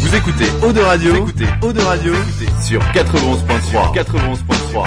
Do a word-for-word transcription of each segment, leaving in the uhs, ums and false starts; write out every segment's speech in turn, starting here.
Vous écoutez Eau de Radio, vous écoutez Eau de Radio sur quatre-vingt-onze point trois. quatre-vingt-onze point trois.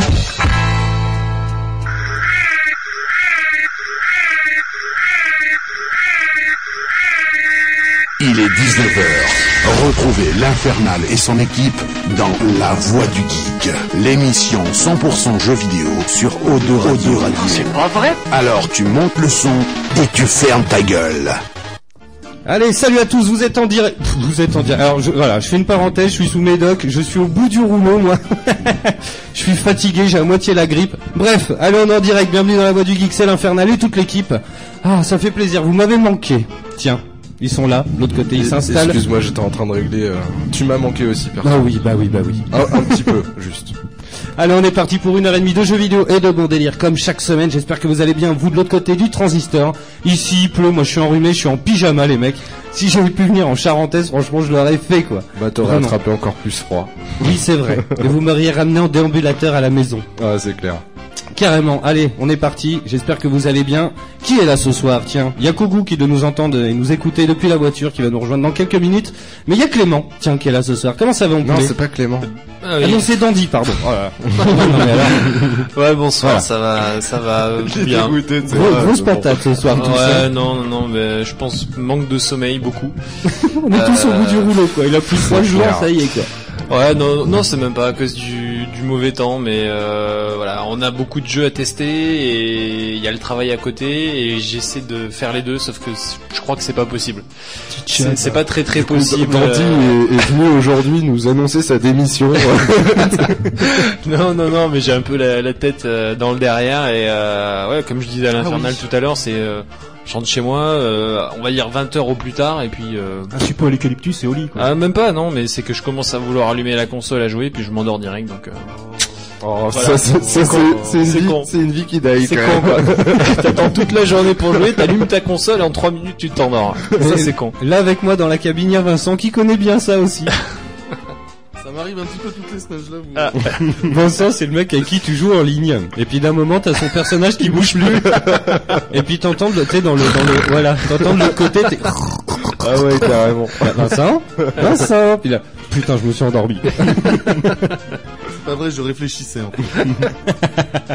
Il est dix-neuf heures. Retrouvez l'Infernal et son équipe dans La Voix du Geek, l'émission cent pour cent jeux vidéo sur Eau de Radio. C'est pas vrai? Alors tu montes le son et tu fermes ta gueule. Allez, salut à tous, vous êtes en direct. Vous êtes en direct. Alors je, voilà, je fais une parenthèse, je suis sous médoc, je suis au bout du rouleau, moi. Je suis fatigué, j'ai à moitié la grippe. Bref, allez, on est en direct, bienvenue dans La Voix du Geek, c'est l'Infernal et toute l'équipe. Ah, ça fait plaisir, vous m'avez manqué. Tiens. Ils sont là, de l'autre côté, ils s'installent. Excuse-moi, j'étais en train de régler. Euh... Tu m'as manqué aussi, personne. Bah oui, bah oui, bah oui. Un, un petit peu, juste. Allez, on est parti pour une heure et demie de jeux vidéo et de bon délire, comme chaque semaine. J'espère que vous allez bien, vous de l'autre côté du transistor. Ici, il pleut, moi je suis enrhumé, je suis en pyjama, les mecs. Si j'avais pu venir en charentaise, franchement, je l'aurais fait, quoi. Bah, t'aurais Vraiment. attrapé encore plus froid. Oui, c'est vrai. Et vous m'auriez ramené en déambulateur à la maison. Ah, c'est clair. Carrément, allez, on est parti, j'espère que vous allez bien. Qui est là ce soir? Tiens, il y a Kougou qui doit nous entendre et nous écouter depuis la voiture, qui va nous rejoindre dans quelques minutes. Mais il y a Clément, tiens, qui est là ce soir. Comment ça va, on Non, c'est pas Clément. Ah, oui. ah non, c'est Dandy, pardon. Oh là. Non, mais alors... Ouais, bonsoir, voilà. ça va, ça va euh, bien. Dégoûté, Gros, grosse patate ce soir, tout ouais, ça. non, non, non, mais je pense manque de sommeil, beaucoup. On est euh... tous au bout du rouleau, quoi. Il a pris trois jours, ça y est, quoi. Ouais, non, non, c'est même pas à cause du, du mauvais temps, mais euh, voilà, on a beaucoup de jeux à tester et il y a le travail à côté et j'essaie de faire les deux, sauf que je crois que c'est pas possible. C'est, c'est pas très très possible. Dandy euh... est, est venu aujourd'hui nous annoncer sa démission. non, non, non, mais j'ai un peu la, la tête dans le derrière et euh, ouais, comme je disais à l'Infernal ah, oui. tout à l'heure, c'est euh, je rentre chez moi, euh, on va dire vingt heures au plus tard et puis... Euh... Un suppôt à l'eucalyptus et au lit, quoi. Ah, même pas, non, mais c'est que je commence à vouloir allumer la console à jouer puis je m'endors direct, donc... Euh... Oh, voilà. ça, ça, c'est, c'est, c'est, une c'est, vie, con. c'est une vie qui daille, c'est quand con, même. Quoi. T'attends toute la journée pour jouer, t'allumes ta console et en trois minutes tu t'endors. Ça, c'est con. Là, avec moi dans la cabine, il y a Vincent qui connaît bien ça aussi. Ça m'arrive un petit peu toutes les semaines, je l'avoue. Ah. Vincent, c'est le mec avec qui tu joues en ligne. Et puis d'un moment, t'as son personnage qui bouge plus. Et puis t'entends, tu sais, dans le, dans le, voilà, t'entends de l'autre côté, t'es... Ah ouais, carrément. Vincent? Vincent? Puis là, putain, je me suis endormi. C'est pas vrai, je réfléchissais, en fait.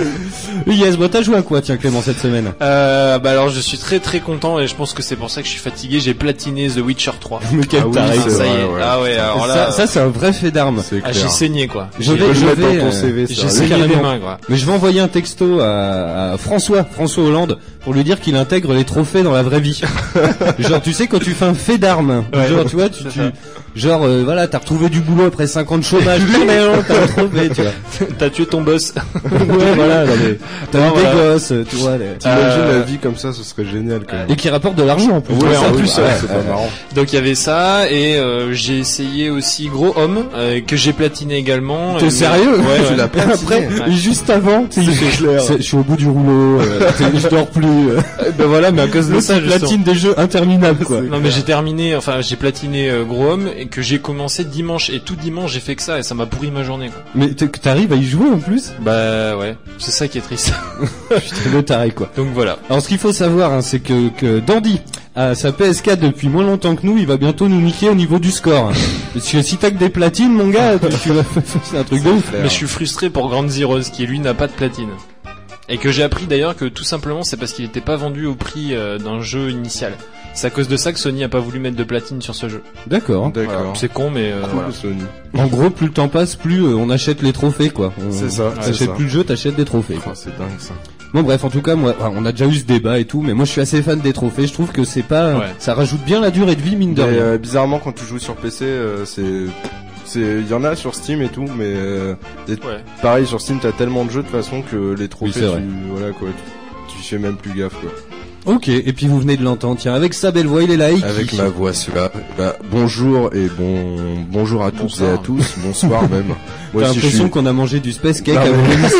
Yes, bon, t'as joué à quoi, tiens, Clément, cette semaine? Euh, bah alors, je suis très très content et je pense que c'est pour ça que je suis fatigué. J'ai platiné The Witcher trois. Mais quel ah taré, oui, ça y est. Ouais. Ah ouais, alors là. Ça, ça c'est un vrai fait d'armes. Ah, j'ai saigné, quoi. Je vais, je vais, ton C V, euh, j'ai saigné les mains, quoi. Mais je vais envoyer un texto à, à François, François Hollande, pour lui dire qu'il intègre les trophées dans la vraie vie. Genre, tu sais, quand tu fais un fait d'armes, ouais, genre, tu vois, tu, tu genre, euh, voilà, t'as retrouvé du boulot après cinq ans de chômage, non, t'as un trophée, tu vois. T'as tué ton boss. Ouais, voilà, non, mais t'as eu voilà. des gosses, tu vois. Les... T'imagines euh... la vie comme ça, ce serait génial, quand même. Et qui rapporte de l'argent, en plus. Ouais, en oui, plus, ouais, ouais, c'est pas marrant. Donc, il y avait ça, et euh, j'ai essayé aussi Gros Homme, euh, que j'ai platiné également. T'es sérieux? Ouais, tu ouais. l'as platiné. Après, ouais. juste avant, c'est clair. Je suis au bout du rouleau, euh, je dors plus. Euh. Ben voilà, mais à cause de ça, je platine des jeux interminables, quoi. Non, mais j'ai terminé, enfin, j'ai platiné euh, Gros Homme, et que j'ai commencé dimanche, et tout dimanche, j'ai fait que ça, et ça m'a pourri ma journée, quoi. Mais t'arrives à y jouer, en plus? Bah, ouais. C'est ça qui est triste. Putain, le taré, quoi. Donc voilà. Alors, ce qu'il faut savoir, hein, c'est que, que Dandy a sa P S quatre depuis moins longtemps que nous, il va bientôt nous niquer au niveau du score. Hein. Parce que si t'as que des platines, mon gars, tu, tu vas, c'est un truc de ouf. Mais je suis frustré pour Grand Zeroes, qui lui n'a pas de platine. Et que j'ai appris d'ailleurs que tout simplement c'est parce qu'il n'était pas vendu au prix euh, d'un jeu initial. C'est à cause de ça que Sony a pas voulu mettre de platine sur ce jeu. D'accord. D'accord. Voilà. C'est con, mais euh, cool, voilà. Sony. En gros, plus le temps passe, plus euh, on achète les trophées, quoi. On, c'est ça. T'achètes plus le jeu, t'achètes des trophées. Oh, c'est dingue ça. Bon bref, en tout cas, moi, on a déjà eu ce débat et tout, mais moi je suis assez fan des trophées. Je trouve que c'est pas, ouais. ça rajoute bien la durée de vie, mine de rien. Euh, bizarrement, quand tu joues sur P C, euh, c'est, c'est, il y en a sur Steam et tout, mais euh, ouais. pareil sur Steam, t'as tellement de jeux de façon que les trophées, oui, tu, voilà quoi, tu, tu fais même plus gaffe quoi. Ok, et puis vous venez de l'entendre, tiens, avec sa belle voix, il est là. Avec ma voix, celui-là. Bah, bonjour et bon, bonjour à tous et à tous, bonsoir même. Moi T'as l'impression suis... qu'on a mangé du space cake avant l'émission.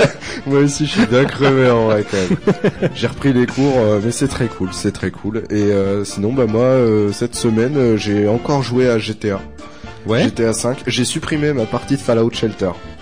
Moi aussi, je suis bien crevé en vrai quand même. J'ai repris les cours, euh, mais c'est très cool, c'est très cool. Et euh, sinon, bah moi, euh, cette semaine, euh, j'ai encore joué à G T A. Ouais. G T A cinq. J'ai supprimé ma partie de Fallout Shelter.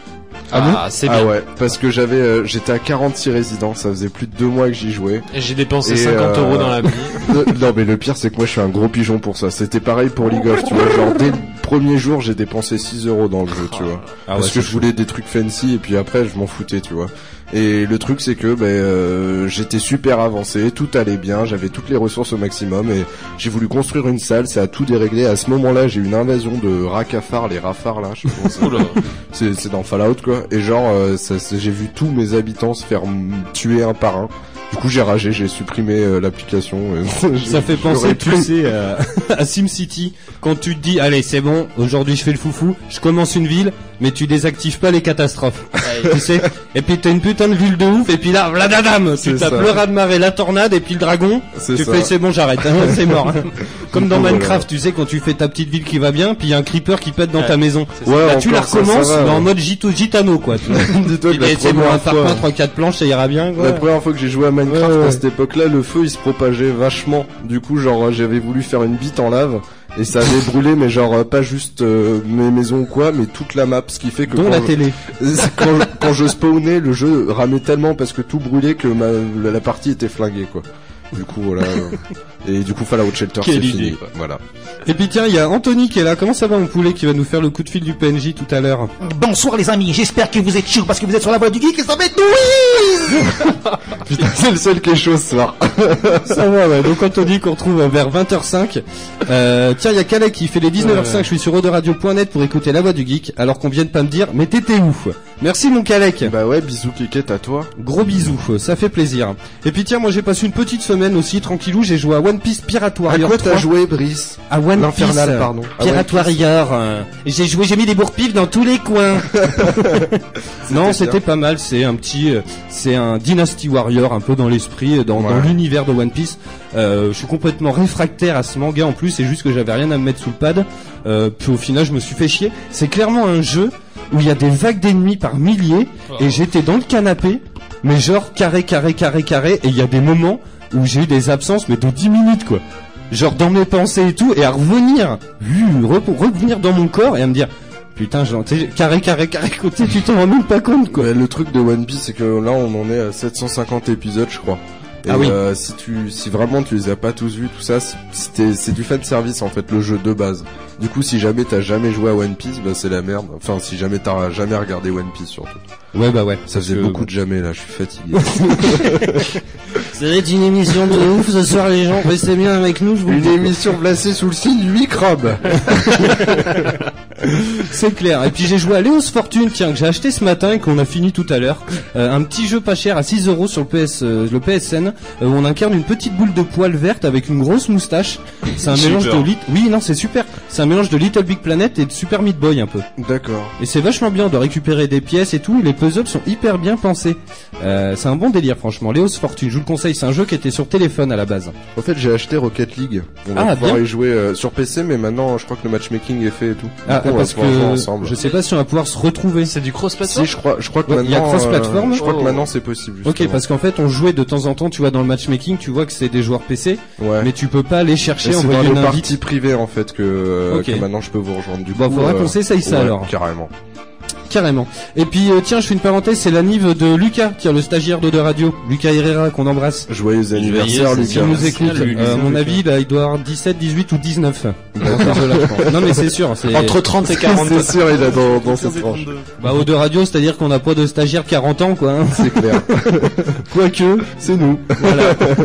Ah, bon ah c'est bien. Ah ouais, parce que j'avais, euh, j'étais à quarante-six résidents, ça faisait plus de deux mois que j'y jouais. Et j'ai dépensé et cinquante euros dans la vie. Non mais le pire c'est que moi je suis un gros pigeon pour ça. C'était pareil pour League of, tu vois, genre dès le premier jour j'ai dépensé six euros dans le jeu, tu vois. Ah parce ouais, que je voulais des trucs fancy et puis après je m'en foutais, tu vois. Et le truc c'est que ben euh, j'étais super avancé, tout allait bien, j'avais toutes les ressources au maximum et j'ai voulu construire une salle, ça a tout déréglé. À ce moment-là, j'ai eu une invasion de rats cafards, les rafards là, je sais pas c'est c'est dans Fallout quoi. Et genre euh, ça, j'ai vu tous mes habitants se faire tuer un par un. Du coup, j'ai ragé, j'ai supprimé euh, l'application. Ça fait penser, tu sais, euh, à SimCity, quand tu te dis, allez, c'est bon, aujourd'hui je fais le foufou, je commence une ville, mais tu désactives pas les catastrophes. Tu sais, et puis t'as une putain de ville de ouf, et puis là, vladadam, tu tapes le raz-de-marée, la tornade, et puis le dragon, tu ça. fais, c'est bon, j'arrête, hein, c'est mort. Comme dans Minecraft, voilà. Tu sais, quand tu fais ta petite ville qui va bien, puis y a un creeper qui pète dans ouais. ta maison. Ouais, là, tu la recommences, mais en mode gito, gitano, quoi. C'est bon, un parpaing, trois quatre planches, ça ira bien, quoi. La première fois que j'ai joué à Minecraft, ouais, ouais. à cette époque-là, le feu il se propageait vachement. Du coup, genre, j'avais voulu faire une bite en lave et ça avait brûlé, mais genre pas juste euh, mes maisons ou quoi, mais toute la map. Ce qui fait que dont quand la je, télé. Quand je, quand je spawnais, le jeu ramait tellement parce que tout brûlait que ma, la, la partie était flinguée, quoi. Du coup, voilà. Et du coup, Fallout Shelter, c'est fini. Quoi. Voilà. Et puis tiens, il y a Anthony qui est là. Comment ça va, mon poulet, qui va nous faire le coup de fil du P N J tout à l'heure. Bonsoir les amis, j'espère que vous êtes chauds parce que vous êtes sur la voie du geek et ça va être Louise. Putain, c'est le seul qui est chaud ce soir. Ça va, ouais. Donc Anthony qu'on retrouve vers vingt heures cinq. Euh, tiens, il y a Calais qui fait les dix-neuf heures cinq. Euh... Je suis sur Odoradio point net pour écouter la voix du geek. Alors qu'on vient de pas me dire, mais t'étais où? Merci mon Calec. Bah ouais, bisous Kékette à toi. Gros bisous, ça fait plaisir. Et puis tiens, moi j'ai passé une petite semaine aussi tranquillou. J'ai joué à One Piece Pirate Warrior. À quoi t'as joué, Brice? À One L'Infernal, Piece, pardon. Pirate Warrior. Euh, j'ai joué, j'ai mis des bourre-pifs dans tous les coins. Non, c'était pas mal. C'est un petit, euh, c'est un Dynasty Warrior un peu dans l'esprit, dans, ouais. dans l'univers de One Piece. Euh, je suis complètement réfractaire à ce manga en plus. C'est juste que j'avais rien à me mettre sous le pad. Euh, puis au final, je me suis fait chier. C'est clairement un jeu où il y a des vagues d'ennemis par milliers oh. et j'étais dans le canapé, mais genre carré, carré, carré, carré, et il y a des moments où j'ai eu des absences, mais de dix minutes, quoi. Genre dans mes pensées et tout, et à revenir, re- revenir dans mon corps et à me dire, putain, je l'entends, carré, carré, carré, côté, tu t'en rends même pas compte, quoi. Ouais, le truc de One Piece, c'est que là, on en est à sept cent cinquante épisodes, je crois. Et ah oui. euh, si tu, si vraiment tu les as pas tous vus, tout ça, c'est, c'est du fan service en fait, le jeu de base. Du coup, si jamais t'as jamais joué à One Piece, bah c'est la merde. Enfin, si jamais t'as jamais regardé One Piece surtout. Ouais bah ouais. Ça faisait que... beaucoup de jamais là, je suis fatigué. C'est une émission de ouf ce soir les gens, restez bien avec nous. Je vous une émission placée sous le signe huit crabes. C'est clair. Et puis j'ai joué à Léos Fortune, tiens, que j'ai acheté ce matin et qu'on a fini tout à l'heure. Euh, un petit jeu pas cher à six euros sur le P S, euh, le P S N, euh, où on incarne une petite boule de poils verte avec une grosse moustache. C'est un mélange de lit. Oui, non, c'est super. C'est un mélange de Little Big Planet et de Super Meat Boy un peu. D'accord. Et c'est vachement bien de récupérer des pièces et tout. Les puzzles sont hyper bien pensés. Euh, c'est un bon délire, franchement. Léos Fortune, je vous le conseille. C'est un jeu qui était sur téléphone à la base. En fait, j'ai acheté Rocket League. On va ah, pouvoir bien. y jouer euh, sur P C, mais maintenant, je crois que le matchmaking est fait et tout. Ah, coup, parce que je sais pas si on va pouvoir se retrouver. C'est du cross-platform. Si, je crois, je crois que ouais, maintenant. Il y a cross-platform. Euh, je crois oh. que maintenant c'est possible. Justement. Ok, parce qu'en fait, on jouait de temps en temps. Tu vois, dans le matchmaking, tu vois que c'est des joueurs P C, ouais. mais tu peux pas aller chercher. C'est dans le parti privé en fait que, euh, okay. que maintenant je peux vous rejoindre. Du bon, coup, faudra euh, qu'on s'essaye ça ouais, alors. Carrément. Carrément. Et puis euh, tiens, je fais une parenthèse, c'est l'anniv de Lucas, tiens, le stagiaire de, de radio, Lucas Herrera, qu'on embrasse. Joyeux anniversaire, Lucas. S'il nous écoute, euh, à mon avis, là, il doit avoir dix-sept, dix-huit ou dix-neuf. Non mais c'est sûr, c'est entre trente et quarante. C'est sûr, il est dans, dans cette tranche. Bah au de radio, c'est-à-dire qu'on n'a pas de stagiaire de quarante ans, quoi. Hein. C'est clair. Quoique, c'est nous. Voilà.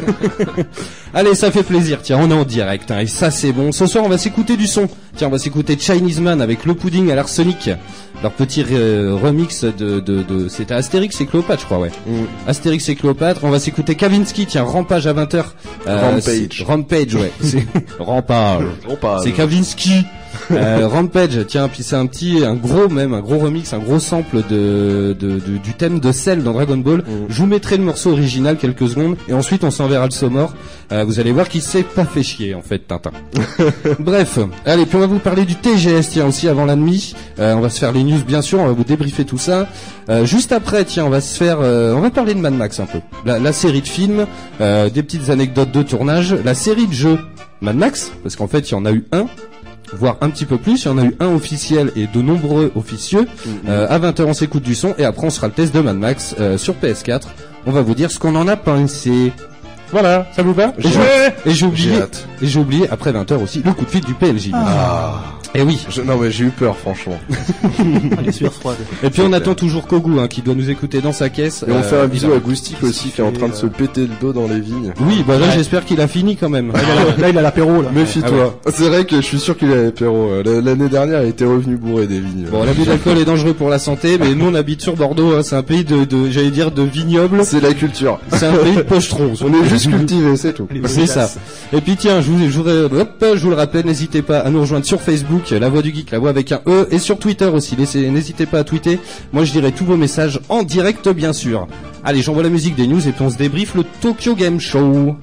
Allez, ça fait plaisir. Tiens, on est en direct, hein, et ça c'est bon. Ce soir, on va s'écouter du son. Tiens, on va s'écouter Chinese Man avec le pudding à l'arsenic. Leur petit euh, remix de, de, de, c'était Astérix et Cléopâtre, je crois, ouais. Mm. Astérix et Cléopâtre. On va s'écouter Kavinsky, tiens, Rampage à vingt heures. Euh, Rampage. Rampage, ouais. C'est Rampage. Rampage. C'est Kavinsky. euh, Rampage, tiens, puis c'est un petit, un gros même, un gros remix, un gros sample de, de, de du thème de Cell dans Dragon Ball. Mm. Je vous mettrai le morceau original quelques secondes et ensuite on s'enverra le Somor. Euh, vous allez voir qu'il s'est pas fait chier en fait, Tintin. Bref, allez, puis on va vous parler du T G S, tiens, aussi avant la nuit. Euh, on va se faire les news bien sûr, on va vous débriefer tout ça. Euh, juste après, tiens, on va se faire, euh, on va parler de Mad Max un peu. La, la série de films, euh, des petites anecdotes de tournage, la série de jeux Mad Max, parce qu'en fait il y en a eu un. voire un petit peu plus. Il y en a eu un officiel et de nombreux officieux. Mm-hmm. Euh, à vingt heures, on s'écoute du son et après on sera le test de Mad Max euh, sur P S quatre. On va vous dire ce qu'on en a pensé. Voilà, ça vous va? Et j'ai oublié, et j'ai oublié après vingt heures aussi le coup de fil du P L J. Ah. Et oui. Je, non mais j'ai eu peur franchement. Les sueurs froides. Et puis on attend toujours Kogu hein, qui doit nous écouter dans sa caisse. Et on euh, fait un bisou à Goustic aussi qui est en train de se péter le dos dans les vignes. Oui, bah là ouais. J'espère qu'il a fini quand même. Là, là il a l'apéro là. Méfie-toi. Ah ouais. C'est vrai que je suis sûr qu'il a l'apéro. L'année dernière il était revenu bourré des vignes. Bon, l'abus d'alcool est dangereux pour la santé, mais nous on habite sur Bordeaux, hein, c'est un pays de, de j'allais dire de vignobles. C'est la culture. C'est un pays de pochetrons. On est juste cultivés, c'est tout. C'est ça. Et puis tiens, je vous, je vous, hop, je vous le rappelle, n'hésitez pas à nous rejoindre sur Facebook, La Voix du Geek, La Voix avec un E, et sur Twitter aussi. Laissez, n'hésitez pas à tweeter. Moi, je dirai tous vos messages en direct, bien sûr. Allez, j'envoie la musique des news et puis on se débriefe le Tokyo Game Show.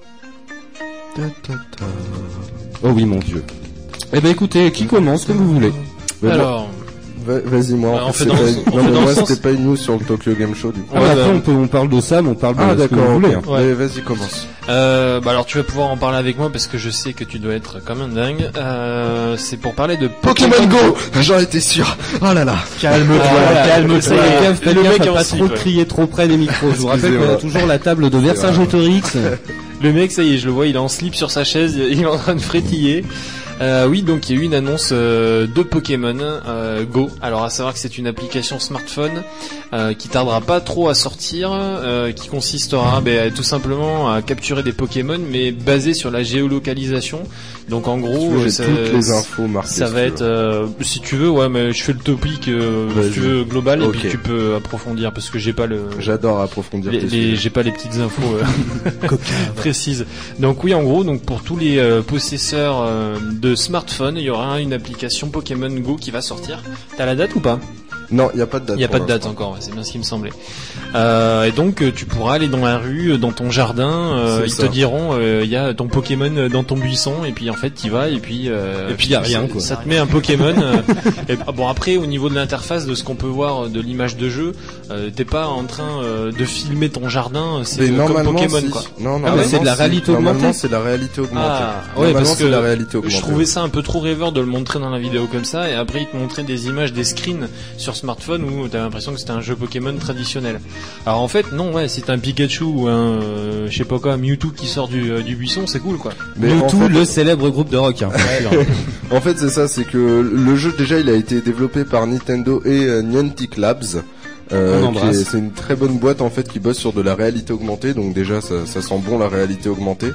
Ta, ta, ta. Oh oui, mon Dieu. Eh ben, écoutez, qui commence comme vous voulez. Alors. Vas-y, moi. En fait, pas... non, non mais moi, sens... c'était pas une news sur le Tokyo Game Show, du coup. Ah, ouais, après, on peut, on parle de Sam, on parle de ah, ce que vous voulez. Hein. Ouais. Vas-y, commence. Euh, bah alors, tu vas pouvoir en parler avec moi parce que je sais que tu dois être comme un dingue. Euh, c'est pour parler de Pokémon, Pokémon Go. Go. J'en étais sûr. Oh là là. Calme-toi, ah, calme-toi. Fais le mec a pas trop crier trop près des micros. Je vous rappelle qu'on a toujours la table de Vercingétorix. Le mec, ça y est, je le vois, il est en slip sur sa chaise, il est en train de frétiller. Euh, oui, donc il y a eu une annonce euh, de Pokémon euh, Go. Alors à savoir que c'est une application smartphone euh, qui tardera pas trop à sortir, euh, qui consistera bah, tout simplement à capturer des Pokémon, mais basé sur la géolocalisation. Donc en gros, j'ai ça, toutes les infos marquées. Ça va être, euh, si tu veux, ouais, mais je fais le topic, euh, si tu veux global, okay. Et puis tu peux approfondir parce que j'ai pas le. J'adore approfondir. Les, les, j'ai pas les petites infos euh, précises. Donc oui, en gros, donc pour tous les euh, possesseurs euh, de smartphone, il y aura une application Pokémon Go qui va sortir. T'as la date ou pas? Non, il y a pas de date. Il y a pas de date encore, ouais, c'est bien ce qui me semblait. Euh, et donc tu pourras aller dans la rue, dans ton jardin, euh, ils ça. te diront il euh, y a ton Pokémon dans ton buisson et puis en fait tu vas et puis euh, et puis il y a rien quoi. Ça te met un Pokémon. euh, et, bon après au niveau de l'interface de ce qu'on peut voir de l'image de jeu, euh, t'es pas en train euh, de filmer ton jardin, c'est euh, comme Pokémon si. quoi. Non, non, ah, mais c'est de la réalité augmentée. Normalement c'est de la réalité augmentée. Ah, ouais, parce que c'est la réalité augmentée. Je trouvais ça un peu trop rêveur de le montrer dans la vidéo comme ça et après ils te montraient des images, des screens sur smartphone où t'as l'impression que c'était un jeu Pokémon traditionnel. Alors en fait non, ouais, si t'as un Pikachu ou un euh, je sais pas quoi, Mewtwo qui sort du, euh, du buisson, c'est cool quoi. Mais Mewtwo, en fait, le célèbre groupe de rock. Hein. En fait c'est ça, c'est que le jeu déjà il a été développé par Nintendo et euh, Niantic Labs. Euh, qui est, c'est une très bonne boîte en fait qui bosse sur de la réalité augmentée, donc déjà ça, ça sent bon la réalité augmentée.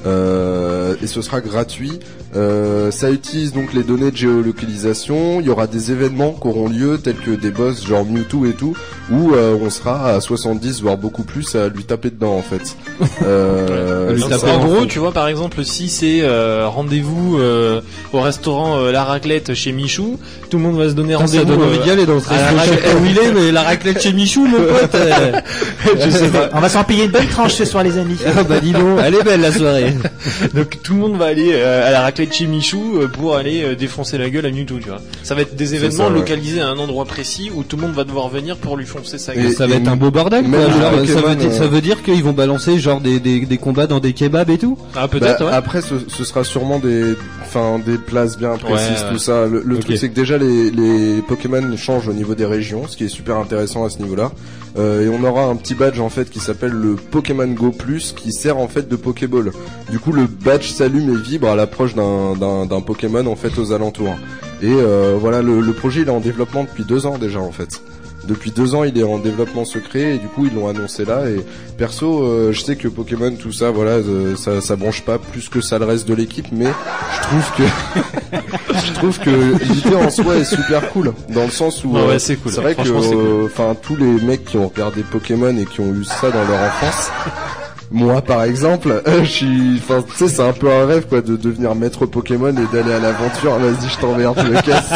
Euh, et ce sera gratuit. Euh, ça utilise donc les données de géolocalisation. Il y aura des événements qui auront lieu tels que des boss genre Mewtwo et tout, où euh, on sera à soixante-dix voire beaucoup plus à lui taper dedans en fait. Euh, lui taper en gros, tu vois par exemple si c'est euh, rendez-vous euh, au restaurant euh, La Raclette chez Michou, tout le monde va se donner rendez-vous. Ça donne envie d'y aller dans ce restaurant où il est, mais La Raclette chez Michou, mon pote. Euh... Je sais pas. On va s'en payer une bonne tranche ce soir les amis. Ah bah dis donc, elle est belle la soirée. Donc tout le monde va aller euh, à La Raclette chez Michou euh, pour aller euh, défoncer la gueule à Mewtwo, tu vois. Ça va être des événements ça, ouais. localisés à un endroit précis où tout le monde va devoir venir pour lui foncer sa gueule. Et ça va être un beau bordel quoi. Genre, ça, veut dire, ça veut dire qu'ils vont balancer genre des, des, des combats dans des kebabs et tout. Ah peut-être bah, ouais. Après ce, ce sera sûrement des enfin des places bien précises, ouais, tout ouais. ça. Le, le okay. truc c'est que déjà les, les Pokémon changent au niveau des régions, ce qui est super intéressant à ce niveau-là. Euh, et on aura un petit badge en fait qui s'appelle le Pokémon Go Plus qui sert en fait de Pokéball. Du coup le badge s'allume et vibre à l'approche d'un, d'un, d'un Pokémon en fait aux alentours. Et euh, voilà le, le projet il est en développement depuis deux ans déjà en fait. Depuis deux ans, il est en développement secret et du coup ils l'ont annoncé là. Et perso, euh, je sais que Pokémon, tout ça, voilà, euh, ça, ça branche pas plus que ça le reste de l'équipe, mais je trouve que je trouve que l'idée en soi est super cool, dans le sens où ouais, ouais, c'est cool. C'est vrai que, enfin, euh, tous les mecs qui ont regardé Pokémon et qui ont eu ça dans leur enfance. Moi, par exemple, euh, je suis, enfin, tu sais, c'est un peu un rêve, quoi, de devenir maître Pokémon et d'aller à l'aventure. Vas-y, je t'emmerde, je me casse.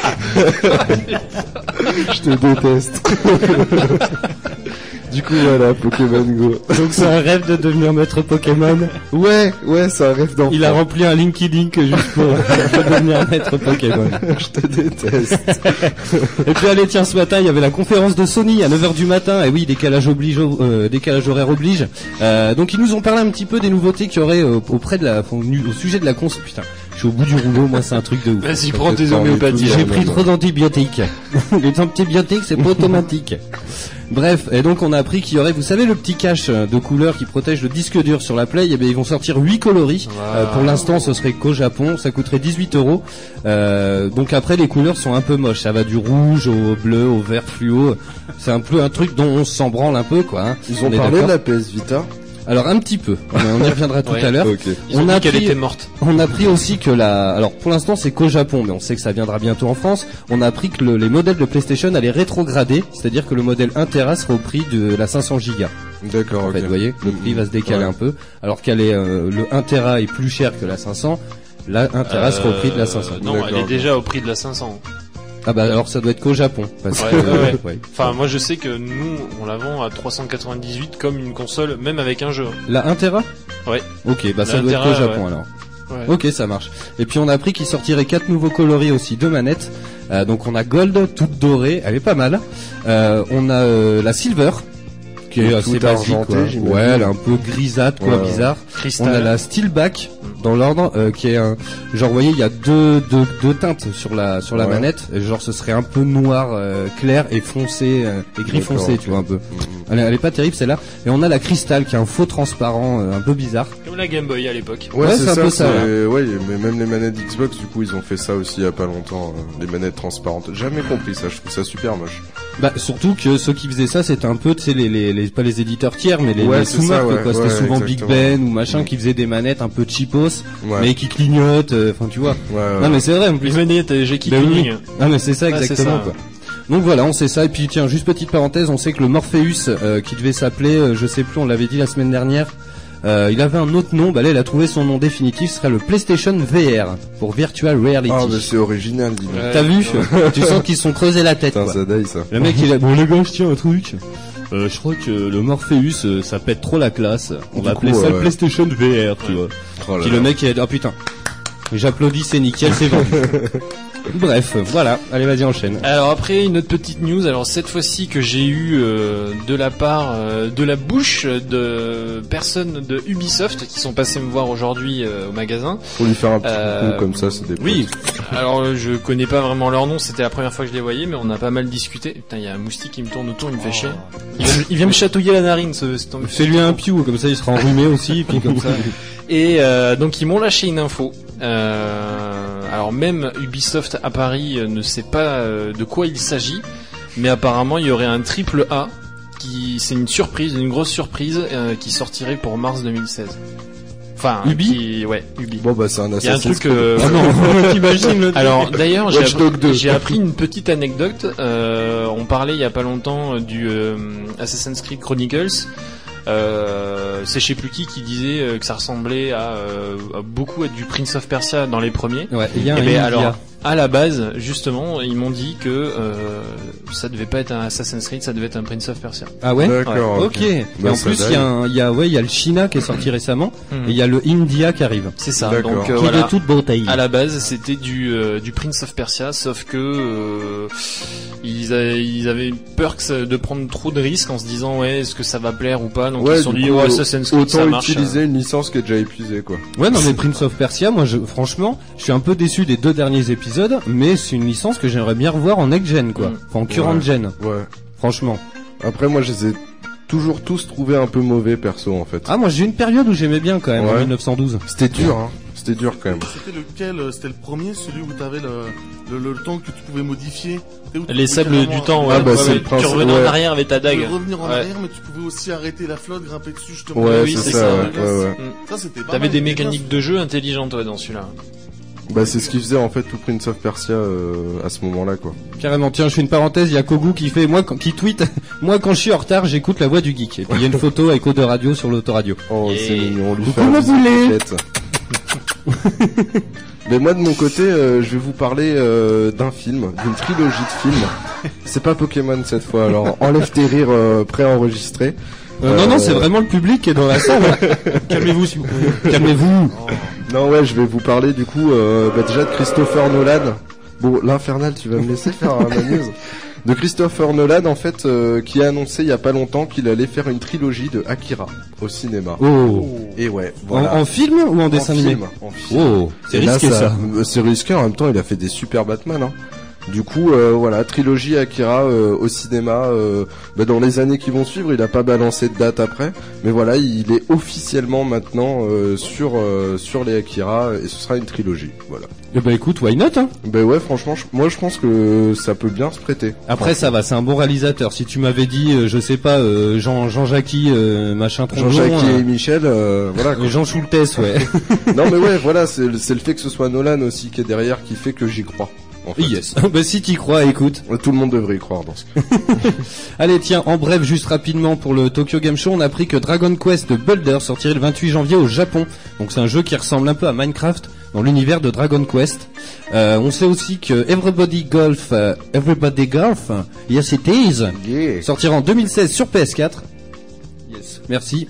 Je te déteste. Du coup, voilà, Pokémon Go. Donc c'est un rêve de devenir maître Pokémon. Ouais, ouais, c'est un rêve d'enfant. Il a rempli un Linky Dink juste pour, pour devenir maître Pokémon. Je te déteste. Et puis allez, tiens, ce matin, il y avait la conférence de Sony à neuf heures du matin. Et oui, décalage oblige, euh, décalage horaire oblige. Euh, donc ils nous ont parlé un petit peu des nouveautés qu'il y aurait euh, auprès de la, au sujet de la console. Putain. Je suis au bout du rouleau, moi c'est un truc de ouf. Vas-y, prends tes homéopathies. J'ai pris trop d'antibiotiques. Les antibiotiques, c'est pas automatique. Bref, et donc on a appris qu'il y aurait, vous savez, le petit cache de couleurs qui protège le disque dur sur la Play. Et bien ils vont sortir huit coloris. Wow. Euh, pour l'instant, ce serait qu'au Japon, ça coûterait dix-huit euros. Euh, donc après, les couleurs sont un peu moches. Ça va du rouge au bleu, au vert fluo. C'est un peu un truc dont on s'en branle un peu, quoi. Hein. Ils ont parlé de la P S Vita. Alors un petit peu, on y reviendra tout ouais. à l'heure. Okay. Ils ont on dit a qu'elle appris, était morte. On a appris aussi que la, alors pour l'instant c'est qu'au Japon, mais on sait que ça viendra bientôt en France. On a appris que le, les modèles de PlayStation allaient rétrograder, c'est-à-dire que le modèle un téra sera au prix de la cinq cents gigas. D'accord. En okay. fait, vous voyez, le prix va se décaler ouais. un peu, alors qu'elle est euh, le un téra est plus cher que la cinq cents. La un téra euh, sera au prix de la cinq cents. Non, D'accord. elle est déjà au prix de la cinq cents. Ah bah alors ça doit être qu'au Japon. Parce ouais, que, ouais, ouais. ouais. Enfin moi je sais que nous on la vend à trois cent quatre-vingt-dix-huit comme une console même avec un jeu. La un téra ? Ouais. Ok, bah la ça doit être qu'au Japon ouais. alors. Ouais. Ok, ça marche. Et puis on a appris qu'il sortirait quatre nouveaux coloris aussi de manettes. Euh, donc on a Gold, toute dorée, elle est pas mal. Euh, on a euh, la Silver, qui est assez basique, quoi. Ouais, elle est un peu grisâtre, quoi, ouais. bizarre. Cristal. On a la Steelback dans l'ordre, euh, qui est un genre, vous voyez, il y a deux deux deux teintes sur la sur la ouais. manette. Et genre, ce serait un peu noir euh, clair et foncé euh, et gris D'accord, foncé, okay. tu vois un peu. Mmh. Elle, elle est pas terrible celle-là. Et on a la Crystal, qui est un faux transparent, euh, un peu bizarre. Comme la Game Boy à l'époque. Ouais, ouais c'est, c'est un ça, peu ça. Hein. Ouais, mais même les manettes Xbox, du coup, ils ont fait ça aussi il y a pas longtemps. Euh, les manettes transparentes. Jamais compris ça. Je trouve ça super moche. Bah surtout que ceux qui faisaient ça, c'était un peu, tu sais, les, les les pas les éditeurs tiers, mais les, ouais, les sous-marques, ouais, quoi. C'était ouais, souvent exactement. Big Ben ou machin mmh. qui faisaient des manettes un peu cheapos, ouais. mais qui clignotent. Enfin, euh, tu vois. Ouais, ouais. Non mais c'est vrai. En plus. Les manettes, j'ai qui ben, cligne. Ah mais c'est ça exactement ah, c'est ça. quoi. Donc voilà, on sait ça. Et puis tiens, juste petite parenthèse, on sait que le Morpheus, euh, qui devait s'appeler, euh, je sais plus, on l'avait dit la semaine dernière. Euh, il avait un autre nom, bah là il a trouvé son nom définitif, ce serait le PlayStation V R, pour Virtual Reality. Ah bah c'est original, dis ouais, T'as vu tu sens qu'ils se sont creusés la tête. Putain, ça daille ça. Le mec il a, bon les gars je tiens un truc, euh, je crois que le Morpheus euh, ça pète trop la classe, on du va coup, appeler ça ouais. le PlayStation V R, tu ouais. vois. Oh Puis le mec il a dit, oh putain, j'applaudis, c'est nickel, c'est vendu. Bref, voilà, allez vas-y enchaîne. Alors après une autre petite news, alors cette fois-ci que j'ai eu euh, de la part euh, de la bouche de personnes de Ubisoft qui sont passées me voir aujourd'hui euh, au magasin. Faut lui faire un petit euh, coup comme ça, c'est des Oui. Alors je connais pas vraiment leur nom, c'était la première fois que je les voyais, mais on a pas mal discuté. Putain, il y a un moustique qui me tourne autour, il me fait chier. Il vient, il vient me chatouiller la narine, ce, ce Fais-lui un piou, comme ça il sera enrhumé aussi, puis comme ça. Et euh, donc ils m'ont lâché une info. Euh, alors même Ubisoft à Paris ne sait pas euh, de quoi il s'agit, mais apparemment il y aurait un triple A qui, c'est une surprise, une grosse surprise euh, qui sortirait pour mars deux mille seize. Enfin, Ubi qui, ouais, Ubi. Bon bah c'est un Assassin's Creed. Il y a un truc. Euh... Ah non, t'imagines le. Alors d'ailleurs, j'ai appris, j'ai appris une petite anecdote. Euh, on parlait il y a pas longtemps du euh, Assassin's Creed Chronicles. Euh, c'est je sais plus qui qui disait euh, que ça ressemblait à, euh, à beaucoup à du Prince of Persia dans les premiers. Ouais. Il y a un ben, alors à la base, justement, ils m'ont dit que euh, ça devait pas être un Assassin's Creed, ça devait être un Prince of Persia. Ah ouais. D'accord. Ouais. Ok. okay. Bah, et en plus, il y a, un, il y a, ouais, il y a le China qui est sorti récemment, mmh. et il y a le India qui arrive. C'est ça. D'accord. Donc euh, qui voilà. est de toute beauté. À la base, c'était du euh, du Prince of Persia, sauf que euh, ils, a, ils avaient peur que de prendre trop de risques en se disant ouais, est-ce que ça va plaire ou pas. Donc ouais, ils se sont dit oh, Assassin's Creed ça marche. Autant utiliser une licence qui est déjà épuisée quoi. Ouais, non mais Prince of Persia, moi, je, franchement, je suis un peu déçu des deux derniers épisodes, mais c'est une licence que j'aimerais bien revoir en next gen quoi, enfin en current ouais. gen. Ouais. Franchement. Après moi je les ai toujours tous trouvés un peu mauvais perso en fait. Ah moi j'ai eu une période où j'aimais bien quand même ouais. en mille neuf cent douze. C'était dur hein. C'était dur quand même. C'était lequel? C'était le premier, celui où t'avais le, le, le, le temps que tu pouvais modifier. Les sables du temps, ouais. Ah bah ouais, c'est ouais. le principe. Tu revenais ouais. en arrière avec ta dague. Tu pouvais revenir en ouais. arrière, mais tu pouvais aussi arrêter la flotte, grimper dessus justement. Ouais, oui, c'est, c'est ça. ça. Ouais, ouais, ouais. Ça c'était pas T'avais mal, des mécaniques de jeu intelligentes toi dans celui-là. Bah c'est ce qui faisait en fait tout Prince of Persia euh, à ce moment-là quoi. Carrément. Tiens, je fais une parenthèse, il y a Kogu qui fait moi qui tweet moi quand je suis en retard, j'écoute la voix du geek. Et puis il y a une photo avec Eau de radio sur l'autoradio. Oh, et... c'est mignon, on lui fait un boulet. Mais moi de mon côté, euh, je vais vous parler euh, d'un film, d'une trilogie de films. C'est pas Pokémon cette fois. Alors enlève tes rires euh, préenregistrés. Euh, euh... Non non, c'est vraiment le public qui est dans la salle. Calmez-vous s'il vous plaît. Calmez-vous. Oh. Non ouais, je vais vous parler du coup euh, bah, déjà de Christopher Nolan. Bon, l'Infernal, tu vas me laisser faire un news. de Christopher Nolan en fait, euh, qui a annoncé il y a pas longtemps qu'il allait faire une trilogie de Akira au cinéma. Oh. Et ouais. Voilà. En, en film ou en dessin en animé? film, en film. Oh, c'est Et là, risqué ça. C'est risqué. En même temps, il a fait des super Batman. Hein. Du coup, euh, voilà, trilogie Akira euh, au cinéma. Euh, bah, dans les années qui vont suivre, il a pas balancé de date après, mais voilà, il est officiellement maintenant euh, sur euh, sur les Akira et ce sera une trilogie. Voilà. Eh bah écoute, why not hein? Bah ouais, franchement, je, moi je pense que ça peut bien se prêter. Après ça va, c'est un bon réalisateur. Si tu m'avais dit, euh, je sais pas, euh, Jean Jean Jackie, euh, machin tronjon, Jean-Jacques euh, et Michel, euh, voilà. Quoi. Jean Schultes, ouais. Non mais ouais, voilà, c'est c'est le fait que ce soit Nolan aussi qui est derrière qui fait que j'y crois. En fait. Yes. Bah si t'y crois, écoute. Tout le monde devrait y croire dans ce cas. Allez, tiens, en bref, juste rapidement pour le Tokyo Game Show, on a appris que Dragon Quest Builder sortirait le vingt-huit janvier au Japon. Donc c'est un jeu qui ressemble un peu à Minecraft dans l'univers de Dragon Quest. Euh, on sait aussi que Everybody Golf, euh, Everybody Golf, yes it is, Yeah. sortira en deux mille seize sur P S quatre. Yes. Merci.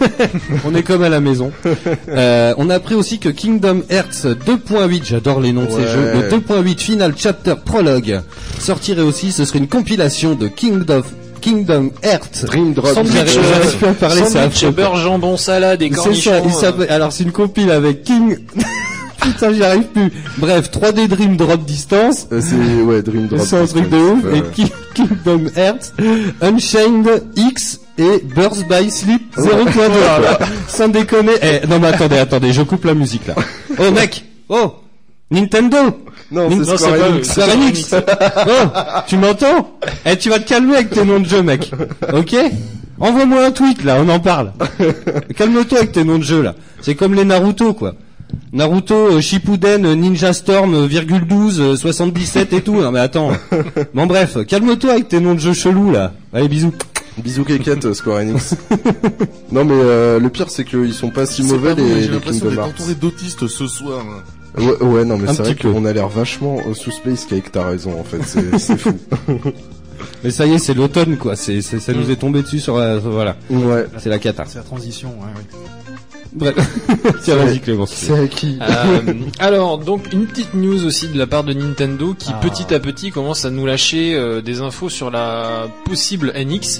On est comme à la maison. Euh, on a appris aussi que Kingdom Hearts deux point huit, j'adore les noms de Ouais. ces jeux, le deux point huit Final Chapter Prologue sortirait aussi. Ce serait une compilation de Kingdom Kingdom Hearts. Dream Drop. Sandwich, J'arrive j'arrive plus à parler, c'est Sandwich, affreux. beurre, jambon, salade et C'est cornichons. ça, il euh. s'appelle- alors c'est une compile avec King. Putain, j'y arrive plus. Bref, trois D Dream Drop Distance. Euh, c'est ouais, Dream Drop. C'est un truc de ouf. Ouais. Et Ki- Kingdom Hearts, Unchained X et Birth by Sleep zéro point deux. Sans déconner. Eh, non mais attendez, attendez, je coupe la musique là. Oh mec, oh, Nintendo. Non, Nin- c'est Non, Square c'est pas Enix. eux. Square Enix. Oh, tu m'entends? Eh, tu vas te calmer avec tes noms de jeu, mec. Ok? Envoie-moi un tweet là, on en parle. Calme-toi avec tes noms de jeu là. C'est comme les Naruto quoi. Naruto, euh, Shippuden, euh, Ninja Storm, euh, virgule douze, euh, soixante-dix-sept et tout. Non mais attends. Bon bref, calme-toi avec tes noms de jeux chelous là. Allez bisous. Bisous kékette, euh, Square Enix. Non mais euh, le pire c'est qu'ils sont pas si C'est mauvais pas vrai, les, j'ai les l'impression Kingdom d'être Hearts. entouré d'autistes ce soir. hein. Ouais, ouais, non mais Un c'est vrai petit peu. qu'on a l'air vachement euh, sous Space Cake, t'as raison en fait, c'est c'est fou. Mais ça y est, c'est l'automne quoi. C'est, c'est, ça nous est tombé dessus sur la, voilà. Ouais. C'est la cata. C'est la transition, ouais, ouais. Bref. Tiens, vas-y Clément. C'est à qui Euh, alors donc une petite news aussi de la part de Nintendo qui Ah. petit à petit commence à nous lâcher euh, des infos sur la possible N X,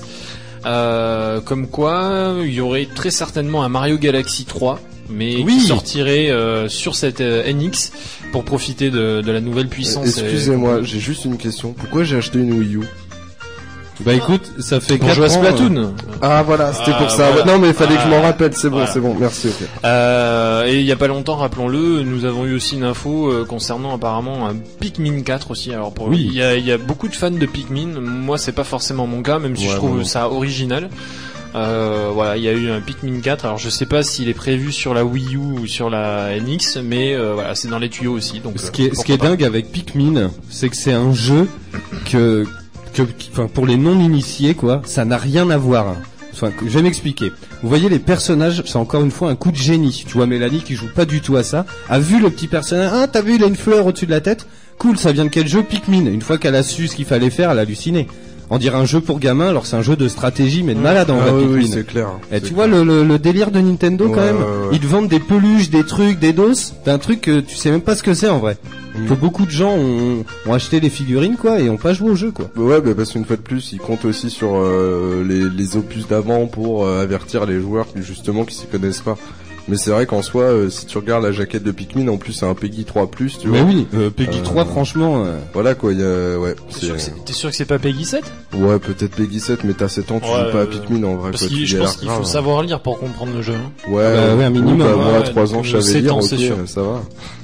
euh, comme quoi il y aurait très certainement un Mario Galaxy trois mais Oui. qui sortirait euh, sur cette euh, N X pour profiter de, de la nouvelle puissance. Excusez-moi, j'ai juste une question. Pourquoi j'ai acheté une Wii U? Bah écoute, ça fait Pour quatre jouer à ans, Splatoon. Ah voilà, c'était Ah, pour ça. voilà. Non mais il fallait que je m'en Ah, rappelle, c'est bon, voilà. c'est bon, merci. Ok. Euh, et il y a pas longtemps, rappelons-le, nous avons eu aussi une info euh, concernant apparemment un Pikmin quatre aussi. Alors pour Oui. il y a, il y a beaucoup de fans de Pikmin. Moi, c'est pas forcément mon cas, même si Ouais, je trouve moi non. ça original. Euh, voilà, il y a eu un Pikmin quatre. Alors je sais pas s'il est prévu sur la Wii U ou sur la N X, mais euh, voilà, c'est dans les tuyaux aussi. Donc Ce euh, qui est, ce qui est pourquoi pas. dingue avec Pikmin, c'est que c'est un jeu que, que, qui- enfin, pour les non-initiés, quoi, ça n'a rien à voir. Enfin, que- je vais m'expliquer. Vous voyez les personnages, c'est encore une fois un coup de génie. Tu vois Mélanie qui joue pas du tout à ça, a vu le petit personnage, ah, t'as vu, il a une fleur au-dessus de la tête? Cool, ça vient de quel jeu? Pikmin. Une fois qu'elle a su ce qu'il fallait faire, elle a halluciné. On dirait un jeu pour gamins, alors c'est un jeu de stratégie, mais de malade en Ah vrai, oui, Pikmin. oui, c'est clair. Et C'est tu clair. vois le, le, le délire de Nintendo quand Ouais, même, ouais, ouais. ils te vendent des peluches, des trucs, des doses, d'un truc que tu sais même pas ce que c'est en vrai. Mm. Que beaucoup de gens ont, ont acheté les figurines quoi et ont pas joué au jeu quoi. Ouais, bah parce qu'une fois de plus, ils comptent aussi sur euh, les, les opus d'avant pour euh, avertir les joueurs qui, justement qui s'y connaissent pas. Mais c'est vrai qu'en soi, euh, si tu regardes la jaquette de Pikmin, en plus c'est un Peggy trois plus, tu Mais vois. oui, euh, Peggy Euh, trois franchement. euh, Voilà quoi, il y a ouais, T'es c'est- sûr que c'est- T'es sûr que c'est pas Peggy sept? ouais, peut-être Peggy sept, mais t'as sept ans, tu Ouais, joues pas à euh, Pikmin en vrai. Parce quoi, que tu je galères pense qu'il faut grave. savoir lire pour comprendre le jeu. hein. Ouais, bah ouais, un minimum, Bah, moi, à ouais, trois ans, donc, je savais sept lire, ans, ok, c'est sûr. ça va.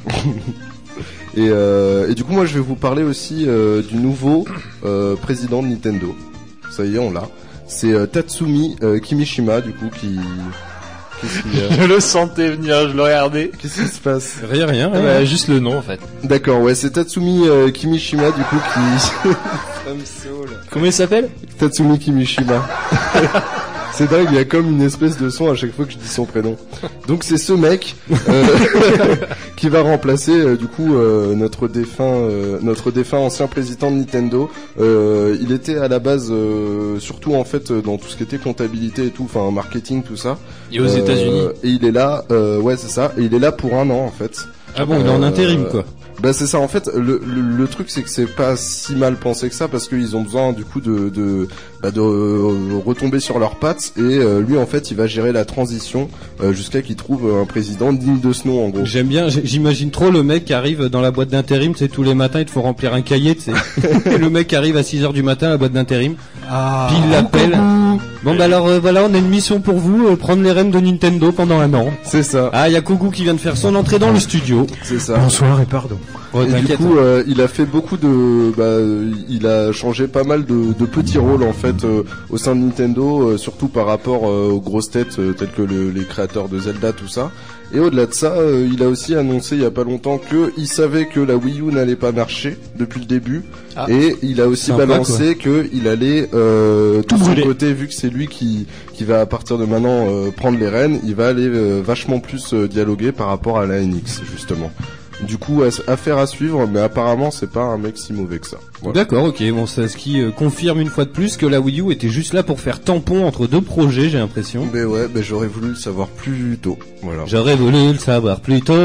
et, euh, et du coup, moi, je vais vous parler aussi euh, du nouveau euh, président de Nintendo. Ça y est, on l'a. C'est euh, Tatsumi euh, Kimishima, du coup, qui... Qu'est-ce qu'il y a Je le sentais venir, je le regardais. Qu'est-ce qui se passe? Rien, rien, rien. Bah, juste le nom en fait. D'accord, ouais, c'est Tatsumi euh, Kimishima, du coup, qui... Ça me saoule. Comment il s'appelle? Tatsumi Kimishima. C'est dingue, il y a comme une espèce de son à chaque fois que je dis son prénom. Donc c'est ce mec euh, qui va remplacer euh, du coup euh, notre défunt euh, notre défunt ancien président de Nintendo. Euh, il était à la base euh, surtout en fait dans tout ce qui était comptabilité et tout, enfin marketing tout ça. Et aux Euh, États-Unis. Et il est là, euh, ouais c'est ça, et il est là pour un an en fait. Ah bon, il est en Euh, intérim quoi. Bah c'est ça en fait le, le, le truc c'est que c'est pas si mal pensé que ça parce qu'ils ont besoin du coup de de bah, de euh, retomber sur leurs pattes et euh, lui en fait il va gérer la transition euh, jusqu'à qu'il trouve un président digne de ce nom en gros. J'aime bien, j'imagine trop le mec qui arrive dans la boîte d'intérim, tu sais tous les matins il te faut remplir un cahier, tu sais. Le mec qui arrive à six heures du matin à la boîte d'intérim. Ah, puis il l'appelle. Bon bah alors euh, voilà, on a une mission pour vous, euh, prendre les rênes de Nintendo pendant un an. C'est ça. Ah, il y a Kogu qui vient de faire son entrée dans le studio. C'est ça. Bonsoir et pardon. Ouais, et du coup, euh, il a fait beaucoup de, bah, il a changé pas mal de, de petits rôles en fait euh, au sein de Nintendo, euh, surtout par rapport euh, aux grosses têtes euh, telles que le, les créateurs de Zelda, tout ça. Et au-delà de ça, euh, il a aussi annoncé il y a pas longtemps que il savait que la Wii U n'allait pas marcher depuis le début, ah. Et il a aussi Sympa, balancé que il allait euh, tout de son côté, vu que c'est lui qui qui va à partir de maintenant euh, prendre les rênes, il va aller euh, vachement plus euh, dialoguer par rapport à la N X justement. Du coup, affaire à suivre, mais apparemment c'est pas un mec si mauvais que ça. Voilà. D'accord, ok, bon, c'est ce qui euh, confirme une fois de plus que la Wii U était juste là pour faire tampon entre deux projets, j'ai l'impression. Mais ouais, mais j'aurais voulu le savoir plus tôt. Voilà. J'aurais voulu le savoir plus tôt.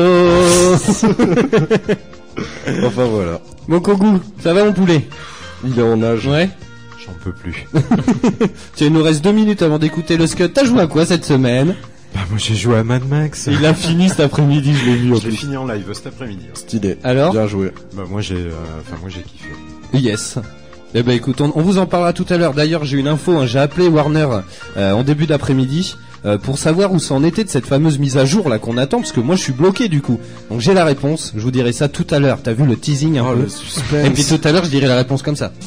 Enfin voilà. Mon Kogu, ça va mon poulet? Il est en âge. Ouais. J'en peux plus. Tiens, il nous reste deux minutes avant d'écouter le Scud. T'as joué à quoi cette semaine? Bah moi j'ai joué à Mad Max. Il a fini cet après-midi, je l'ai vu. Je l'ai fini en live cet après-midi. Stylé. Alors? Bien joué. Bah moi j'ai, enfin euh, moi j'ai kiffé. Yes. Eh ben écoute, on, on vous en parlera tout à l'heure. D'ailleurs, j'ai une info. Hein, j'ai appelé Warner euh, en début d'après-midi euh, pour savoir où ça en était de cette fameuse mise à jour là qu'on attend, parce que moi je suis bloqué du coup. Donc j'ai la réponse. Je vous dirai ça tout à l'heure. T'as vu le teasing un oh, peu? Le suspense. Et puis tout à l'heure, je dirai la réponse comme ça.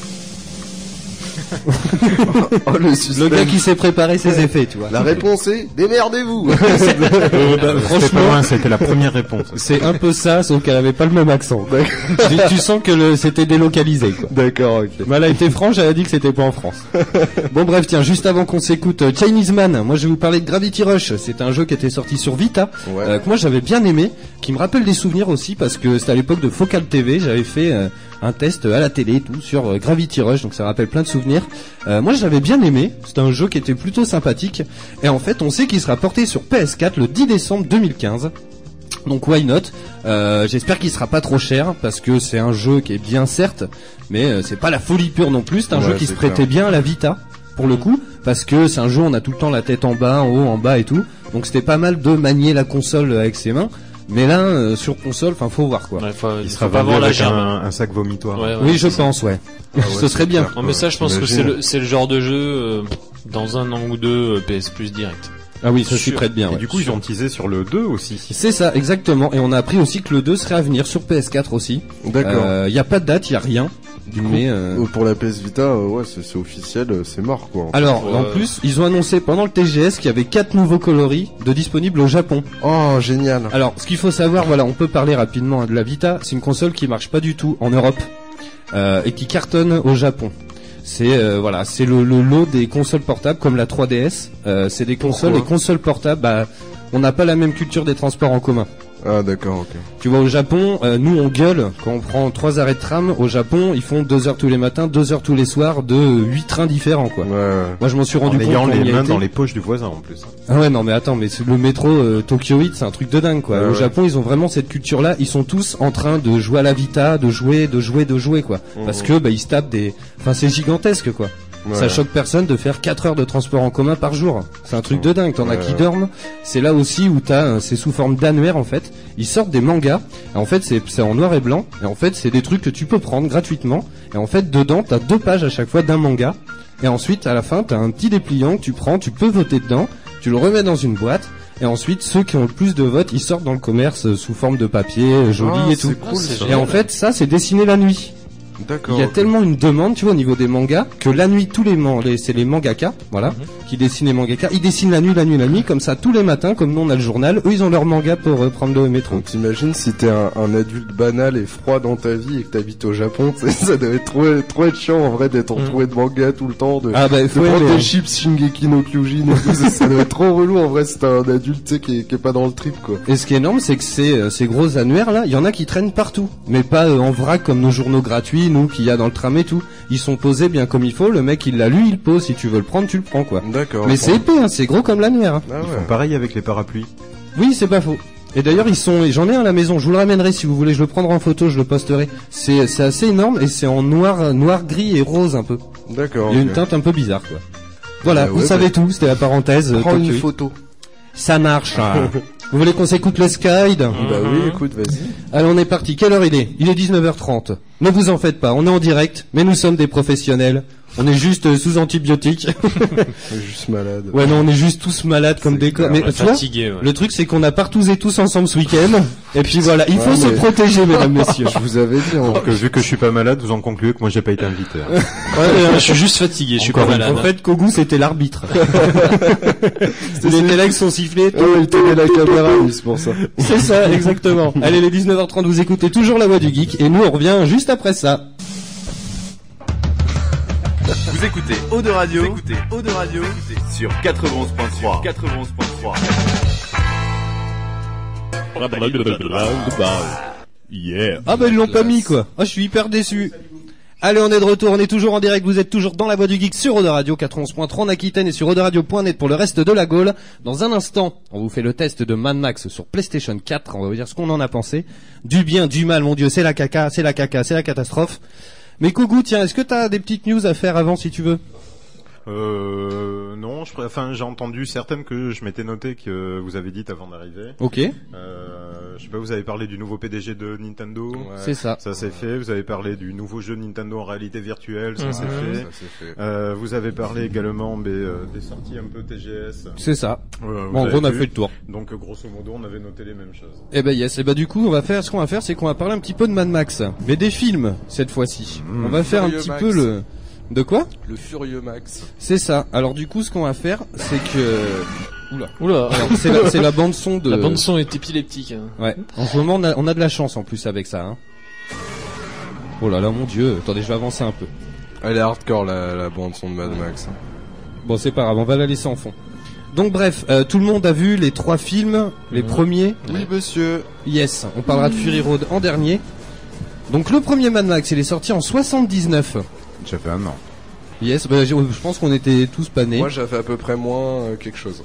Oh, le, le gars qui s'est préparé ses effets, tu vois. La réponse est démerdez-vous. euh, bah, franchement, pas loin, c'était la première réponse. C'est un peu ça, sauf qu'elle avait pas le même accent. tu, tu sens que le, c'était délocalisé, quoi. D'accord, ok. Mais elle a été franche, elle a dit que c'était pas en France. Bon bref, tiens, juste avant qu'on s'écoute euh, Chinese Man, moi je vais vous parler de Gravity Rush. C'est un jeu qui était sorti sur Vita, ouais. euh, que moi j'avais bien aimé, qui me rappelle des souvenirs aussi parce que c'était à l'époque de Focal T V, j'avais fait euh, un test à la télé, tout sur euh, Gravity Rush, donc ça rappelle plein de souvenirs. Euh, moi j'avais bien aimé, c'était un jeu qui était plutôt sympathique, et en fait on sait qu'il sera porté sur P S quatre le dix décembre deux mille quinze. Donc why not? euh, J'espère qu'il sera pas trop cher parce que c'est un jeu qui est bien certes, mais euh, c'est pas la folie pure non plus. C'est un ouais, jeu qui se prêtait clair. bien à la Vita pour le coup, parce que c'est un jeu où on a tout le temps la tête en bas, en haut, en bas et tout. Donc c'était pas mal de manier la console avec ses mains. Mais là, euh, sur console, enfin, faut voir quoi. Ouais, faut, il faut sera pas vendu voir avec la un, un sac vomitoire. Ouais, ouais, oui, je pense, ouais. Ah ouais Ce serait bien. Non, mais ça, je pense que c'est le, c'est le genre de jeu euh, dans un an ou deux euh, P S Plus direct. Ah oui, ça s'y prête bien. Et ouais. du coup, ils ont teasé sur le deux aussi. C'est ça, exactement. Et on a appris aussi que le deux serait à venir sur P S quatre aussi. D'accord. Il euh, y a pas de date, il y a rien. Du mais coup, euh... pour la P S Vita, euh, ouais, c'est, c'est officiel, c'est mort quoi. En Alors, fait. en euh... plus, ils ont annoncé pendant le T G S qu'il y avait quatre nouveaux coloris de disponibles au Japon. Oh, génial. Alors, ce qu'il faut savoir, voilà, on peut parler rapidement de la Vita. C'est une console qui marche pas du tout en Europe euh, et qui cartonne au Japon. C'est euh, voilà, c'est le, le lot des consoles portables comme la trois D S. Euh, c'est des consoles, les consoles portables. Bah, on n'a pas la même culture des transports en commun. Ah d'accord, ok. Tu vois, au Japon, euh, nous on gueule quand on prend trois arrêts de tram. Au Japon, ils font deux heures tous les matins, deux heures tous les soirs, de huit trains différents, quoi. Ouais, ouais. Moi, je m'en suis rendu en compte. En ayant les mains été... dans les poches du voisin, en plus. Ah ouais, non, mais attends, mais le métro euh, Tokyo huit, c'est un truc de dingue, quoi. Ouais, au ouais. Japon, ils ont vraiment cette culture-là. Ils sont tous en train de jouer à la Vita, de jouer, de jouer, de jouer, quoi. Mmh. Parce que bah ils se tapent des. Enfin, c'est gigantesque, quoi. Ouais. Ça choque personne de faire quatre heures de transport en commun par jour. C'est un truc de dingue. T'en ouais, as qui ouais. dorment. C'est là aussi où t'as, c'est sous forme d'annuaire en fait. Ils sortent des mangas. Et en fait, c'est, c'est en noir et blanc. Et en fait, c'est des trucs que tu peux prendre gratuitement. Et en fait, dedans, t'as deux pages à chaque fois d'un manga. Et ensuite, à la fin, t'as un petit dépliant que tu prends. Tu peux voter dedans. Tu le remets dans une boîte. Et ensuite, ceux qui ont le plus de votes, ils sortent dans le commerce sous forme de papier, joli oh, et tout. Cool, et en fait, ça, c'est dessiné la nuit. D'accord. Il y a okay. tellement une demande, tu vois, au niveau des mangas, que la nuit, tous les, man- les c'est les mangaka, voilà, mm-hmm. qui dessinent les mangaka. Ils dessinent la nuit, la nuit, la nuit, comme ça, tous les matins, comme nous on a le journal. Eux, ils ont leur manga pour euh, prendre le métro. Donc t'imagines si t'es un, un adulte banal et froid dans ta vie et que t'habites au Japon, ça doit être trop, trop être chiant en vrai d'être entouré mm. de manga tout le temps, de, ah bah, de faut prendre aimer. des chips Shingeki no Kyojin et tout. ça, ça doit être trop relou en vrai si t'es un adulte, tu sais, qui, qui est pas dans le trip, quoi. Et ce qui est énorme, c'est que ces, euh, ces gros annuaires là, il y en a qui traînent partout, mais pas euh, en vrac comme nos journaux gratuits, nous, qu'il y a dans le tram et tout. Ils sont posés bien comme il faut. Le mec, il l'a lu, il pose. Si tu veux le prendre, tu le prends, quoi. D'accord. Mais c'est épais, hein, c'est gros comme l'annuaire. Hein. Ah ouais. Ils font pareil avec les parapluies. Oui, c'est pas faux. Et d'ailleurs, ils sont, j'en ai un à la maison. Je vous le ramènerai si vous voulez. Je le prendrai en photo, je le posterai. C'est, c'est assez énorme et c'est en noir, noir, gris et rose un peu. D'accord. Il y a okay. une teinte un peu bizarre, quoi. Voilà, bah vous ouais, savez bah... tout. C'était la parenthèse. Prends une que... photo. Ça marche. Hein. Vous voulez qu'on s'écoute le Skyde? Bah oui, écoute, vas-y. Allez, on est parti. Quelle heure il est? Il est dix-neuf heures trente. Ne vous en faites pas, on est en direct, mais nous sommes des professionnels. On est juste sous antibiotiques. On est juste malade. Ouais, non, on est juste tous malades comme des cons. Mais tu vois, ouais. Le truc, c'est qu'on a partous et tous ensemble ce week-end. Et puis voilà, il faut ouais, se mais... protéger, mesdames, messieurs. Je vous avais dit. Hein. Donc, vu que je suis pas malade, vous en concluez que moi j'ai pas été invité. Hein. Ouais, je suis juste fatigué, je suis pas malade. En fait, Kogu, c'était l'arbitre. Il était là avec son sifflet. Oh, il tenait la caméra, oui, c'est pour ça. C'est ça, exactement. Allez, les dix-neuf heures trente, vous écoutez toujours La Voix du Geek. Et nous, on revient juste après ça. Vous écoutez Eau de Radio, vous écoutez Eau de Radio sur quatre-vingt-onze point trois. quatre-vingt-onze point trois. Yeah. Ah bah ils l'ont pas mis quoi. Ah je suis hyper déçu. Allez, on est de retour, on est toujours en direct, vous êtes toujours dans La Voix du Geek sur Eau de Radio quatre-vingt-onze point trois en Aquitaine et sur eau de radio point net pour le reste de la Gaule. Dans un instant, on vous fait le test de Mad Max sur PlayStation quatre, on va vous dire ce qu'on en a pensé. Du bien, du mal, mon dieu, c'est la caca, c'est la caca, c'est la catastrophe. Mais Kogu, tiens, est-ce que t'as des petites news à faire avant si tu veux? Euh, non, je, enfin, j'ai entendu certaines que je m'étais noté que vous avez dites avant d'arriver. Ok. Euh, je sais pas, vous avez parlé du nouveau P D G de Nintendo. Ouais, c'est ça. Ça c'est fait. Vous avez parlé du nouveau jeu Nintendo en réalité virtuelle. Ça, mmh. c'est, fait. ça c'est fait. Euh, vous avez parlé également mais, euh, des sorties un peu T G S. C'est ça. Euh, bon, en gros, on a fait le tour. Donc, grosso modo, on avait noté les mêmes choses. Eh ben, yes. Et ben, du coup, on va faire, ce qu'on va faire, c'est qu'on va parler un petit peu de Mad Max. Mais des films, cette fois-ci. Mmh. On va faire Furieux un petit Max. peu le... De quoi? Le Furieux Max. C'est ça. Alors du coup, ce qu'on va faire, c'est que... Oula. Oula. Alors, c'est, la, c'est la bande son de... La bande son est épileptique. Hein. Ouais. En ce moment, on a, on a de la chance en plus avec ça. Hein. Oh là là, mon dieu. Attendez, je vais avancer un peu. Elle est hardcore, la, la bande son de Mad Max. Bon, c'est pas grave, on va la laisser en fond. Donc bref, euh, tout le monde a vu les trois films, les mmh. premiers. Oui, monsieur. Yes. On parlera de Fury Road en dernier. Donc le premier Mad Max, il est sorti en soixante-dix-neuf. J'avais un an. Yes, bah, je, je pense qu'on était tous pas nés. Moi j'avais à peu près moins euh, quelque chose.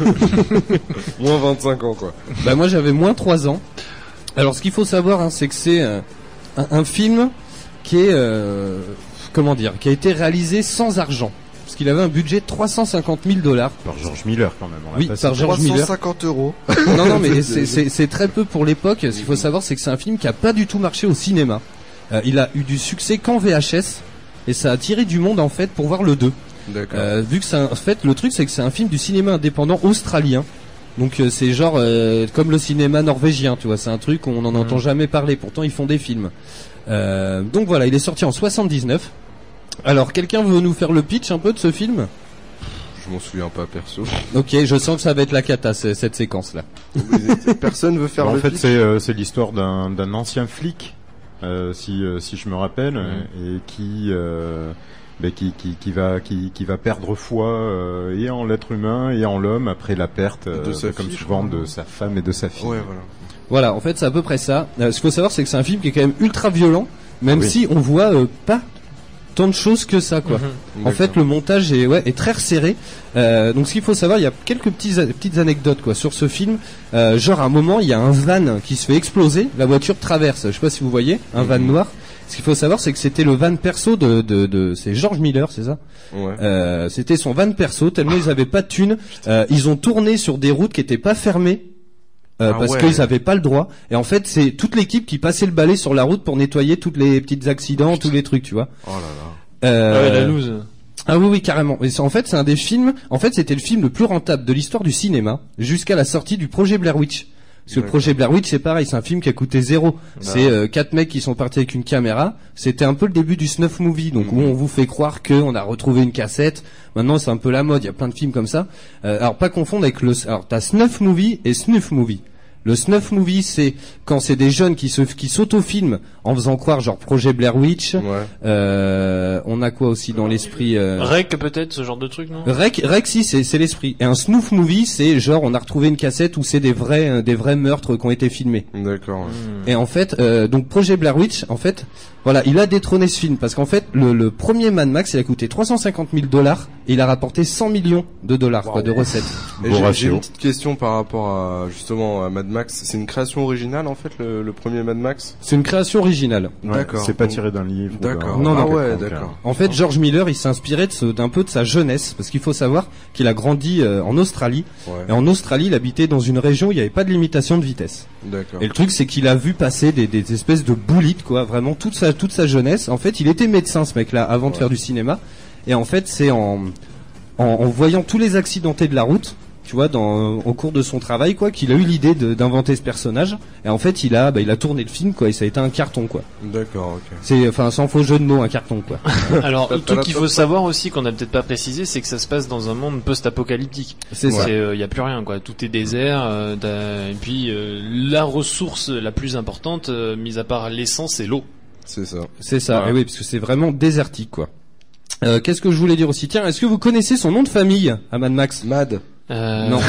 Moins vingt-cinq ans quoi. Bah moi j'avais moins trois ans. Alors ce qu'il faut savoir, hein, c'est que c'est euh, un, un film qui est, euh, comment dire, qui a été réalisé sans argent. Parce qu'il avait un budget de trois cent cinquante mille dollars. Par George Miller quand même. On oui, par George Miller. trois cent cinquante euros. Non, non, mais c'est, c'est, c'est très peu pour l'époque. Ce qu'il faut savoir, c'est que c'est un film qui a pas du tout marché au cinéma. Euh, il a eu du succès qu'en V H S. Et ça a attiré du monde en fait pour voir le deux. D'accord. Euh, vu que c'est un, en fait, le truc c'est que c'est un film du cinéma indépendant australien. Donc euh, c'est genre euh, comme le cinéma norvégien, tu vois. C'est un truc qu'on n'en mmh. entend jamais parler. Pourtant ils font des films. Euh, donc voilà, il est sorti en soixante-dix-neuf. Alors, quelqu'un veut nous faire le pitch un peu de ce film ? Je m'en souviens pas, perso. Ok, je sens que ça va être la cata, cette séquence-là. Personne veut faire en le fait, pitch. c'est, euh, c'est l'histoire d'un, d'un ancien flic, euh, si, euh, si je me rappelle, mmh. et qui... Euh, Ben, qui, qui, qui va qui, qui va perdre foi euh, et en l'être humain et en l'homme après la perte euh, de sa comme fille, souvent de sa femme et de sa fille. Ouais, voilà. Voilà, en fait c'est à peu près ça. Euh, ce qu'il faut savoir c'est que c'est un film qui est quand même ultra violent, même oui. si on voit euh, pas tant de choses que ça quoi. Mmh. En fait le montage est ouais est très resserré. Euh, donc ce qu'il faut savoir, il y a quelques petits petites anecdotes quoi sur ce film. Euh, genre à un moment il y a un van qui se fait exploser, la voiture traverse. Je sais pas si vous voyez, un mmh. van noir. Ce qu'il faut savoir, c'est que c'était le van perso de, de, de, c'est George Miller, c'est ça? Ouais. Euh, c'était son van perso, tellement ils avaient pas de thunes. Euh, ils ont tourné sur des routes qui étaient pas fermées, euh, ah parce ouais. qu'ils avaient pas le droit. Et en fait, c'est toute l'équipe qui passait le balai sur la route pour nettoyer toutes les petits accidents, tous les trucs, tu vois. Oh là là. Euh, ah ouais, la loose. Ah oui, oui, carrément. Et en fait, c'est un des films, en fait, c'était le film le plus rentable de l'histoire du cinéma, jusqu'à la sortie du projet Blair Witch. Parce que le projet Blair Witch, c'est pareil, c'est un film qui a coûté zéro. Bah. C'est euh, quatre mecs qui sont partis avec une caméra. C'était un peu le début du snuff movie, donc mmh. où on vous fait croire que on a retrouvé une cassette. Maintenant, c'est un peu la mode. Il y a plein de films comme ça. Euh, alors, pas confondre avec le. Alors, t'as snuff movie et snuff movie. Le snuff movie, c'est quand c'est des jeunes qui se qui s'autofilment en faisant croire genre projet Blair Witch. Ouais. Euh, on a quoi aussi dans l'esprit euh... Rec peut-être ce genre de truc non? Rec, Rec si c'est c'est l'esprit. Et un snuff movie, c'est genre on a retrouvé une cassette où c'est des vrais des vrais meurtres qui ont été filmés. D'accord. Ouais. Et en fait, euh, donc projet Blair Witch, en fait, voilà, il a détrôné ce film parce qu'en fait le, le premier Mad Max, il a coûté trois cent cinquante mille dollars et il a rapporté cent millions de dollars, wow. quoi, de recettes. Et j'ai, j'ai une petite question par rapport à, justement, à Mad Max. C'est une création originale, en fait, le, le premier Mad Max? C'est une création originale. Ouais, d'accord. C'est pas tiré d'un livre. D'accord. D'un... Non, non. Ah ouais, d'accord. En fait, George Miller, il s'est inspiré de ce, d'un peu de sa jeunesse, parce qu'il faut savoir qu'il a grandi euh, en Australie. Ouais. Et en Australie, il habitait dans une région où il n'y avait pas de limitation de vitesse. D'accord. Et le truc, c'est qu'il a vu passer des, des espèces de boulites, quoi, vraiment toute sa, toute sa jeunesse. En fait, il était médecin, ce mec-là, avant ouais. de faire du cinéma. Et en fait, c'est en, en, en voyant tous les accidentés de la route, tu vois, dans, au cours de son travail, quoi, qu'il a eu l'idée de, d'inventer ce personnage. Et en fait, il a, bah, il a tourné le film, quoi, et ça a été un carton, quoi. D'accord, ok. C'est, enfin, sans faux jeu de mots, un carton, quoi. Alors, le truc qu'il faut savoir aussi, qu'on n'a peut-être pas précisé, c'est que ça se passe dans un monde post-apocalyptique. C'est ça. Il euh, y a plus rien, quoi. Tout est désert, euh, et puis, euh, la ressource la plus importante, euh, mis à part l'essence, c'est l'eau. C'est ça. C'est ça. Ouais. Et oui, parce que c'est vraiment désertique, quoi. Euh, qu'est-ce que je voulais dire aussi? Tiens, est-ce que vous connaissez son nom de famille, à Mad Max? Mad. Euh... Non.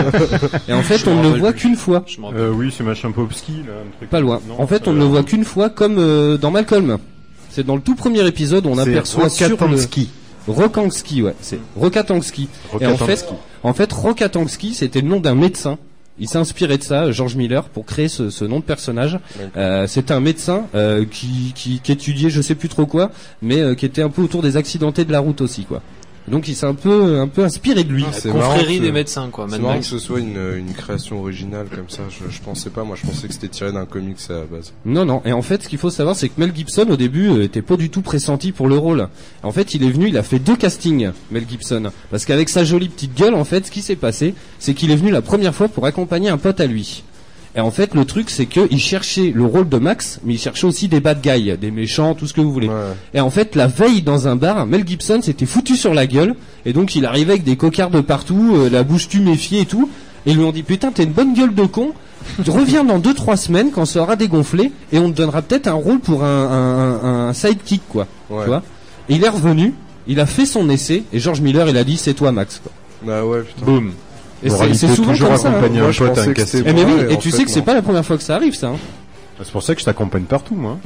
Et en fait, on ne le voit plus. qu'une fois. Euh, oui, c'est machin Popski, là. Un truc pas loin. Non, en fait, on euh... ne le voit qu'une fois, comme euh, dans Malcolm. C'est dans le tout premier épisode, on c'est aperçoit sur le... Rokatansky, ouais. C'est Rokatansky. Et en fait, en fait, Rokatansky, c'était le nom d'un médecin. Il s'est inspiré de ça, George Miller, pour créer ce, ce nom de personnage. Euh, c'était un médecin euh, qui, qui, qui étudiait, je sais plus trop quoi, mais euh, qui était un peu autour des accidentés de la route aussi, quoi. Donc il s'est un peu, un peu inspiré de lui. Ah, c'est confrérie des médecins, quoi. C'est marrant que ce soit une, une création originale comme ça. Je, je pensais pas, moi, je pensais que c'était tiré d'un comics à la base. Non, non. Et en fait, ce qu'il faut savoir, c'est que Mel Gibson, au début, euh, était pas du tout pressenti pour le rôle. En fait, il est venu, il a fait deux castings, Mel Gibson, parce qu'avec sa jolie petite gueule, en fait, ce qui s'est passé, c'est qu'il est venu la première fois pour accompagner un pote à lui. Et en fait, le truc, c'est qu'il cherchait le rôle de Max, mais il cherchait aussi des bad guys, des méchants, tout ce que vous voulez. Ouais. Et en fait, la veille, dans un bar, Mel Gibson s'était foutu sur la gueule, et donc il arrivait avec des cocards de partout, euh, la bouche tuméfiée et tout, et ils lui ont dit, putain, t'as une bonne gueule de con, reviens dans deux, trois semaines, quand ça aura dégonflé, et on te donnera peut-être un rôle pour un, un, un, un sidekick, quoi. Ouais. Tu vois. Et il est revenu, il a fait son essai, et George Miller, il a dit, c'est toi, Max, quoi. Bah ouais, putain. Boum. Et c'est, c'est souvent comme ça. Hein. Moi, je pensais que c'était eh mais oui, et tu sais que c'est pas la première fois que ça arrive, ça. Hein. C'est pour ça que je t'accompagne partout, moi.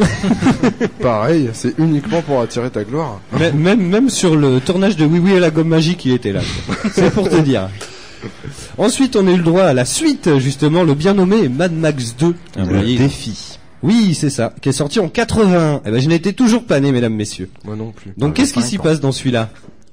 Pareil, c'est uniquement pour attirer ta gloire. Mais, même, même sur le tournage de Oui Oui et la gomme magique, il était là. C'est pour te dire. Ensuite, on a eu le droit à la suite, justement, le bien nommé Mad Max deux. Le voyez, défi. Oui, c'est ça, qui est sorti en quatre-vingt-un. Eh ben, je n'étais toujours pas né, mesdames, messieurs. Moi non plus. Donc, qu'est-ce qui s'y passe dans celui-là?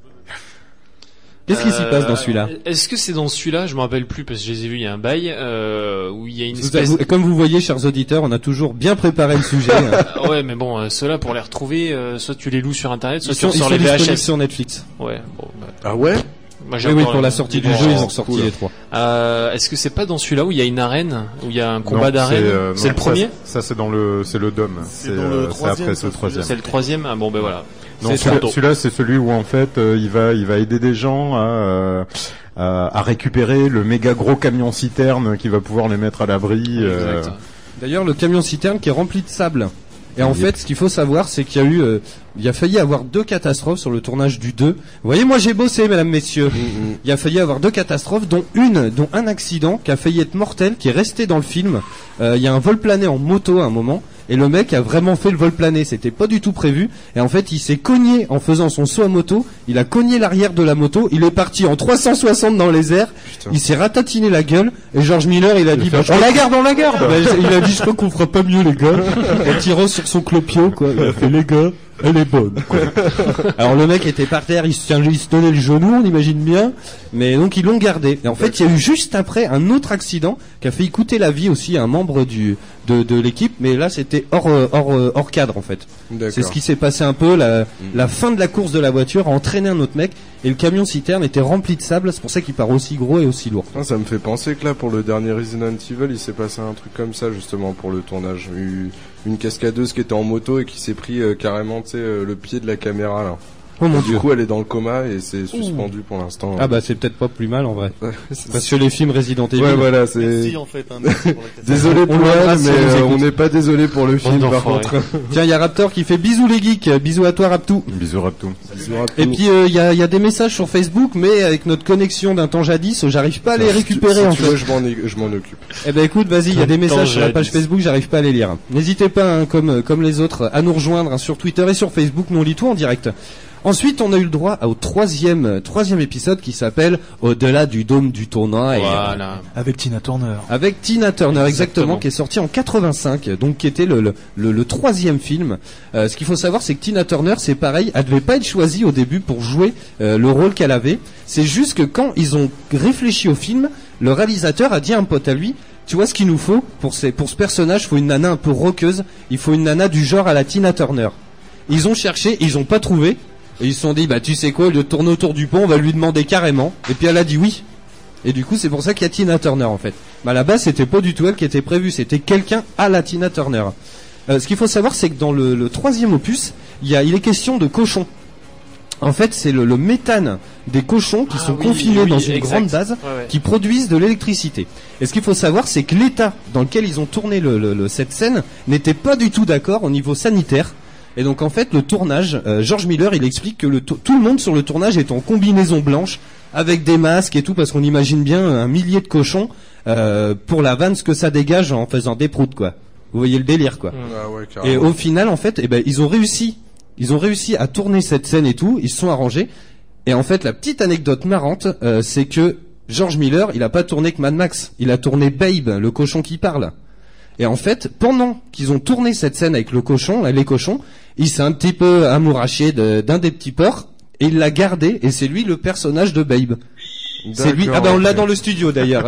Qu'est-ce qui euh, s'y passe dans celui-là? Est-ce que c'est dans celui-là? Je me rappelle plus parce que je les ai vus il y a un bail euh, où il y a une espèce. Vous, comme vous voyez, chers auditeurs, on a toujours bien préparé le sujet. Hein. Ouais, mais bon, euh, ceux-là pour les retrouver, euh, soit tu les loues sur internet, soit ils tu ressors les V H S sur Netflix. Ouais. Bon, bah. Ah ouais? Moi, oui, oui, pour la sortie du jeu, ils ont sorti les trois. Euh, est-ce que c'est pas dans celui-là où il y a une arène, où il y a un combat non, d'arène? C'est, euh, c'est non, le premier? Ça, ça c'est dans le, c'est le Dôme. C'est, c'est, dans euh, le c'est après ce troisième. C'est le troisième? Ah bon, ben voilà. Non, celui-là, celui-là, c'est celui où en fait, euh, il va, il va aider des gens à, euh, à, à récupérer le méga gros camion citerne qui va pouvoir les mettre à l'abri. Euh... D'ailleurs, le camion citerne qui est rempli de sable. Et en fait, ce qu'il faut savoir, c'est qu'il y a eu, euh, il a failli avoir deux catastrophes sur le tournage du deux. Vous voyez, moi j'ai bossé, mesdames, messieurs. Mm-hmm. Il a failli avoir deux catastrophes, dont une, dont un accident qui a failli être mortel, qui est resté dans le film. Euh, il y a un vol plané en moto à un moment. Et le mec a vraiment fait le vol plané, c'était pas du tout prévu. Et en fait, il s'est cogné en faisant son saut à moto. Il a cogné l'arrière de la moto. Il est parti en trois cent soixante dans les airs. Putain. Il s'est ratatiné la gueule. Et George Miller, il a dit, bah, on la garde, on la garde. Bah, il a dit, je crois qu'on fera pas mieux, les gars. En tirant sur son clopio, quoi. Il a fait, les gars, elle est bonne, quoi. Alors le mec était par terre, il se, il se tenait le genou, on imagine bien. Mais donc ils l'ont gardé. Et en fait, il y a eu juste après un autre accident qui a fait coûter la vie aussi à un membre du de, de l'équipe. Mais là, c'était hors hors hors cadre en fait. D'accord. C'est ce qui s'est passé un peu. La, mmh. la fin de la course de la voiture a entraîné un autre mec et le camion citerne était rempli de sable. C'est pour ça qu'il part aussi gros et aussi lourd. Ah, ça me fait penser que là, pour le dernier Resident Evil, il s'est passé un truc comme ça justement pour le tournage. Une, une cascadeuse qui était en moto et qui s'est pris euh, carrément, tu sais, euh, le pied de la caméra là. Oh mon du Dieu. coup, elle est dans le coma et c'est suspendu pour l'instant. Ah bah c'est peut-être pas plus mal en vrai. Parce que les films Resident Evil. Ouais voilà, c'est. Merci en fait. Hein, merci pour la désolé pour elle, mais euh, on n'est pas désolé pour le film. Par contre. Tiens, il y a Raptor qui fait bisous les geeks, bisous à toi Raptou. Bisous Raptou. Et puis il euh, y a il y a des messages sur Facebook, mais avec notre connexion d'un temps jadis, j'arrive pas à les récupérer si en tu fait. Veux, je m'en je m'en occupe. Eh ben écoute, vas-y, il y a des messages sur la page Facebook, j'arrive pas à les lire. N'hésitez pas, hein, comme comme les autres, à nous rejoindre hein, sur Twitter et sur Facebook, nous on lit tout en direct. Ensuite, on a eu le droit au troisième, troisième épisode qui s'appelle Au-delà du dôme du tournoi. Voilà. Et, avec Tina Turner. Avec Tina Turner, exactement, exactement qui est sorti en quatre-vingt-cinq, donc qui était le, le, le, le troisième film. Euh, ce qu'il faut savoir, c'est que Tina Turner, c'est pareil, elle devait pas être choisie au début pour jouer euh, le rôle qu'elle avait. C'est juste que quand ils ont réfléchi au film, le réalisateur a dit à un pote à lui, tu vois ce qu'il nous faut pour, ces, pour ce personnage, il faut une nana un peu rockeuse, il faut une nana du genre à la Tina Turner. Ils ont cherché, ils ont pas trouvé. Et ils se sont dit, bah tu sais quoi, au lieu de tourner autour du pont, on va lui demander carrément. Et puis elle a dit oui. Et du coup, c'est pour ça qu'il y a Tina Turner en fait. Mais à la base, c'était pas du tout elle qui était prévue, c'était quelqu'un à la Tina Turner. Euh, ce qu'il faut savoir, c'est que dans le, le troisième opus, il y a, il est question de cochons. En fait, c'est le, le méthane des cochons qui ah, sont oui, confinés oui, dans une exact. grande base, ouais, ouais. qui produisent de l'électricité. Et ce qu'il faut savoir, c'est que l'état dans lequel ils ont tourné le, le, le, cette scène n'était pas du tout d'accord au niveau sanitaire. Et donc en fait le tournage, euh, George Miller il explique que le to- tout le monde sur le tournage est en combinaison blanche avec des masques et tout parce qu'on imagine bien un millier de cochons euh, pour la vanne ce que ça dégage en faisant des proutes quoi. Vous voyez le délire quoi. Ah ouais, et au final en fait eh ben ils ont réussi, ils ont réussi à tourner cette scène et tout, ils se sont arrangés. Et en fait la petite anecdote marrante euh, c'est que George Miller il a pas tourné que Mad Max, il a tourné Babe, le cochon qui parle. Et en fait, pendant qu'ils ont tourné cette scène avec le cochon, les cochons, il s'est un petit peu amouraché de, d'un des petits porcs et il l'a gardé et c'est lui le personnage de Babe. C'est lui. Ah ben on l'a dans le studio d'ailleurs.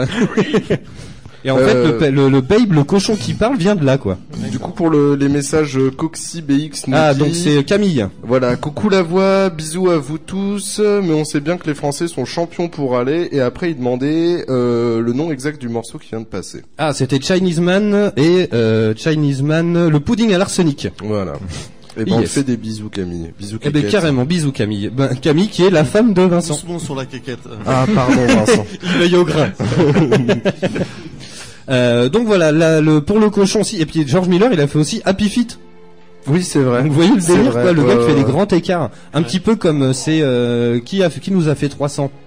Et en euh... fait, le, le, le Babe, le cochon qui parle, vient de là, quoi. Du coup, pour le, les messages Coxy B X, ah donc c'est Camille. Voilà, coucou la voix, bisous à vous tous. Mais on sait bien que les Français sont champions pour aller. Et après, il demandait euh, le nom exact du morceau qui vient de passer. Ah, c'était Chinese Man et euh, Chinese Man, le pudding à l'arsenic. Voilà. Et ben yes. On te fait des bisous Camille. Bisous Camille. Eh ben carrément bisous Camille. Ben, Camille qui est la femme de Vincent. Doucement sur la quéquette. Ah pardon Vincent. Il veille au grain. Euh, donc voilà, la, le, pour le cochon aussi, et puis George Miller, il a fait aussi Happy Feet. Oui, c'est vrai. Donc, vous voyez le délire, quoi, le ouais, gars qui ouais, fait ouais. des grands écarts, un ouais. petit peu comme c'est euh, qui a qui nous a fait trois cents.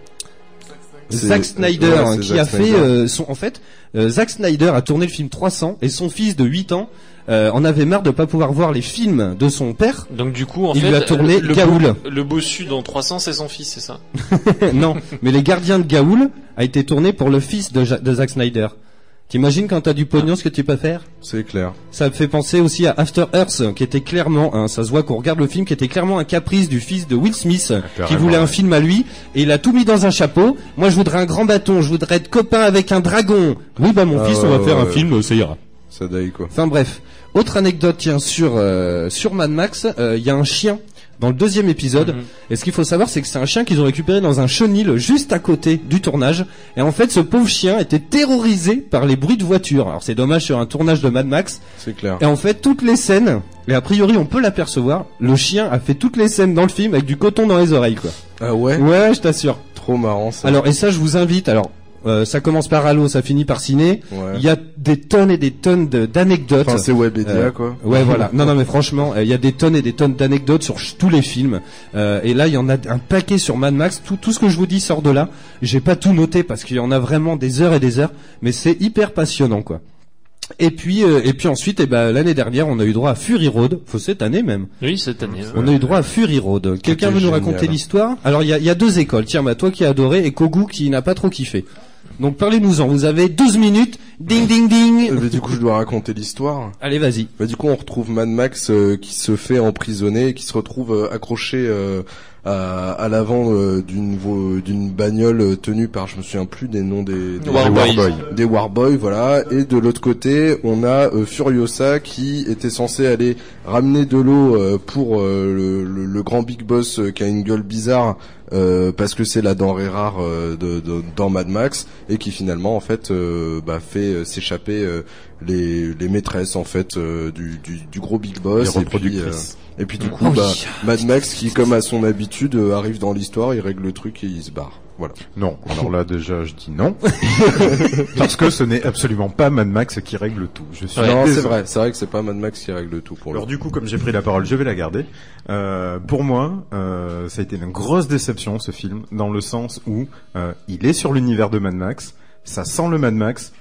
C'est, Zack Snyder, ouais, qui Zack a Snyder. fait euh, son, en fait, euh, Zack Snyder a tourné le film trois cents et son fils de huit ans euh, en avait marre de pas pouvoir voir les films de son père. Donc du coup, en il fait, lui a tourné le, Gaoul. Le, le bossu dans trois cents, c'est son fils, c'est ça? Non, mais Les Gardiens de Gaoul a été tourné pour le fils de, de Zack Snyder. T'imagines quand t'as du pognon ce que tu peux faire? C'est clair. Ça me fait penser aussi à After Earth, qui était clairement, hein, ça se voit qu'on regarde le film, qui était clairement un caprice du fils de Will Smith, ah, qui voulait un film à lui, et il a tout mis dans un chapeau. Moi, je voudrais un grand bâton, je voudrais être copain avec un dragon. Oui, bah mon ah, fils, on va ouais, faire ouais. un film, ça ira. Ça daille quoi. Enfin bref. Autre anecdote, tiens, sur euh, sur Mad Max, il euh, y a un chien dans le deuxième épisode. Mm-hmm. Et ce qu'il faut savoir, c'est que c'est un chien qu'ils ont récupéré dans un chenil juste à côté du tournage. Et en fait, ce pauvre chien était terrorisé par les bruits de voiture. Alors c'est dommage sur un tournage de Mad Max. C'est clair. Et en fait, toutes les scènes, et a priori on peut l'apercevoir, le chien a fait toutes les scènes dans le film avec du coton dans les oreilles, quoi. Ah ouais? Ouais, je t'assure. Trop marrant ça. Alors, et ça, je vous invite, alors... Euh, ça commence par Halo, ça finit par Ciné. Ouais. Il y a des tonnes et des tonnes de, d'anecdotes. Enfin, c'est Webedia, euh, quoi. Ouais, voilà. Non, non, mais franchement, il euh, y a des tonnes et des tonnes d'anecdotes sur ch- tous les films. Euh, et là, il y en a un paquet sur Mad Max. Tout, tout ce que je vous dis sort de là. J'ai pas tout noté parce qu'il y en a vraiment des heures et des heures. Mais c'est hyper passionnant, quoi. Et puis, euh, et puis ensuite, eh ben, l'année dernière, on a eu droit à Fury Road. Faut cette année même. Oui, cette année. On a eu droit à Fury Road. Quelqu'un veut nous raconter l'histoire? Alors, il y a, y a deux écoles. Tiens, bah, toi qui as adoré et Kogu qui n'a pas trop kiffé. Donc parlez-nous-en, vous avez douze minutes, ding ding ding. Euh, du coup je dois raconter l'histoire. Allez vas-y. Bah, du coup on retrouve Mad Max euh, qui se fait emprisonner et qui se retrouve euh, accroché euh, à, à l'avant euh, d'une vo- d'une bagnole tenue par, je me souviens plus des noms des, des Warboys. War des Warboys, voilà. Et de l'autre côté on a euh, Furiosa qui était censé aller ramener de l'eau euh, pour euh, le, le, le grand Big Boss euh, qui a une gueule bizarre. Euh, parce que c'est la denrée rare euh, de, de, dans Mad Max et qui finalement en fait euh, bah, fait euh, s'échapper euh, les, les maîtresses en fait euh, du, du, du gros Big Boss les et puis, euh, et puis du coup oh, bah, oui. Mad Max qui comme à son habitude euh, arrive dans l'histoire, il règle le truc et il se barre. Voilà. Non, alors là déjà je dis non parce que ce n'est absolument pas Mad Max qui règle tout. Je suis non, désolé. c'est vrai, c'est vrai que c'est pas Mad Max qui règle tout pour Alors le du coup, comme j'ai pris la parole, je vais la garder. Euh, pour moi, euh, ça a été une grosse déception ce film, dans le sens où euh, il est sur l'univers de Mad Max, ça sent le Mad Max,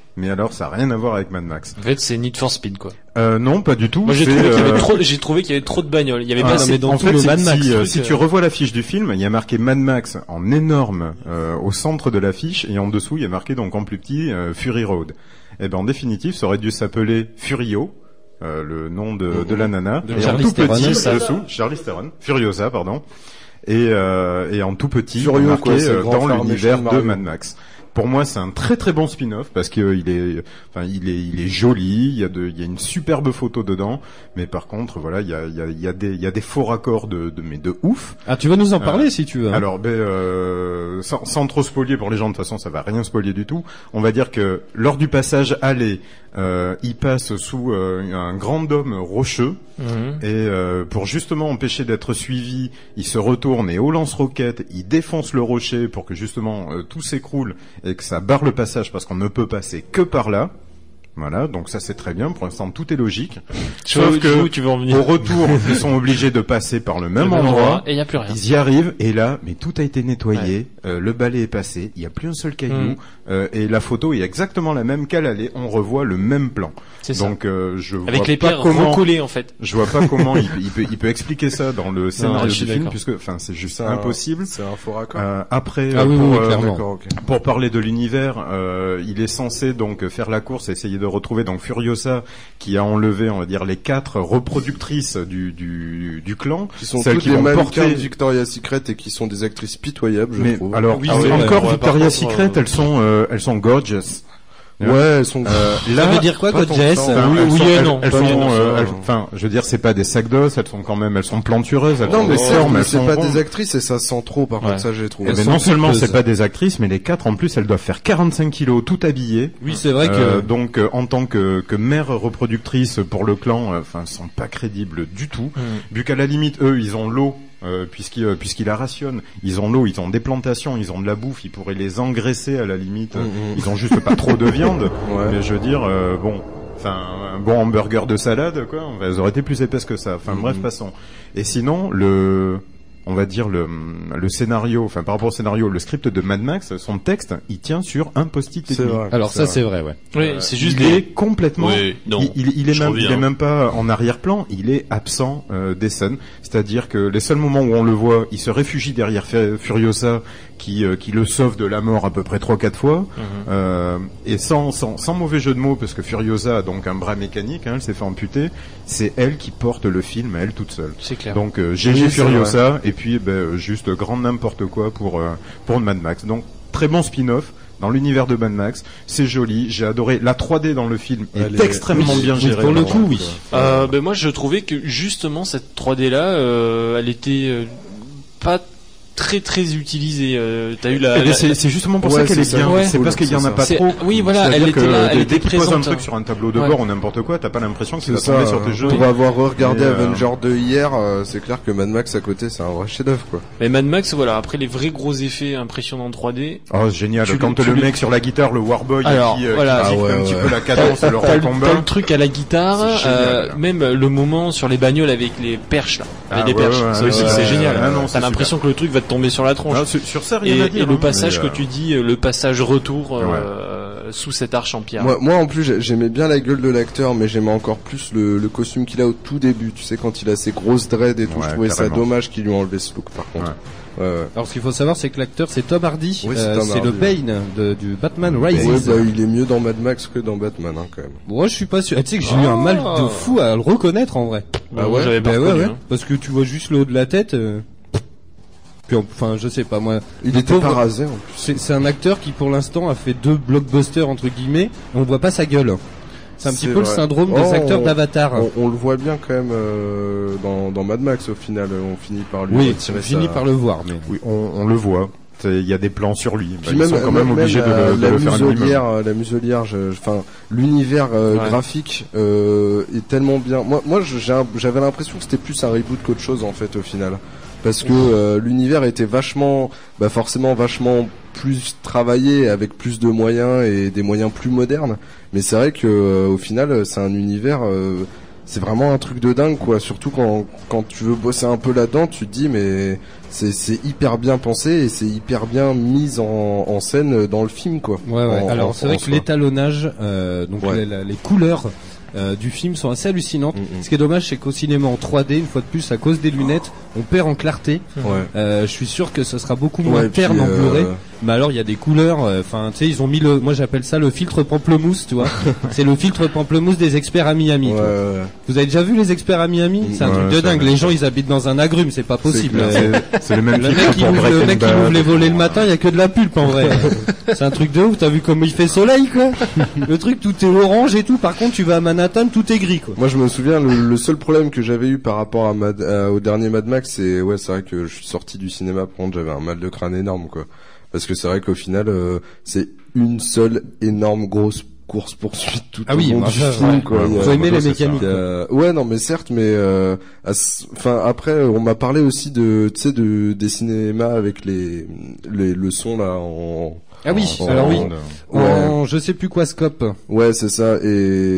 mais alors ça a rien à voir avec Mad Max. En fait, c'est Need for Speed, quoi. Euh, non, pas du tout. Moi, j'ai c'est, trouvé qu'il y avait euh... trop, j'ai trouvé qu'il y avait trop de bagnoles. Il y avait ah, pas assez dans en tout fait, le Mad Max. Si, truc, si euh... tu revois l'affiche du film, il y a marqué Mad Max en énorme euh, au centre de l'affiche, et en dessous, il y a marqué donc en plus petit euh, Fury Road. Et ben en définitive, ça aurait dû s'appeler Furio, euh, le nom de, de la nana, de et Charlie en tout Theron, petit ça. dessous, Charlize Theron, Furiosa, pardon, et, euh, et en tout petit Furio, marqué quoi, c'est euh, le grand dans frère l'univers méchant de de Mario. Mad Max. Pour moi, c'est un très très bon spin-off parce que il est, enfin, il est, il est joli. Il y a de, il y a une superbe photo dedans. Mais par contre, voilà, il y a, il y a, il y a des, il y a des faux raccords de, de, mais de ouf. Ah, tu vas nous en parler Euh, si tu veux. Hein. Alors, ben, euh, sans, sans trop spoiler pour les gens, de toute façon, ça va rien spoiler du tout. On va dire que lors du passage aller, euh, il passe sous euh, un grand dôme rocheux. Mhm. Et euh, pour justement empêcher d'être suivi, il se retourne et au lance-roquette, il défonce le rocher pour que justement euh, tout s'écroule et que ça barre le passage parce qu'on ne peut passer que par là. Voilà, donc ça c'est très bien. Pour l'instant, tout est logique. Je Sauf vois- que je vois où tu veux en venir. au retour, ils sont obligés de passer par le même Le même endroit. endroit, et il y a plus rien. Ils y arrivent et là, mais tout a été nettoyé. Euh, le balai est passé. Il y a plus un seul caillou. Mm. Euh, et la photo est exactement la même qu'à l'aller. On revoit le même plan. C'est ça. Donc euh, je Avec vois les pas pierres comment. recollées, en fait. Je vois pas comment il, peut- il peut il peut expliquer ça dans le scénario je du suis film d'accord. puisque enfin c'est juste C'est un- impossible. C'est un faux raccord. Euh, après Ah euh, oui, pour, oui, euh, clairement. D'accord, ok. pour parler de l'univers, euh, il est censé donc faire la course, essayer de retrouver donc Furiosa qui a enlevé, on va dire, les quatre reproductrices du du, du clan, Qui sont celles toutes qui des vont mannequins porter. de Victoria's Secret et qui sont des actrices pitoyables, je Mais trouve. alors, Oui, ah, c'est oui, vrai. encore Ouais, par Victoria's contre, Secret, euh, elles sont euh, elles sont gorgeous. Ouais, elles sont. Euh, Ça veut dire quoi, pas tant Gorgeous que ça, Enfin, Oui, elles oui sont- et elles- non. Elles Pas sont, bien, non, euh, ça, elles- ouais. enfin, je veux dire, c'est pas des sacs d'os, elles sont quand même, elles sont plantureuses. Elles Non, sont mais c'est énormes, mais elles c'est sont pas rondes. des actrices et ça sent trop, par Ouais. contre, ça j'ai trouvé. Eh ben, sont non seulement pulpeuses. c'est pas des actrices, mais les quatre en plus elles doivent faire quarante-cinq kilos tout habillées. Oui, c'est vrai que. Euh, donc euh, en tant que, que mère reproductrice pour le clan, euh, enfin, sont pas crédibles du tout. Mm. Vu qu'à la limite eux ils ont l'eau. Euh, puisqu'ils euh, puisqu'ils la rationnent, ils ont l'eau, ils ont des plantations, ils ont de la bouffe, ils pourraient les engraisser à la limite. Mhm. Ils ont juste pas trop de viande. Ouais. Mais je veux dire, euh, bon, enfin, un bon hamburger de salade, quoi. Elles auraient été plus épaisses que ça. Enfin, Mhm. bref, passons. Et sinon, le, on va dire le, le scénario, enfin, par rapport au scénario, le script de Mad Max, son texte, il tient sur un post-it et C'est demi. vrai. Alors ça, c'est vrai, ouais. Oui, c'est juste il des... est complètement, Oui, non, il, il- il est je même, reviens. il est même pas en arrière-plan, il est absent euh, des scènes. C'est-à-dire que les seuls moments où on le voit, il se réfugie derrière Fu- Furiosa, qui, euh, qui le sauve de la mort à peu près trois, quatre fois, Mhm. euh, et sans, sans, sans mauvais jeu de mots, parce que Furiosa a donc un bras mécanique, hein, elle s'est fait amputer. C'est elle qui porte le film, elle toute seule. C'est clair. Donc euh, G G Oui, c'est Furiosa, et puis ben, euh, juste grand n'importe quoi pour euh, pour Mad Max. Donc très bon spin-off dans l'univers de Mad Max, c'est joli, j'ai adoré la trois D dans le film est Elle est- extrêmement oui, bien oui, gérée. pour le vraiment. coup, oui. Euh, ben moi, je trouvais que justement cette trois D là, euh, elle était euh, pas très très utilisée. Euh, T'as eu la. Eh ben, la- c'est c'est justement pour Ouais, ça qu'elle est, c'est ça. bien. Ouais. C'est parce qu'il y en a C'est pas ça. trop. C'est- oui, voilà, C'est-à-dire elle était que là, elle dès était qu'il pose un présente. truc sur un tableau de Ouais. bord ou n'importe quoi, t'as pas l'impression qu'il va C'est tomber ça, sur tes euh, jeux. pour avoir regardé Et, euh, Avenger deux hier, euh, c'est clair que Mad Max à côté, c'est un vrai chef-d'œuvre, quoi. Mais Mad Max, voilà. Après les vrais gros effets impressionnants en trois D. Oh, génial. Tu Quand le- tu le le- mec sur la guitare, le Warboy, Alors, qui, euh, voilà. qui Ah siffle ouais, un petit ouais. peu la cadence lors T'as du le, combat. t'as le truc à la guitare, C'est génial. euh, même le moment sur les bagnoles avec les perches là, avec Ah, les ouais, perches. ouais, ça ouais, aussi, ouais, c'est ouais, génial. ouais, non, c'est T'as l'impression que le truc va te tomber sur la tronche. Ah, sur, sur ça, Et, rien à et dire. le hein. passage Mais, que euh, tu dis, euh, le passage retour euh, sous cette arche en pierre. Moi, moi, en plus, j'ai- j'aimais bien la gueule de l'acteur, mais j'aimais encore plus le, le costume qu'il a au tout début. Tu sais, quand il a ses grosses dreads et tout, Ouais, je trouvais ça carrément. dommage qu'il lui ait enlevé ce look, par contre. Ouais, ouais. Alors ce qu'il faut savoir, c'est que l'acteur, c'est Tom Hardy. Oui, c'est Euh, Tom c'est le Hardy. Bane de, du Batman Ouais, Rises. bah, il est mieux dans Mad Max que dans Batman, hein, quand même. Moi, je suis pas sûr. Ah, tu sais que j'ai eu un mal de fou à le reconnaître en vrai. Bah ouais, j'avais pas Bah ouais, reconnu, ouais. hein. Parce que tu vois juste le haut de la tête. euh, Puis enfin, je sais pas moi. Il Le était pauvre- pas rasé, en plus. C'est c'est un acteur qui, pour l'instant, a fait deux blockbusters entre guillemets. Et on voit pas sa gueule. C'est un petit C'est peu le vrai. syndrome Oh, des acteurs on- d'Avatar. On, on le voit bien quand même euh, dans, dans Mad Max, au final. On finit par lui Oui, retirer on finit sa- par le voir, mais. Oui, on, on le voit. C'est- Il y a des plans sur lui. Bah, Puis ils même, sont quand même, même obligés la, de le, de la le faire un muselière, minimum. euh, la muselière, je- je- enfin l'univers euh, Ouais. graphique euh, est tellement bien. Moi, moi, je- j'ai un- j'avais l'impression que c'était plus un reboot qu'autre chose en fait au final, parce que euh, l'univers était vachement, bah forcément vachement plus travaillé avec plus de moyens et des moyens plus modernes. Mais c'est vrai que euh, au final, c'est un univers. Euh, c'est vraiment un truc de dingue, quoi. Surtout quand quand tu veux bosser un peu là-dedans, tu te dis mais c'est c'est hyper bien pensé et c'est hyper bien mis en en scène dans le film, quoi. Ouais, ouais. En, Alors en, c'est vrai que l'étalonnage, euh, donc ouais. les, les couleurs. Euh, du film sont assez hallucinantes. Mm-hmm. Ce qui est dommage, c'est qu'au cinéma en trois D, une fois de plus, à cause des lunettes, on perd en clarté. Ouais. Euh, je suis sûr que ce sera beaucoup moins ouais, terne en euh... Blu-ray. Mais alors, il y a des couleurs. Enfin, euh, tu sais, ils ont mis le. Moi, j'appelle ça le filtre pamplemousse, tu vois. C'est le filtre pamplemousse des experts à Miami. Ouais, ouais. Vous avez déjà vu les experts à Miami? C'est un ouais, truc de dingue. Les gens, ils habitent dans un agrume, c'est pas possible. C'est, c'est le même le mec qui ouvre, le mec qui ouvre les volets le matin, il y a que de la pulpe en vrai. C'est un truc de ouf. T'as vu comme il fait soleil, quoi? Le truc, tout est orange et tout. Par contre, tu vas à Manhattan, tout est gris, quoi. Moi, je me souviens, le, le seul problème que j'avais eu par rapport à Mad, à, au dernier Mad Max, c'est ouais, c'est vrai que je suis sorti du cinéma. Par contre, j'avais un mal de crâne énorme, quoi. Parce que c'est vrai qu'au final, euh, c'est une seule énorme grosse course poursuite tout ah au oui, long bah, du ouais, film, ouais. quoi. Il faut aimer les mécaniques. Euh, ouais, non, mais certes, mais euh, enfin après, on m'a parlé aussi de, tu sais, de des cinémas avec les, les le son là en. Ah oui, en, alors en, oui, ouais. en je sais plus quoi scope. Ouais, c'est ça. Et,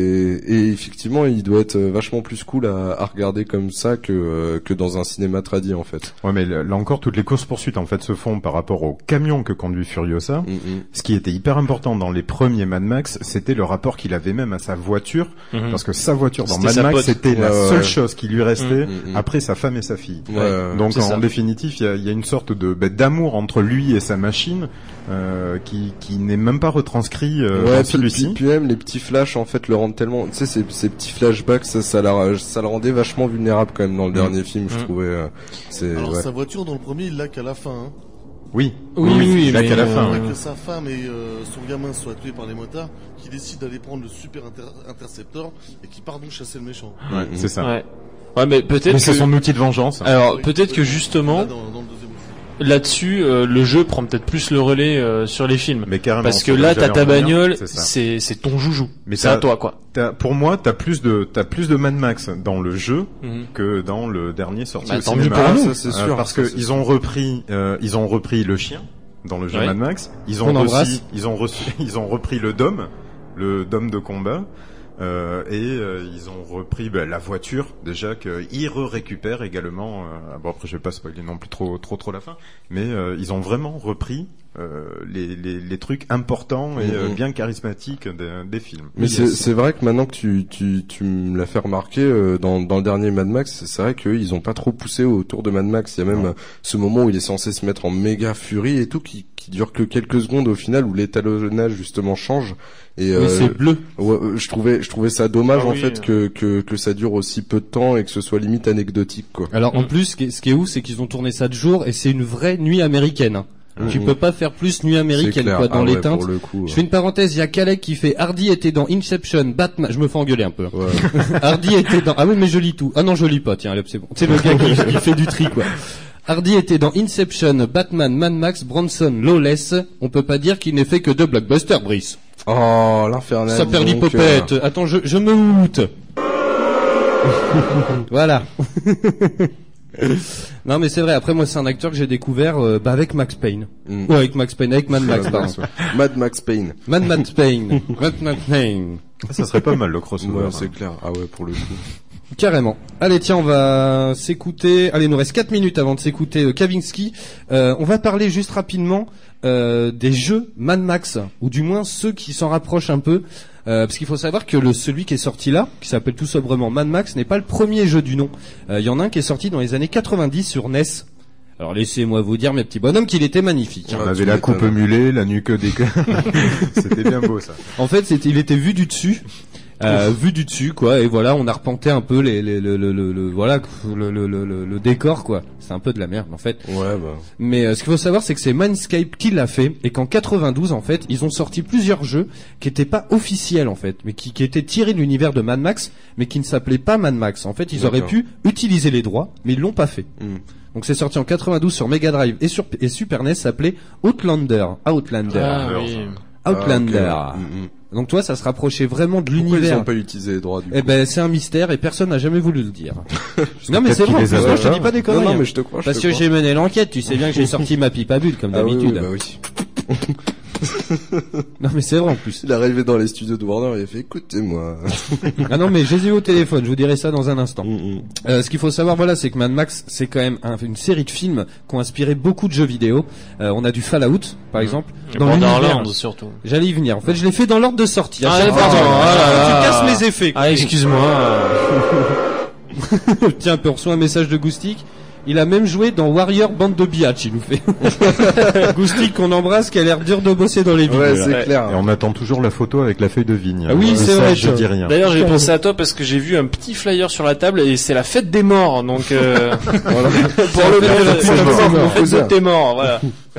et effectivement, il doit être vachement plus cool à, à regarder comme ça que euh, que dans un cinéma tradi en fait. Ouais, mais là encore, toutes les courses poursuites en fait se font par rapport au camion que conduit Furiosa. Mm-hmm. Ce qui était hyper important dans les premiers Mad Max, c'était le rapport qu'il avait même à sa voiture, mm-hmm. parce que sa voiture dans c'était Mad Max, c'était ouais, la ouais, seule ouais. chose qui lui restait mm-hmm. après sa femme et sa fille. Ouais, Donc en ça. définitive, il y a, y a une sorte de bah, d'amour entre lui et sa machine. Euh, qui qui n'est même pas retranscrit euh, ouais, dans celui-ci. Puis, puis même les petits flashs en fait le rendent tellement, tu sais ces, ces petits flashbacks ça ça, la, ça le rendait vachement vulnérable quand même dans le mmh. dernier film, je mmh. trouvais. Euh, c'est. Alors ouais. sa voiture dans le premier il l'a qu'à la fin. Hein. Oui. Oui, oui, oui, il l'a qu'à la fin. Il faudrait que sa femme et euh, son gamin soient tués par les motards, qui décident d'aller prendre le super inter- intercepteur et qui partent donc chasser le méchant. Ouais, mmh. c'est ça. Ouais. Ouais, mais peut-être mais que c'est son outil de vengeance. Alors oui, peut-être que justement. Là, dans, dans le là-dessus, euh, le jeu prend peut-être plus le relais euh, sur les films. Mais carrément. Parce que là, t'as ta bagnole, c'est, c'est c'est ton joujou. Mais c'est à toi, quoi. T'as, pour moi, t'as plus de t'as plus de Mad Max dans le jeu mm-hmm. que dans le dernier sorti bah, au cinéma. Pour nous, ça, c'est sûr. Euh, parce que ils ont repris, euh, ils ont repris le chien dans le jeu ouais. Mad Max. Ils ont aussi, ils ont reçu, ils ont repris le dôme, le dôme de combat. Euh, et euh, ils ont repris bah, la voiture déjà qu'ils récupèrent également. Euh, bon après je vais pas spoiler non plus trop trop trop la fin, mais euh, ils ont vraiment repris euh, les, les les trucs importants et euh, bien charismatiques des, des films. Mais c'est c'est vrai que maintenant que tu tu tu me l'as fait remarquer euh, dans dans le dernier Mad Max, c'est vrai qu'ils ils ont pas trop poussé autour de Mad Max. Il y a même non. ce moment où il est censé se mettre en méga furie et tout qui qui dure que quelques secondes au final où l'étalonnage justement change. Et oui, euh, c'est bleu. Ouais, je trouvais, je trouvais ça dommage ah, en oui, fait euh... que, que que ça dure aussi peu de temps et que ce soit limite anecdotique quoi. Alors mmh. en plus, ce qui est, ce qui est ouf, c'est qu'ils ont tourné ça de jour et c'est une vraie nuit américaine. Hein. Mmh. Tu peux pas faire plus nuit américaine quoi dans ah, les ouais, teintes. Coup, je fais une parenthèse, il y a Kalec qui fait Hardy était dans Inception, Batman. Je me fais engueuler un peu. Ouais. Hardy était dans. Ah oui mais je lis tout. Ah non je lis pas. Tiens, c'est bon. C'est le gars qui, qui fait du tri quoi. Hardy était dans Inception, Batman, Mad Max, Bronson, Lawless. On peut pas dire qu'il n'ait fait que deux blockbusters, Brice. Oh, l'infernal. Ça perd l'hypopète. Euh... Attends, je, je me houte. Voilà. Non, mais c'est vrai. Après, moi, c'est un acteur que j'ai découvert, euh, bah, avec Max Payne. Mm. Ouais, avec Max Payne, avec Mad Max, pardon. Mad Max Payne. Mad Max Payne. Mad Max Payne. Ça serait pas mal, le crossover. Ouais, c'est clair. Ah ouais, pour le coup. Carrément. Allez, tiens, on va s'écouter. Allez, il nous reste quatre minutes avant de s'écouter euh, Kavinsky. Euh, on va parler juste rapidement euh, des jeux Mad Max, ou du moins ceux qui s'en rapprochent un peu. Euh, parce qu'il faut savoir que le celui qui est sorti là, qui s'appelle tout sobrement Mad Max, n'est pas le premier jeu du nom. Il euh, y en a un qui est sorti dans les années quatre-vingt-dix sur N E S. Alors laissez-moi vous dire, mes petits bonhommes, qu'il était magnifique. On avait la coupe mulet, la nuque des... C'était bien beau ça. En fait, c'était, il était vu du dessus. Euh, vu du dessus quoi, et voilà, on a repenté un peu les, les, le, le, le, le voilà le, le, le, le décor quoi. C'est un peu de la merde en fait. Ouais bah. Mais euh, ce qu'il faut savoir c'est que c'est Mindscape qui l'a fait et qu'en quatre-vingt-douze en fait ils ont sorti plusieurs jeux qui étaient pas officiels en fait, mais qui, qui étaient tirés de l'univers de Mad Max, mais qui ne s'appelaient pas Mad Max. En fait ils D'accord. auraient pu utiliser les droits, mais ils l'ont pas fait. Mm. Donc c'est sorti en quatre-vingt-douze sur Mega Drive et sur et Super N E S, s'appelait Outlander. Outlander. Ah, oui. Outlander. Ah, okay. mm-hmm. Donc toi, ça se rapprochait vraiment de l'univers. Pourquoi ils n'ont pas utilisé les droits du coup ? Eh ben, c'est un mystère et personne n'a jamais voulu le dire. Non mais c'est vrai. Moi, je te dis pas des conneries. Non, non mais je te crois. Parce je te que crois. j'ai mené l'enquête. Tu sais bien que j'ai sorti ma pipe à bulles comme ah d'habitude. Oui, oui, bah oui. Non mais c'est vrai en plus. Il est arrivé dans les studios de Warner, il a fait écoutez-moi. Ah non mais je les ai eu au téléphone, je vous dirai ça dans un instant. Mm-hmm. Euh, ce qu'il faut savoir voilà, c'est que Mad Max c'est quand même un, une série de films qui ont inspiré beaucoup de jeux vidéo. Euh, on a du Fallout par exemple. Et Dans Borderlands surtout. J'allais y venir. En fait, je l'ai fait dans l'ordre de sortie. Ah, chaque pardon. fois, Ah là là. tu casses mes effets. Ah, excuse-moi. Tiens, on reçoit un message de Goustic. Il a même joué dans Warrior Band de Biatch, il nous fait. Goustic qu'on embrasse, qui a l'air dur de bosser dans les vidéos. Ouais, c'est Ouais. clair. Et on attend toujours la photo avec la feuille de vigne. Ah oui, Et c'est ça, vrai, je ça. dis rien. D'ailleurs, j'ai pensé à toi parce que j'ai vu un petit flyer sur la table et c'est la fête des morts, donc euh, Voilà. pour le fête monde, des c'est morts. la fête de tes morts, voilà.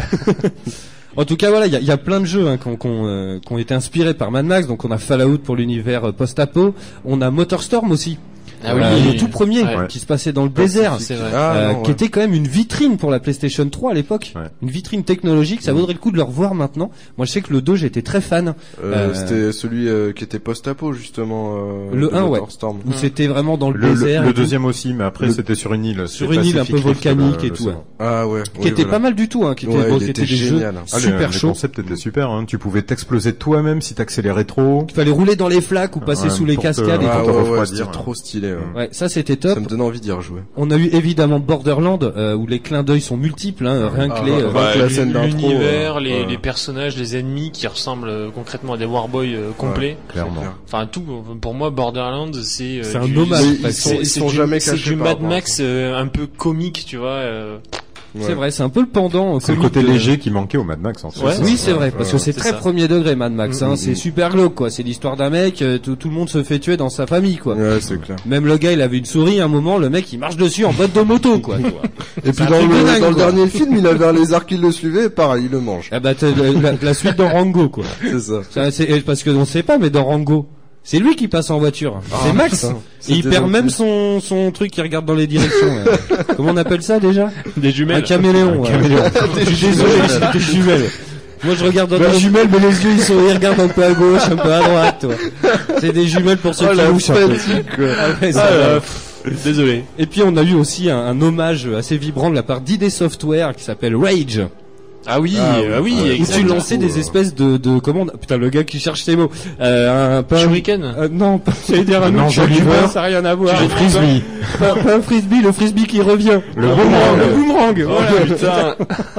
En tout cas, voilà, il y a, y a plein de jeux hein, qui ont, qui ont, euh, qui ont été inspirés par Mad Max. Donc, on a Fallout pour l'univers euh, post-apo. On a MotorStorm aussi. Ah Euh, oui. le tout premier Ouais. qui se passait dans le désert. C'est vrai. Ah, Euh, non, qui ouais. était quand même une vitrine pour la PlayStation trois à l'époque, Ouais. une vitrine technologique, ça vaudrait le coup de le revoir maintenant. Moi je sais que le deux j'étais très fan, Euh, Euh, C'était celui euh, qui était post-apo justement. Euh, Le de un, ouais. Motorstorm. où c'était vraiment dans le, Le, le- désert, le et tout, deuxième aussi, mais après Le- c'était sur une île. sur C'est une île un peu Pacific Rift, volcanique le- et le tout, second. ouais. Ah ouais. qui oui, était voilà. pas mal du tout, hein, qui était, Ouais, bon, il qui était étaient des jeux génial. Ah, le- super le chauds. concept était super, hein. Tu pouvais t'exploser toi-même si t'accélérais trop. Il fallait rouler dans les flaques ou passer Ouais, sous les pour te- cascades. et Ah pour tout. te ouais, ouais, refroidir, c'était ouais. trop stylé. Ouais. Ouais, ça c'était top. Ça me donne envie d'y rejouer. On a eu évidemment Borderland euh, où les clins d'œil sont multiples, hein, rien que Ah, les. ouais, euh, ouais. Bah, la l'u- scène d'intro, l'univers, euh, les, ouais. les personnages, les ennemis qui ressemblent euh, concrètement à des Warboys euh, complets. Clairement. clair. Enfin tout. Pour moi, Borderlands, c'est euh, C'est un du- hommage, c'est- en fait. Ils sont- c'est- ils c'est sont du- jamais c'est cachés du par Mad rapport à Max euh, un peu comique, tu vois. euh. C'est Ouais. vrai, c'est un peu le pendant. C'est le comique côté de- léger qui manquait au Mad Max en fait. Ouais. Oui, c'est vrai, parce que Ouais, c'est c'est très ça. premier degré Mad Max. Hein, Mm, c'est mm. super glauque, quoi. C'est l'histoire d'un mec, euh, tout, tout le monde se fait tuer dans sa famille, quoi. Ouais, c'est clair. Même le gars, il avait une souris. À un moment, le mec, il marche dessus en boîte de moto, quoi. tu vois. Et puis un dans truc de le, dingue, dans le quoi. dernier film, il avait un lézard qui le suivait, et pareil, il le mange. Ah bah, t'as la, la- la suite dans Rango, quoi. C'est ça. Ça, c'est, parce que on sait pas, mais dans Rango, c'est lui qui passe en voiture. c'est Max. putain. Et il C'était perd dans le même film. son, son truc qui regarde dans les directions. euh. Comment on appelle ça déjà? Des Un jumelles. caméléon. ouais. Je suis désolé, c'est des jumelles. Moi, je regarde dans des jumelles, mais les yeux, ils sont, ils regardent un peu à gauche, un peu à droite, toi. C'est des jumelles pour ceux Oh qui la louchent un peu. fatigue, quoi. Ah ouais, ça Ah, va. euh, pff, désolé. Et puis, on a eu aussi un, un hommage assez vibrant de la part d'I D Software qui s'appelle Rage. Ah oui, Ah ah oui, oui, ouais. Où tu exactement. lançais des espèces de, de, comment, on- putain, le gars qui cherche ses mots. Euh, un, pas un- Shuriken. euh, non, pas, j'allais dire un Un autre ange jeu du Oliver. vin, ça n'a rien à voir. Le frisbee. Pas, pas un frisbee, le frisbee qui revient. Le Un boomerang. Le boomerang, Oh voilà. putain.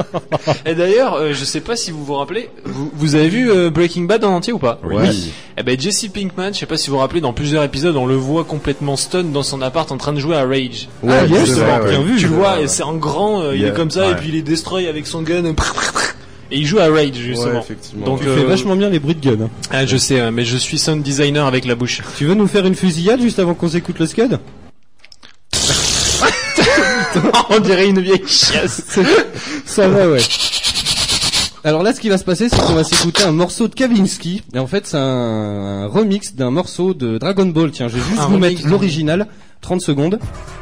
Et d'ailleurs, euh, je sais pas si vous vous rappelez, vous, vous avez vu euh, Breaking Bad en entier ou pas? Oui. Eh ben Jesse Pinkman, je sais pas si vous vous rappelez, dans plusieurs épisodes, on le voit complètement stun dans son appart en train de jouer à Rage. Ouais, Ah, yes, c'est vrai, bien ouais. vu. Tu le vois, Ouais, et c'est en grand, euh, il Yeah, est comme ça, ouais. et puis il est destroy avec son gun. Et il joue à Rage justement. Ouais, effectivement. Donc Tu euh, fais vachement bien les bruits de gun. hein. ah, je sais, euh, mais je suis sound designer avec la bouche. Tu veux nous faire une fusillade juste avant qu'on s'écoute le scud? On dirait une vieille chiasse. Ça va, ouais. Alors là, ce qui va se passer, c'est qu'on va s'écouter un morceau de Kavinsky. Et en fait, c'est un, un remix d'un morceau de Dragon Ball. Tiens, je vais juste Un vous remix. mettre l'original. trente secondes.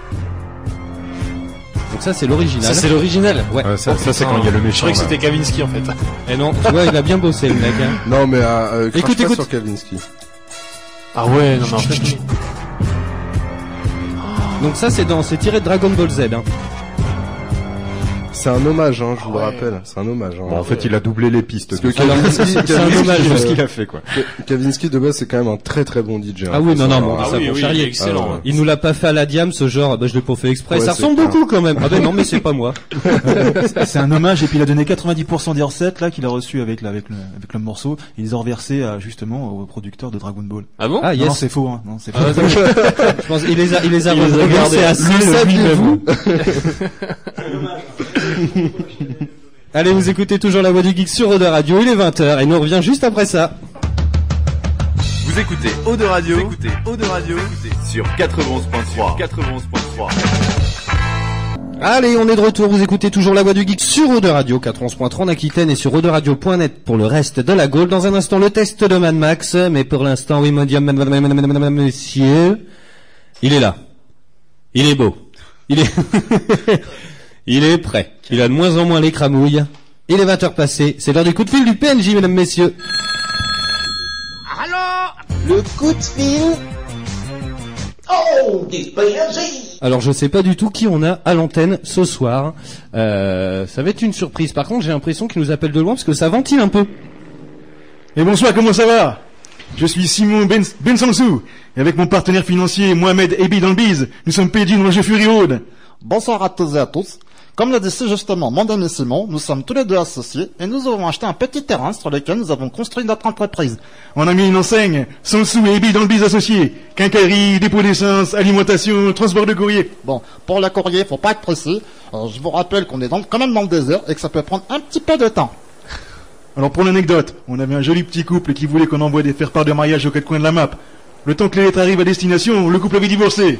Donc ça, c'est l'original. Ça c'est l'original. Ouais. Ouais, ça, ça c'est quand il y a le Je méchant. croyais que là. c'était Kavinsky en fait. Et non, tu vois, il a bien bossé, le mec. Hein. Non, mais euh, crache Écoute, pas écoute. sur Kavinsky. Ah ouais, non mais en fait. Donc ça, c'est dans, c'est tiré de Dragon Ball Z. Hein. C'est un hommage, hein, je vous le ouais. rappelle. C'est un hommage. Hein. Bon, en fait, il a doublé les pistes. Parce que tout ça. Alors, Kavinsky, c'est un Kavinsky, hommage, C'est euh, ce qu'il a fait, quoi. Kavinsky de base, c'est quand même un très très bon D J. hein. Ah oui, non, non, Faut bon, savoir. Ah ça, oui, pour oui, charrier. excellent. Ah ouais. Il nous l'a pas fait à la diam, ce genre, bah je l'ai pas fait exprès. Ouais, ça c'est ressemble clair. beaucoup quand même. Ah ben non, mais c'est pas moi. C'est un hommage et puis il a donné quatre-vingt-dix pour cent des recettes là qu'il a reçu avec la- avec le avec le morceau. Il les a reversés à, justement au producteur de Dragon Ball. Ah bon? Ah Non, non, yes. c'est faux. Hein. Non, c'est faux. Ah, je pense il les a, il les a Il les a reversés gardés. assez. Le saviez-vous? Allez, vous écoutez toujours La Voix du Geek sur Eau de Radio, il est vingt heures et nous on revient juste après ça. Vous écoutez Eau de Radio, vous écoutez Eau de Radio sur quatre-vingt-onze point trois. quatre-vingt-onze point trois. Allez, on est de retour, vous écoutez toujours La Voix du Geek sur Eau de Radio, quatre-vingt-onze point trois en Aquitaine et sur eau de radio point net pour le reste de la Gaule. Dans un instant, le test de Mad Max, mais pour l'instant, oui, monsieur, il est là. Il est beau. Il est... Il est prêt. Il a de moins en moins les cramouilles. Il est vingt heures passées. C'est l'heure du coup de fil du P N J, mesdames, messieurs. Le coup de fil. Oh, des P N J. Alors, je sais pas du tout qui on a à l'antenne ce soir. Euh, ça va être une surprise. Par contre, j'ai l'impression qu'il nous appelle de loin parce que ça ventile un peu. Et bonsoir, comment ça va? Je suis Simon Ben, ben Sansou, et avec mon partenaire financier Mohamed Ebi dans le biz, nous sommes payés dans le jeu Fury Road. Bonsoir à tous et à tous. Comme l'a dit si justement mon ami Simon, nous sommes tous les deux associés et nous avons acheté un petit terrain sur lequel nous avons construit notre entreprise. On a mis une enseigne, Sansou et Ebi dans le biz associés. Quincaillerie, dépôt d'essence, alimentation, transport de courrier. Bon, pour le courrier, faut pas être précis. Alors, je vous rappelle qu'on est dans, quand même dans le désert et que ça peut prendre un petit peu de temps. Alors pour l'anecdote, on avait un joli petit couple qui voulait qu'on envoie des faire-part de mariage aux quatre coins de la map. Le temps que les lettres arrivent à destination, le couple avait divorcé.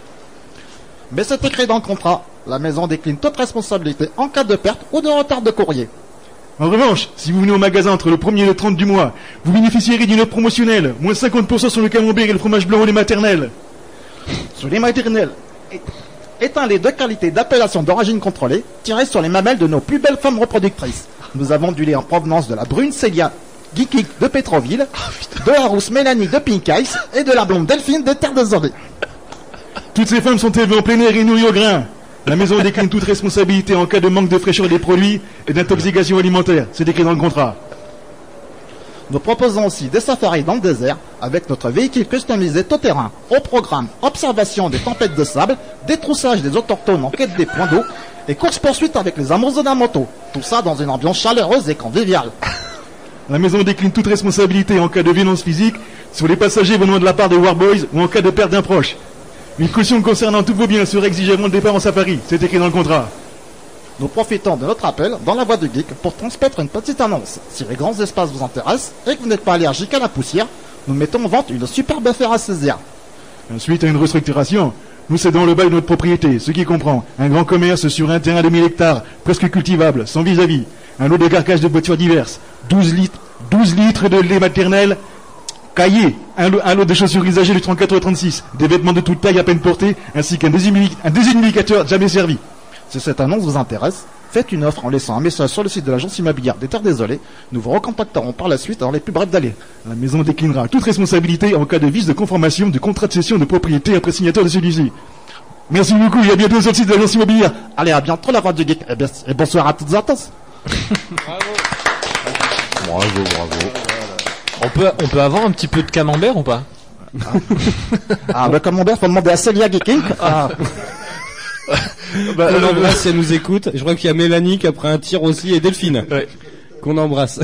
Mais c'est écrit dans le contrat. La maison décline toute responsabilité en cas de perte ou de retard de courrier. En revanche, si vous venez au magasin entre le premier et le trente du mois, vous bénéficierez d'une offre promotionnelle, moins cinquante pour cent sur le camembert et le fromage blanc au lait maternel. Sur les maternelles, étant les deux qualités d'appellation d'origine contrôlée, tirées sur les mamelles de nos plus belles femmes reproductrices. Nous avons du lait en provenance de la brune Célia Geekik de Pétroville, de la rousse Mélanie de Pink Ice et de la blonde Delphine de Terre de Zoré. Toutes ces femmes sont élevées en plein air et nourries au grain. La maison décline toute responsabilité en cas de manque de fraîcheur des produits et d'intoxication alimentaire. C'est écrit dans le contrat. Nous proposons aussi des safaris dans le désert avec notre véhicule customisé tout terrain. Au programme, observation des tempêtes de sable, détroussage des autochtones en quête des points d'eau et course-poursuite avec les amoureux d'un moto. Tout ça dans une ambiance chaleureuse et conviviale. La maison décline toute responsabilité en cas de violence physique sur les passagers venant de la part des Warboys ou en cas de perte d'un proche. Une caution concernant tous vos biens sera exigée avant le départ en safari. C'est écrit dans le contrat. Nous profitons de notre appel dans la voie du geek pour transmettre une petite annonce. Si les grands espaces vous intéressent et que vous n'êtes pas allergique à la poussière, nous mettons en vente une superbe affaire à saisir. Suite à une restructuration, nous cédons le bail de notre propriété, ce qui comprend un grand commerce sur un terrain de mille hectares, presque cultivable, sans vis-à-vis, un lot de carcasses de voitures diverses, douze litres, douze litres de lait maternel, cahier, un lot, un lot de chaussures usagées du trente-quatre au trente-six, des vêtements de toute taille à peine portés, ainsi qu'un déshumidificateur un déshumidificateur jamais servi. Si cette annonce vous intéresse, faites une offre en laissant un message sur le site de l'agence immobilière des Terres Désolées. Nous vous recontacterons par la suite dans les plus brefs délais. La maison déclinera toute responsabilité en cas de vice de conformation du contrat de cession de propriété après signature de celui-ci. Merci beaucoup et à bientôt sur le site de l'agence immobilière. Allez, à bientôt la voix du geek. Et, bien, et bonsoir à toutes et à tous. Bravo. Bravo, bravo. On peut, on peut avoir un petit peu de camembert ou pas? Ah, ah le camembert, faut demander à Célia Geekink. Ah. Bah, on l'embrasse si elle nous écoute. Je crois qu'il y a Mélanie qui a pris un tir aussi et Delphine. Ouais. Qu'on embrasse.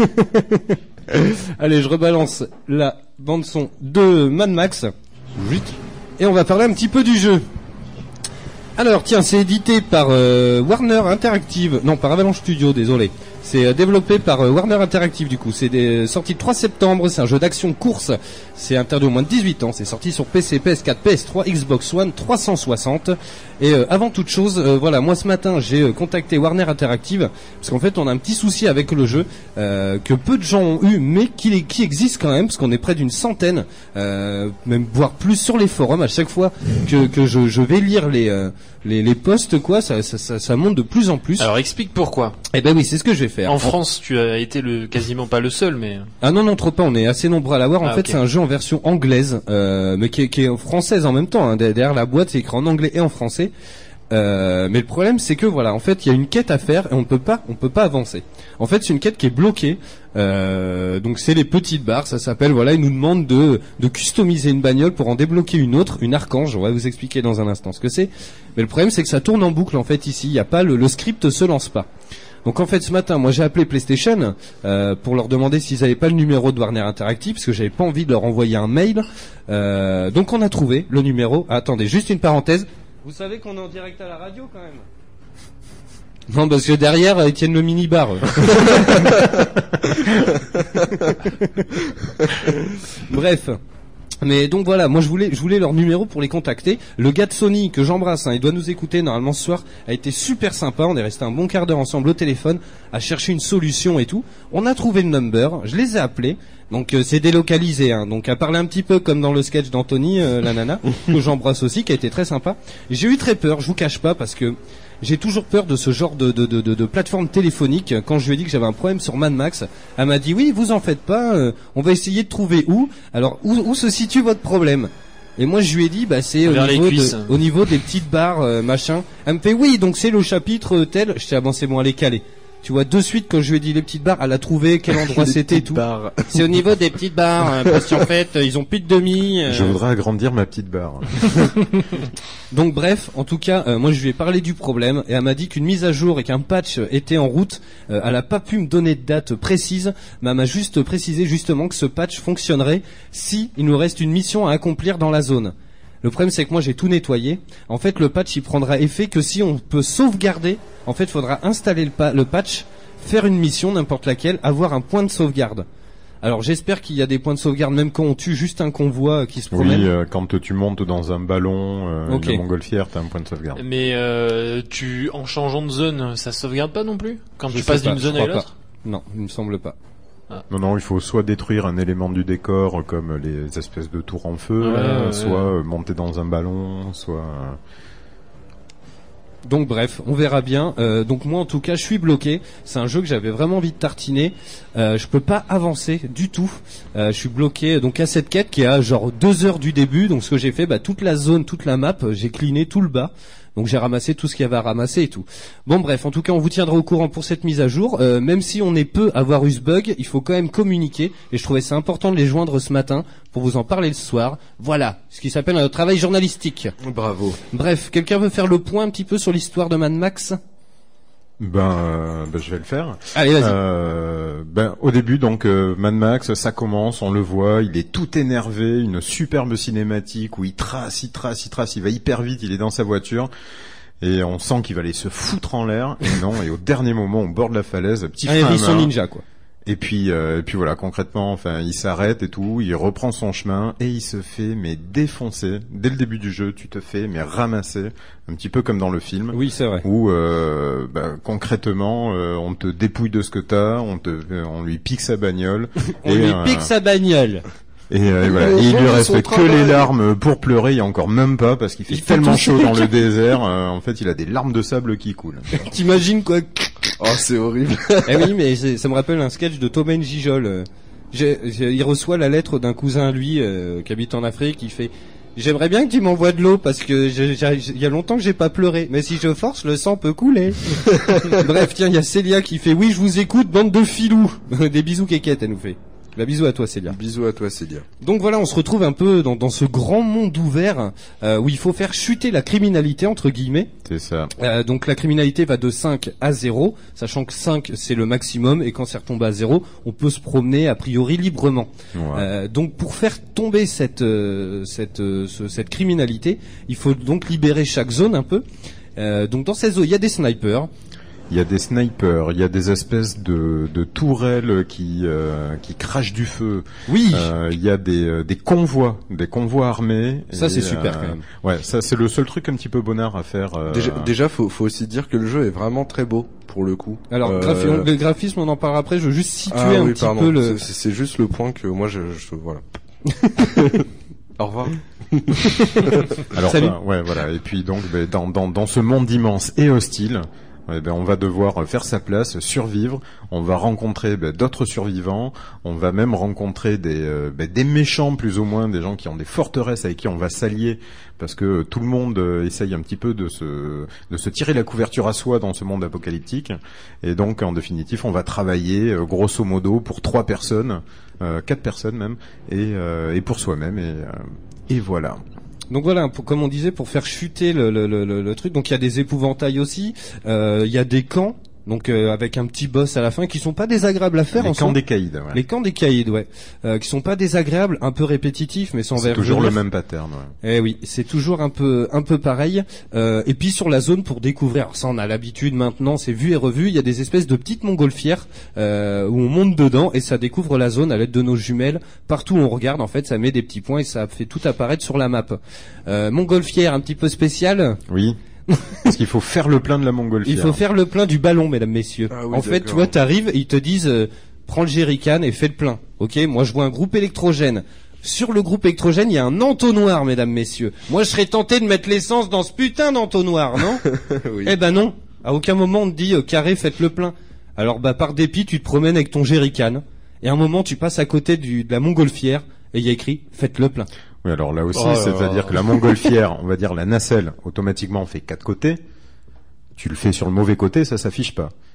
Allez, je rebalance la bande son de Mad Max. Et on va parler un petit peu du jeu. Alors tiens, c'est édité par euh, Warner Interactive. Non, par Avalanche Studio, désolé. C'est euh, développé par euh, Warner Interactive du coup. C'est des, sorti le trois septembre, c'est un jeu d'action course. C'est interdit au moins de dix-huit ans. C'est sorti sur P C, P S quatre, P S trois, Xbox One, trois cent soixante. Et euh, avant toute chose, euh, voilà, moi ce matin j'ai euh, contacté Warner Interactive parce qu'en fait on a un petit souci avec le jeu euh, que peu de gens ont eu, mais qui, qui existe quand même parce qu'on est près d'une centaine, euh, même voire plus sur les forums. À chaque fois que, que je, je vais lire les, euh, les les posts quoi, ça, ça, ça, ça monte de plus en plus. Alors explique pourquoi. Eh ben oui, c'est ce que je vais faire. En France, tu as été le quasiment pas le seul, mais ah non non trop pas. On est assez nombreux à l'avoir. En ah, fait, okay. C'est un jeu en version anglaise, euh, mais qui est, qui est française en même temps. Hein. Derrière la boîte, c'est écrit en anglais et en français. Euh, mais le problème, c'est que voilà, en fait, il y a une quête à faire et on peut pas, on peut pas avancer. En fait, c'est une quête qui est bloquée. Euh, donc, c'est les petites barres, ça s'appelle. Voilà, ils nous demandent de de customiser une bagnole pour en débloquer une autre, une Archange. On va vous expliquer dans un instant ce que c'est. Mais le problème, c'est que ça tourne en boucle. En fait, ici, il y a pas le, le script se lance pas. Donc en fait ce matin, moi j'ai appelé PlayStation euh, pour leur demander s'ils avaient pas le numéro de Warner Interactive parce que j'avais pas envie de leur envoyer un mail. Euh, donc on a trouvé le numéro. Ah, attendez, juste une parenthèse. Vous savez qu'on est en direct à la radio quand même. Non, parce que derrière ils tiennent le mini-bar. Bref. Mais donc voilà, moi je voulais, je voulais leur numéro pour les contacter. Le gars de Sony que j'embrasse, hein, il doit nous écouter normalement ce soir, a été super sympa. On est resté un bon quart d'heure ensemble au téléphone à chercher une solution et tout. On a trouvé le number, je les ai appelés. Donc euh, c'est délocalisé, hein. Donc à parler un petit peu comme dans le sketch d'Anthony, euh, la nana, que j'embrasse aussi, qui a été très sympa. J'ai eu très peur, je vous cache pas, parce que j'ai toujours peur de ce genre de, de, de, de, de plateforme téléphonique. Quand je lui ai dit que j'avais un problème sur Mad Max, elle m'a dit oui, vous en faites pas, euh, on va essayer de trouver où. Alors où, où se situe votre problème? Et moi je lui ai dit bah c'est au niveau, de, au niveau des petites barres euh, machin. Elle me fait oui, donc c'est le chapitre tel. Je dis ah bon c'est bon, allez caler. Tu vois, de suite, quand je lui ai dit les petites barres, elle a trouvé quel endroit c'était et tout. Barres. C'est au niveau des petites barres, hein, parce qu'en fait, ils ont plus de demi. Euh... Je voudrais agrandir ma petite barre. Donc bref, en tout cas, euh, moi je lui ai parlé du problème et elle m'a dit qu'une mise à jour et qu'un patch était en route. Euh, elle a pas pu me donner de date précise, mais elle m'a juste précisé justement que ce patch fonctionnerait si il nous reste une mission à accomplir dans la zone. Le problème, c'est que moi, j'ai tout nettoyé. En fait, le patch, il prendra effet que si on peut sauvegarder. En fait, il faudra installer le, pa- le patch, faire une mission, n'importe laquelle, avoir un point de sauvegarde. Alors, j'espère qu'il y a des points de sauvegarde, même quand on tue juste un convoi qui se promène. Oui, euh, quand tu montes dans un ballon euh, okay. de montgolfière, t'as un point de sauvegarde. Mais euh, tu, en changeant de zone, ça sauvegarde pas non plus quand Je tu passes pas, d'une zone à l'autre. Pas. Non, il me semble pas. Ah. Non, non, il faut soit détruire un élément du décor, comme les espèces de tours en feu, ouais, euh, ouais, soit ouais. monter dans un ballon, soit... Donc bref, on verra bien. Euh, donc moi en tout cas, je suis bloqué. C'est un jeu que j'avais vraiment envie de tartiner. Euh, je peux pas avancer du tout. Euh, je suis bloqué donc à cette quête qui est à genre deux heures du début. Donc ce que j'ai fait, bah toute la zone, toute la map, j'ai cleané tout le bas. Donc j'ai ramassé tout ce qu'il y avait à ramasser et tout. Bon bref, en tout cas on vous tiendra au courant pour cette mise à jour. Euh, même si on est peu à avoir eu ce bug, il faut quand même communiquer. Et je trouvais ça important de les joindre ce matin pour vous en parler le soir. Voilà, ce qui s'appelle un travail journalistique. Bravo. Bref, quelqu'un veut faire le point un petit peu sur l'histoire de Mad Max ? Ben, euh, ben, je vais le faire. Allez, vas-y. Euh, ben, au début, donc, euh, Mad Max, ça commence, on le voit, il est tout énervé, une superbe cinématique où il trace, il trace, il trace, il va hyper vite, il est dans sa voiture. Et on sent qu'il va aller se foutre en l'air. Et non, et au dernier moment, au bord de la falaise, petit frein à main. Ils sont ninja, quoi. Et puis, euh, et puis voilà, concrètement, enfin, il s'arrête et tout, il reprend son chemin et il se fait mais défoncer. Dès le début du jeu, tu te fais mais ramasser, un petit peu comme dans le film. Oui, c'est vrai. Où euh, bah, concrètement, euh, on te dépouille de ce que t'as, on te, on lui pique sa bagnole. on et, lui euh, pique sa bagnole. Et, euh, et voilà, et il lui reste que les larmes pour pleurer, et encore même pas parce qu'il fait il tellement fait chaud dans le désert. Euh, en fait, il a des larmes de sable qui coulent. T'imagines quoi? Oh, c'est horrible. Eh oui, mais ça me rappelle un sketch de Thomas Gijol. J'ai, j'ai, il reçoit la lettre d'un cousin à lui euh, qui habite en Afrique. Il fait: j'aimerais bien que tu m'envoies de l'eau parce que il y a longtemps que j'ai pas pleuré. Mais si je force, le sang peut couler. Bref, tiens, il y a Célia qui fait: oui, je vous écoute, bande de filous. Des bisous kékettes, elle nous fait. Bah, bisous à toi, Célia. Bisous à toi, Célia. Donc voilà, on se retrouve un peu dans, dans ce grand monde ouvert euh, où il faut faire chuter la criminalité, entre guillemets. C'est ça. Euh, donc la criminalité va de cinq à zéro, sachant que cinq c'est le maximum, et quand c'est retombé à zéro, on peut se promener a priori librement. Ouais. Euh, donc pour faire tomber cette, euh, cette, euh, ce, cette criminalité, il faut donc libérer chaque zone un peu. Euh, donc dans cette zone, il y a des snipers. Il y a des snipers, il y a des espèces de, de tourelles qui euh, qui crachent du feu. Oui. Euh, il y a des euh, des convois, des convois armés. Ça et, c'est super euh, quand même. Ouais, ça c'est le seul truc un petit peu bonnard à faire. Euh... Déjà, déjà, faut faut aussi dire que le jeu est vraiment très beau pour le coup. Alors euh... graphi- le graphisme, on en parlera après. Je veux juste situer ah, un oui, petit pardon. peu le. C'est, c'est juste le point que moi je, je voilà. Au revoir. Alors, Salut. ben, ouais, voilà. Et puis donc, ben, dans dans dans ce monde immense et hostile. Eh ben, on va devoir faire sa place, survivre. On va rencontrer ben, d'autres survivants. On va même rencontrer des, euh, ben, des méchants plus ou moins, des gens qui ont des forteresses avec qui on va s'allier, parce que tout le monde euh, essaye un petit peu de se, de se tirer la couverture à soi dans ce monde apocalyptique. Et donc, en définitive, on va travailler euh, grosso modo pour trois personnes, euh, quatre personnes même, et, euh, et pour soi-même. Et, euh, et voilà. Donc voilà, pour, comme on disait, pour faire chuter le, le, le, le truc. Donc il y a des épouvantails aussi. Euh, il y a des camps. Donc euh, avec un petit boss à la fin qui sont pas désagréables à faire. Les en camps soi. des caïds, ouais. Les camps des caïds, ouais, euh, qui sont pas désagréables, un peu répétitifs, mais sans C'est verre. toujours le même pattern. Ouais. Eh oui, c'est toujours un peu un peu pareil. Euh, et puis sur la zone pour découvrir, alors ça on a l'habitude maintenant, c'est vu et revu. Il y a des espèces de petites montgolfières euh, où on monte dedans et ça découvre la zone à l'aide de nos jumelles. Partout où on regarde, en fait, ça met des petits points et ça fait tout apparaître sur la map. Euh, montgolfière un petit peu spéciale. Oui. Parce qu'il faut faire le plein de la montgolfière. Il faut faire le plein du ballon, mesdames, messieurs. Ah oui, en fait, d'accord. tu vois, t'arrives et ils te disent euh, prends le jerrycan et fais le plein. Ok, moi je vois un groupe électrogène. Sur le groupe électrogène, il y a un entonnoir, mesdames, messieurs. Moi, je serais tenté de mettre l'essence dans ce putain d'entonnoir, non? Oui. Eh ben non. À aucun moment on te dit euh, carré, faites le plein. Alors bah par dépit, tu te promènes avec ton jerrycan et à un moment tu passes à côté du, de la montgolfière et il y a écrit faites le plein. Oui, alors là aussi, Oh là c'est-à-dire là. que la montgolfière, on va dire la nacelle, automatiquement fait quatre côtés. Tu le fais sur le mauvais côté, ça s'affiche pas.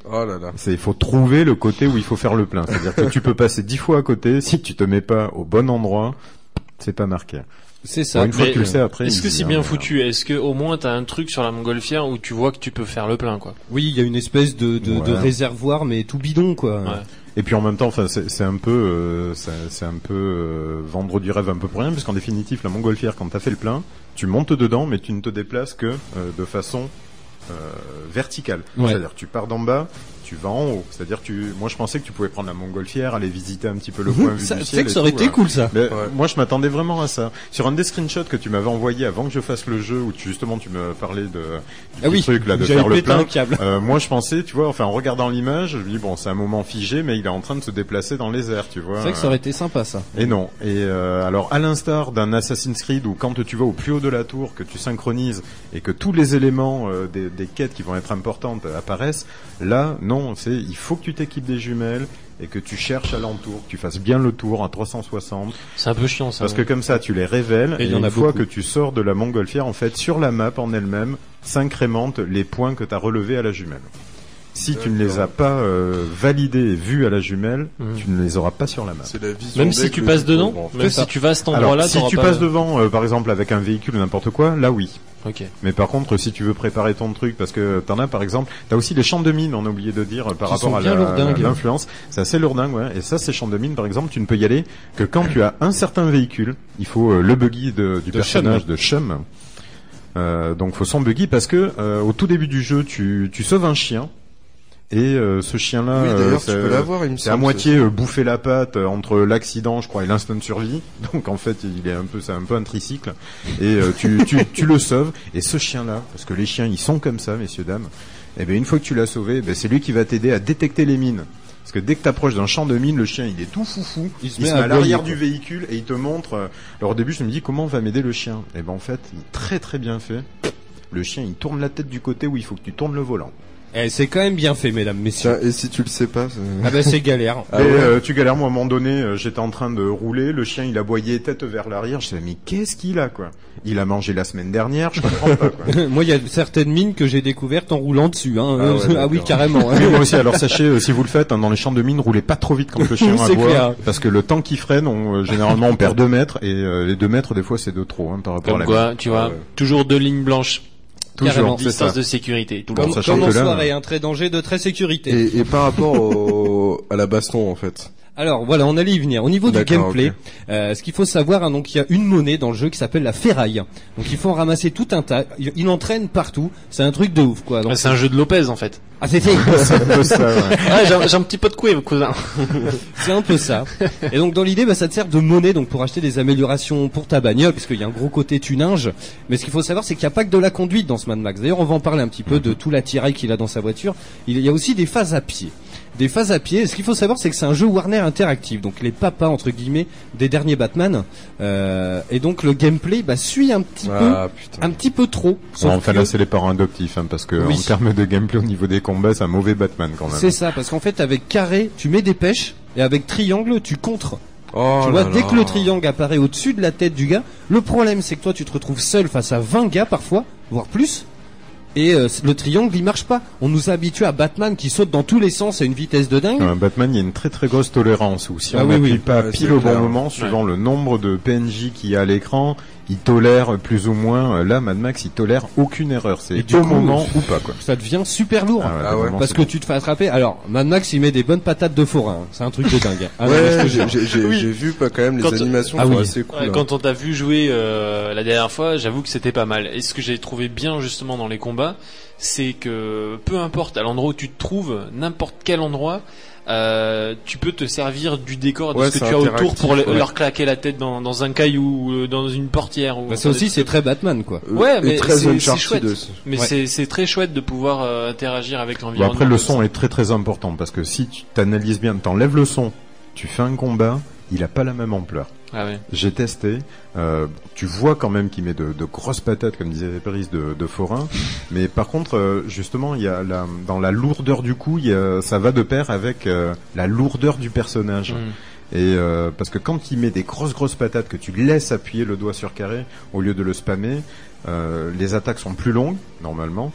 Oh là là. C'est, il faut trouver le côté où il faut faire le plein. C'est-à-dire que tu peux passer dix fois à côté, si tu te mets pas au bon endroit, c'est pas marqué. C'est ça. Bon, une fois que tu le sais après. Est-ce que c'est dit, bien hein, foutu? Est-ce que au moins t'as un truc sur la montgolfière où tu vois que tu peux faire le plein, quoi? Oui, il y a une espèce de, de, Ouais. de réservoir, mais tout bidon, quoi. Ouais. Et puis en même temps, enfin, c'est, c'est un peu, euh, c'est, c'est un peu euh, vendre du rêve un peu pour rien, parce qu'en définitive, la montgolfière, quand t'as fait le plein, tu montes dedans, mais tu ne te déplaces que euh, de façon euh, verticale. Ouais. C'est-à-dire que tu pars d'en bas, tu vas en haut. C'est-à-dire tu, moi je pensais que tu pouvais prendre la montgolfière, aller visiter un petit peu le coin vu Ça, du tu ciel. sais que et ça aurait tout, été hein. cool, ça. Mais, Ouais. moi je m'attendais vraiment à ça. Sur un des screenshots que tu m'avais envoyé avant que je fasse le jeu, où tu, justement tu me parlais de du Ah oui, truc là de j'avais faire le pété plein. un câble. Euh, moi je pensais, tu vois, enfin en regardant l'image, je me dis bon c'est un moment figé, mais il est en train de se déplacer dans les airs, tu vois. C'est vrai que ça aurait été sympa, ça. Et non. Et euh, alors, à l'instar d'un Assassin's Creed où quand tu vas au plus haut de la tour, que tu synchronises et que tous les éléments euh, des, des quêtes qui vont être importantes apparaissent, là, non, c'est il faut que tu t'équipes des jumelles et que tu cherches alentour, que tu fasses bien le tour à trois cent soixante. C'est un peu chiant, ça. Parce que comme ça, tu les révèles Et et, il y en une a fois beaucoup. que tu sors de la montgolfière, en fait, sur la map en elle-même, s'incrémentent les points que tu as relevés à la jumelle. Si tu ne les as pas euh, validés et vus à la jumelle, Mhm. tu ne les auras pas sur la map. C'est la vision Même si deck tu de passes tout dedans, pauvre, en fait. même C'est ça. si tu vas à cet Alors, endroit-là, si t'auras tu pas- passes devant, euh, par exemple, avec un véhicule ou n'importe quoi, là oui. Ok. Mais par contre, si tu veux préparer ton truc, parce que t'en as par exemple, t'as aussi les champs de mine, on a oublié de dire, euh, par Qui rapport sont à bien la- lourdingues. l'influence. C'est assez lourdingue, ouais. Et ça, ces champs de mine, par exemple, tu ne peux y aller que quand tu as un certain véhicule. Il faut euh, le buggy de, du De personnage Chum. de Chum. Euh, donc faut son buggy parce que euh, au tout début du jeu, tu, tu sauves un chien. Et euh, ce chien-là, Oui, d'ailleurs, euh, tu c'est- peux l'avoir, il me c'est à semble, moitié ça. euh, bouffé la patte euh, entre l'accident, je crois, et l'instant de survie. Donc en fait, il est un peu, c'est un peu un tricycle. Et euh, tu, tu, tu le sauves. Et ce chien-là, parce que les chiens, ils sont comme ça, messieurs dames. Et ben une fois que tu l'as sauvé, ben c'est lui qui va t'aider à détecter les mines. Parce que dès que t'approches d'un champ de mines, le chien il est tout foufou, Il il se se met met à à l'arrière aboyer, du véhicule et il te montre. euh, Alors au début je me dis comment va m'aider le chien. Et ben en fait, il est très très bien fait. Le chien il tourne la tête du côté où il faut que tu tournes le volant. Eh, c'est quand même bien fait, mesdames, messieurs. Tiens, et si tu le sais pas, c'est... Ah bah c'est galère. Ah et ouais. euh, tu galères, moi à un moment donné, euh, j'étais en train de rouler, le chien il aboyait tête vers l'arrière, je disais mais qu'est-ce qu'il a quoi? Il a mangé la semaine dernière, je comprends pas quoi. Moi, il y a certaines mines que j'ai découvertes en roulant dessus. Hein. Ah ouais, Ah, d'accord. oui, carrément. Oui, moi aussi, alors sachez, euh, si vous le faites, hein, dans les champs de mine, roulez pas trop vite quand le chien C'est aboie, clair. parce que le temps qu'il freine, on, euh, généralement on perd deux mètres, et euh, les deux mètres des fois c'est de trop hein, par rapport Comme à la quoi, mine. tu vois, Ah ouais. toujours deux lignes blanches. Toujours, Carrément. c'est Distance ça. de sécurité. Tout le Comme, temps. sachant comme en que là, soirée, un très danger de très sécurité. Et, et par rapport au, à la baston, en fait. Alors voilà, on allait y venir. Au niveau du D'accord, gameplay, ok. euh, ce qu'il faut savoir, hein, donc il y a une monnaie dans le jeu qui s'appelle la ferraille. Donc il faut en ramasser tout un tas. Il, il entraîne partout. C'est un truc de ouf, quoi. Donc, Ouais, c'est un jeu de Lopez, en fait. ah c'est c'est C'est un peu ça, ouais. Ouais, j'ai j'ai un petit peu de couille, cousin. c'est un peu ça. Et donc dans l'idée, bah, ça te sert de monnaie donc pour acheter des améliorations pour ta bagnole, parce qu'il y a un gros côté tuninge. Mais ce qu'il faut savoir, c'est qu'il n'y a pas que de la conduite dans ce Mad Max. D'ailleurs, on va en parler un petit peu de tout l'attirail qu'il a dans sa voiture. Il y a aussi des phases à pied. Des phases à pied. Ce qu'il faut savoir, c'est que c'est un jeu Warner interactif, donc les papas entre guillemets des derniers Batman. Euh, et donc le gameplay bah, suit un petit Ah, peu, putain. un petit peu trop. Sauf Bon, enfin que- là c'est les parents adoptifs, hein, parce que Oui. en termes de gameplay au niveau des combats, c'est un mauvais Batman quand même. c'est ça, parce qu'en fait avec carré, tu mets des pêches, et avec triangle, tu contres. Oh Tu vois, là dès là. que le triangle apparaît au-dessus de la tête du gars, le problème c'est que toi tu te retrouves seul face à vingt gars parfois, voire plus. Et euh, le triangle il marche pas. On nous a habitués à Batman qui saute dans tous les sens à une vitesse de dingue. Un Batman, il y a une très très grosse tolérance où si Ah on oui, n'appuie oui. pas Ouais, pile c'est au clair. bon moment, suivant le nombre de P N J qu'il y a à l'écran, il tolère plus ou moins. Là, Mad Max, il tolère aucune erreur. C'est Et du au coup, moment euh, ou pas quoi. Ça devient super lourd. Ah ouais, Ah ouais. vraiment, Parce c'est que bon. tu te fais attraper. Alors, Mad Max, il met des bonnes patates de forain. hein. C'est un truc de dingue. Ah non, mais je Ouais, te j'ai jure. j'ai- j'ai- Oui. j'ai vu pas quand même les Quand- animations Ah sont oui. assez cool. Ouais, hein. quand on t'a vu jouer euh, la dernière fois, j'avoue que c'était pas mal. Et ce que j'ai trouvé bien justement dans les combats, c'est que peu importe à l'endroit où tu te trouves, n'importe quel endroit, euh, tu peux te servir du décor de Ouais, ce que c'est tu as autour pour le- interactif, ouais. leur claquer la tête dans, dans un caillou ou euh, dans une portière. Ou Bah, ça aussi, c'est très Batman, quoi. Euh, Ouais, et mais très c'est- c'est Uncharted chouette. aussi. Mais Ouais. c'est c'est très chouette de pouvoir euh, interagir avec Bon, l'environnement. après, le comme son ça. est très très important parce que si tu t'analyses bien, t'enlèves le son, tu fais un combat, il a pas la même ampleur. Ah ouais. J'ai testé. Euh, tu vois quand même qu'il met de, de grosses patates, comme disait Paris, de, de forain. Mais par contre, euh, justement, il y a la, dans la lourdeur du coup, il y a, ça va de pair avec euh, la lourdeur du personnage. Mm. Et euh, parce que quand il met des grosses grosses patates, que tu laisses appuyer le doigt sur carré au lieu de le spammer, euh, les attaques sont plus longues normalement.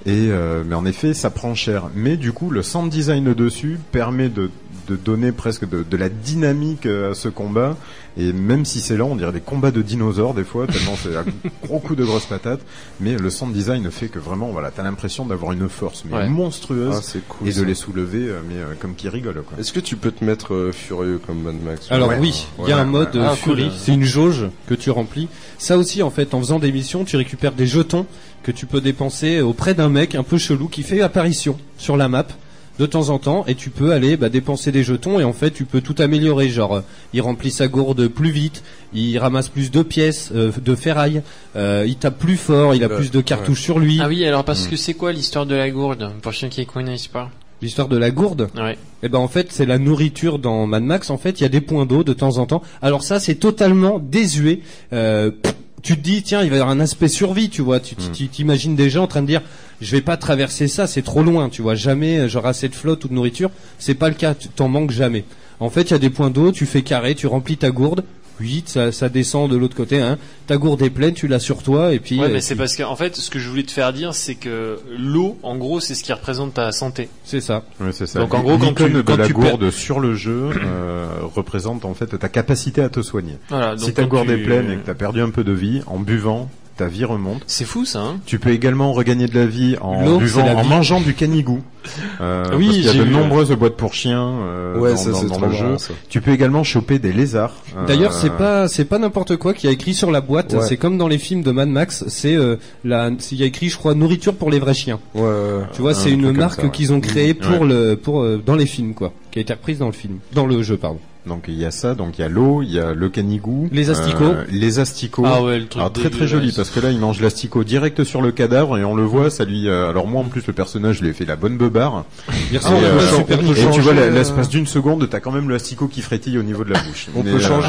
Et euh, mais en effet, ça prend cher. Mais du coup, le sound design dessus permet de de donner presque de, de la dynamique à ce combat. Et même si c'est lent, on dirait des combats de dinosaures des fois, tellement c'est un gros coup de grosse patate. Mais le sound design fait que vraiment, voilà, t'as l'impression d'avoir une force mais ouais. monstrueuse ah, c'est cool, et ça. de les soulever, mais euh, comme qui rigole, quoi. Est-ce que tu peux te mettre euh, furieux comme Mad Max? Alors ouais. oui, il ouais, y a ouais, un mode ouais. euh, Ah, Fury. cool. C'est une jauge que tu remplis. Ça aussi, en fait, en faisant des missions, tu récupères des jetons que tu peux dépenser auprès d'un mec un peu chelou qui fait apparition sur la map de temps en temps, et tu peux aller bah, dépenser des jetons, et en fait tu peux tout améliorer, genre euh, il remplit sa gourde plus vite, il ramasse plus de pièces euh, de ferraille, euh, il tape plus fort, il a bah, plus de cartouches ouais. sur lui. Ah oui, alors parce mmh. que c'est quoi l'histoire de la gourde, pour ceux qui ne connaissent pas? L'histoire de la gourde, ouais. Et ben en fait c'est la nourriture dans Mad Max. En fait il y a des points d'eau de temps en temps. Alors ça c'est totalement désuet. Euh, tu te dis tiens il va y avoir un aspect survie, tu vois. Tu mmh. t'imagines des gens en train de dire je vais pas traverser ça, c'est trop loin, tu vois. Jamais j'aurai assez de flotte ou de nourriture. C'est pas le cas, tu t'en manques jamais. En fait il y a des points d'eau, tu fais carré, tu remplis ta gourde. Oui, ça, ça descend de l'autre côté. Hein. Ta gourde est pleine, tu l'as sur toi et puis. Ouais, mais euh, c'est tu... parce que en fait, ce que je voulais te faire dire, c'est que l'eau, en gros, c'est ce qui représente ta santé. C'est ça. Ouais, c'est ça. Donc en gros, quand tu de quand la tu gourde perds... sur le jeu euh, représente en fait ta capacité à te soigner. Voilà, donc si ta gourde tu... est pleine et que t'as perdu un peu de vie, en buvant, ta vie remonte. C'est fou ça. Hein, tu peux également regagner de la vie en buvant, en mangeant du canigou. Euh, oui, parce qu'il y a de vu, nombreuses ouais. boîtes pour chiens euh, ouais, dans, ça, dans, dans le jeu. Marrant, tu peux également choper des lézards. D'ailleurs, euh... c'est pas c'est pas n'importe quoi qu'il y a écrit sur la boîte. Ouais. C'est comme dans les films de Mad Max. C'est euh, la il y a écrit, je crois, nourriture pour les vrais chiens. Ouais. ouais. Tu vois, un c'est une marque ça, ouais. qu'ils ont créée pour ouais. le pour euh, dans les films quoi, qui a été reprise dans le film, dans le jeu pardon. Donc il y a ça, donc il y a l'eau, il y a le canigou, les asticots, euh, les asticots. Ah ouais, le truc alors très très joli parce que là il mange l'asticot direct sur le cadavre et on le voit, ça lui. Euh, alors moi en plus le personnage lui a fait la bonne beubare. Et, et, euh, super et changer, tu vois euh... l'espace d'une seconde, t'as quand même l'asticot qui frétille au niveau de la bouche. On Mais, peut euh... changer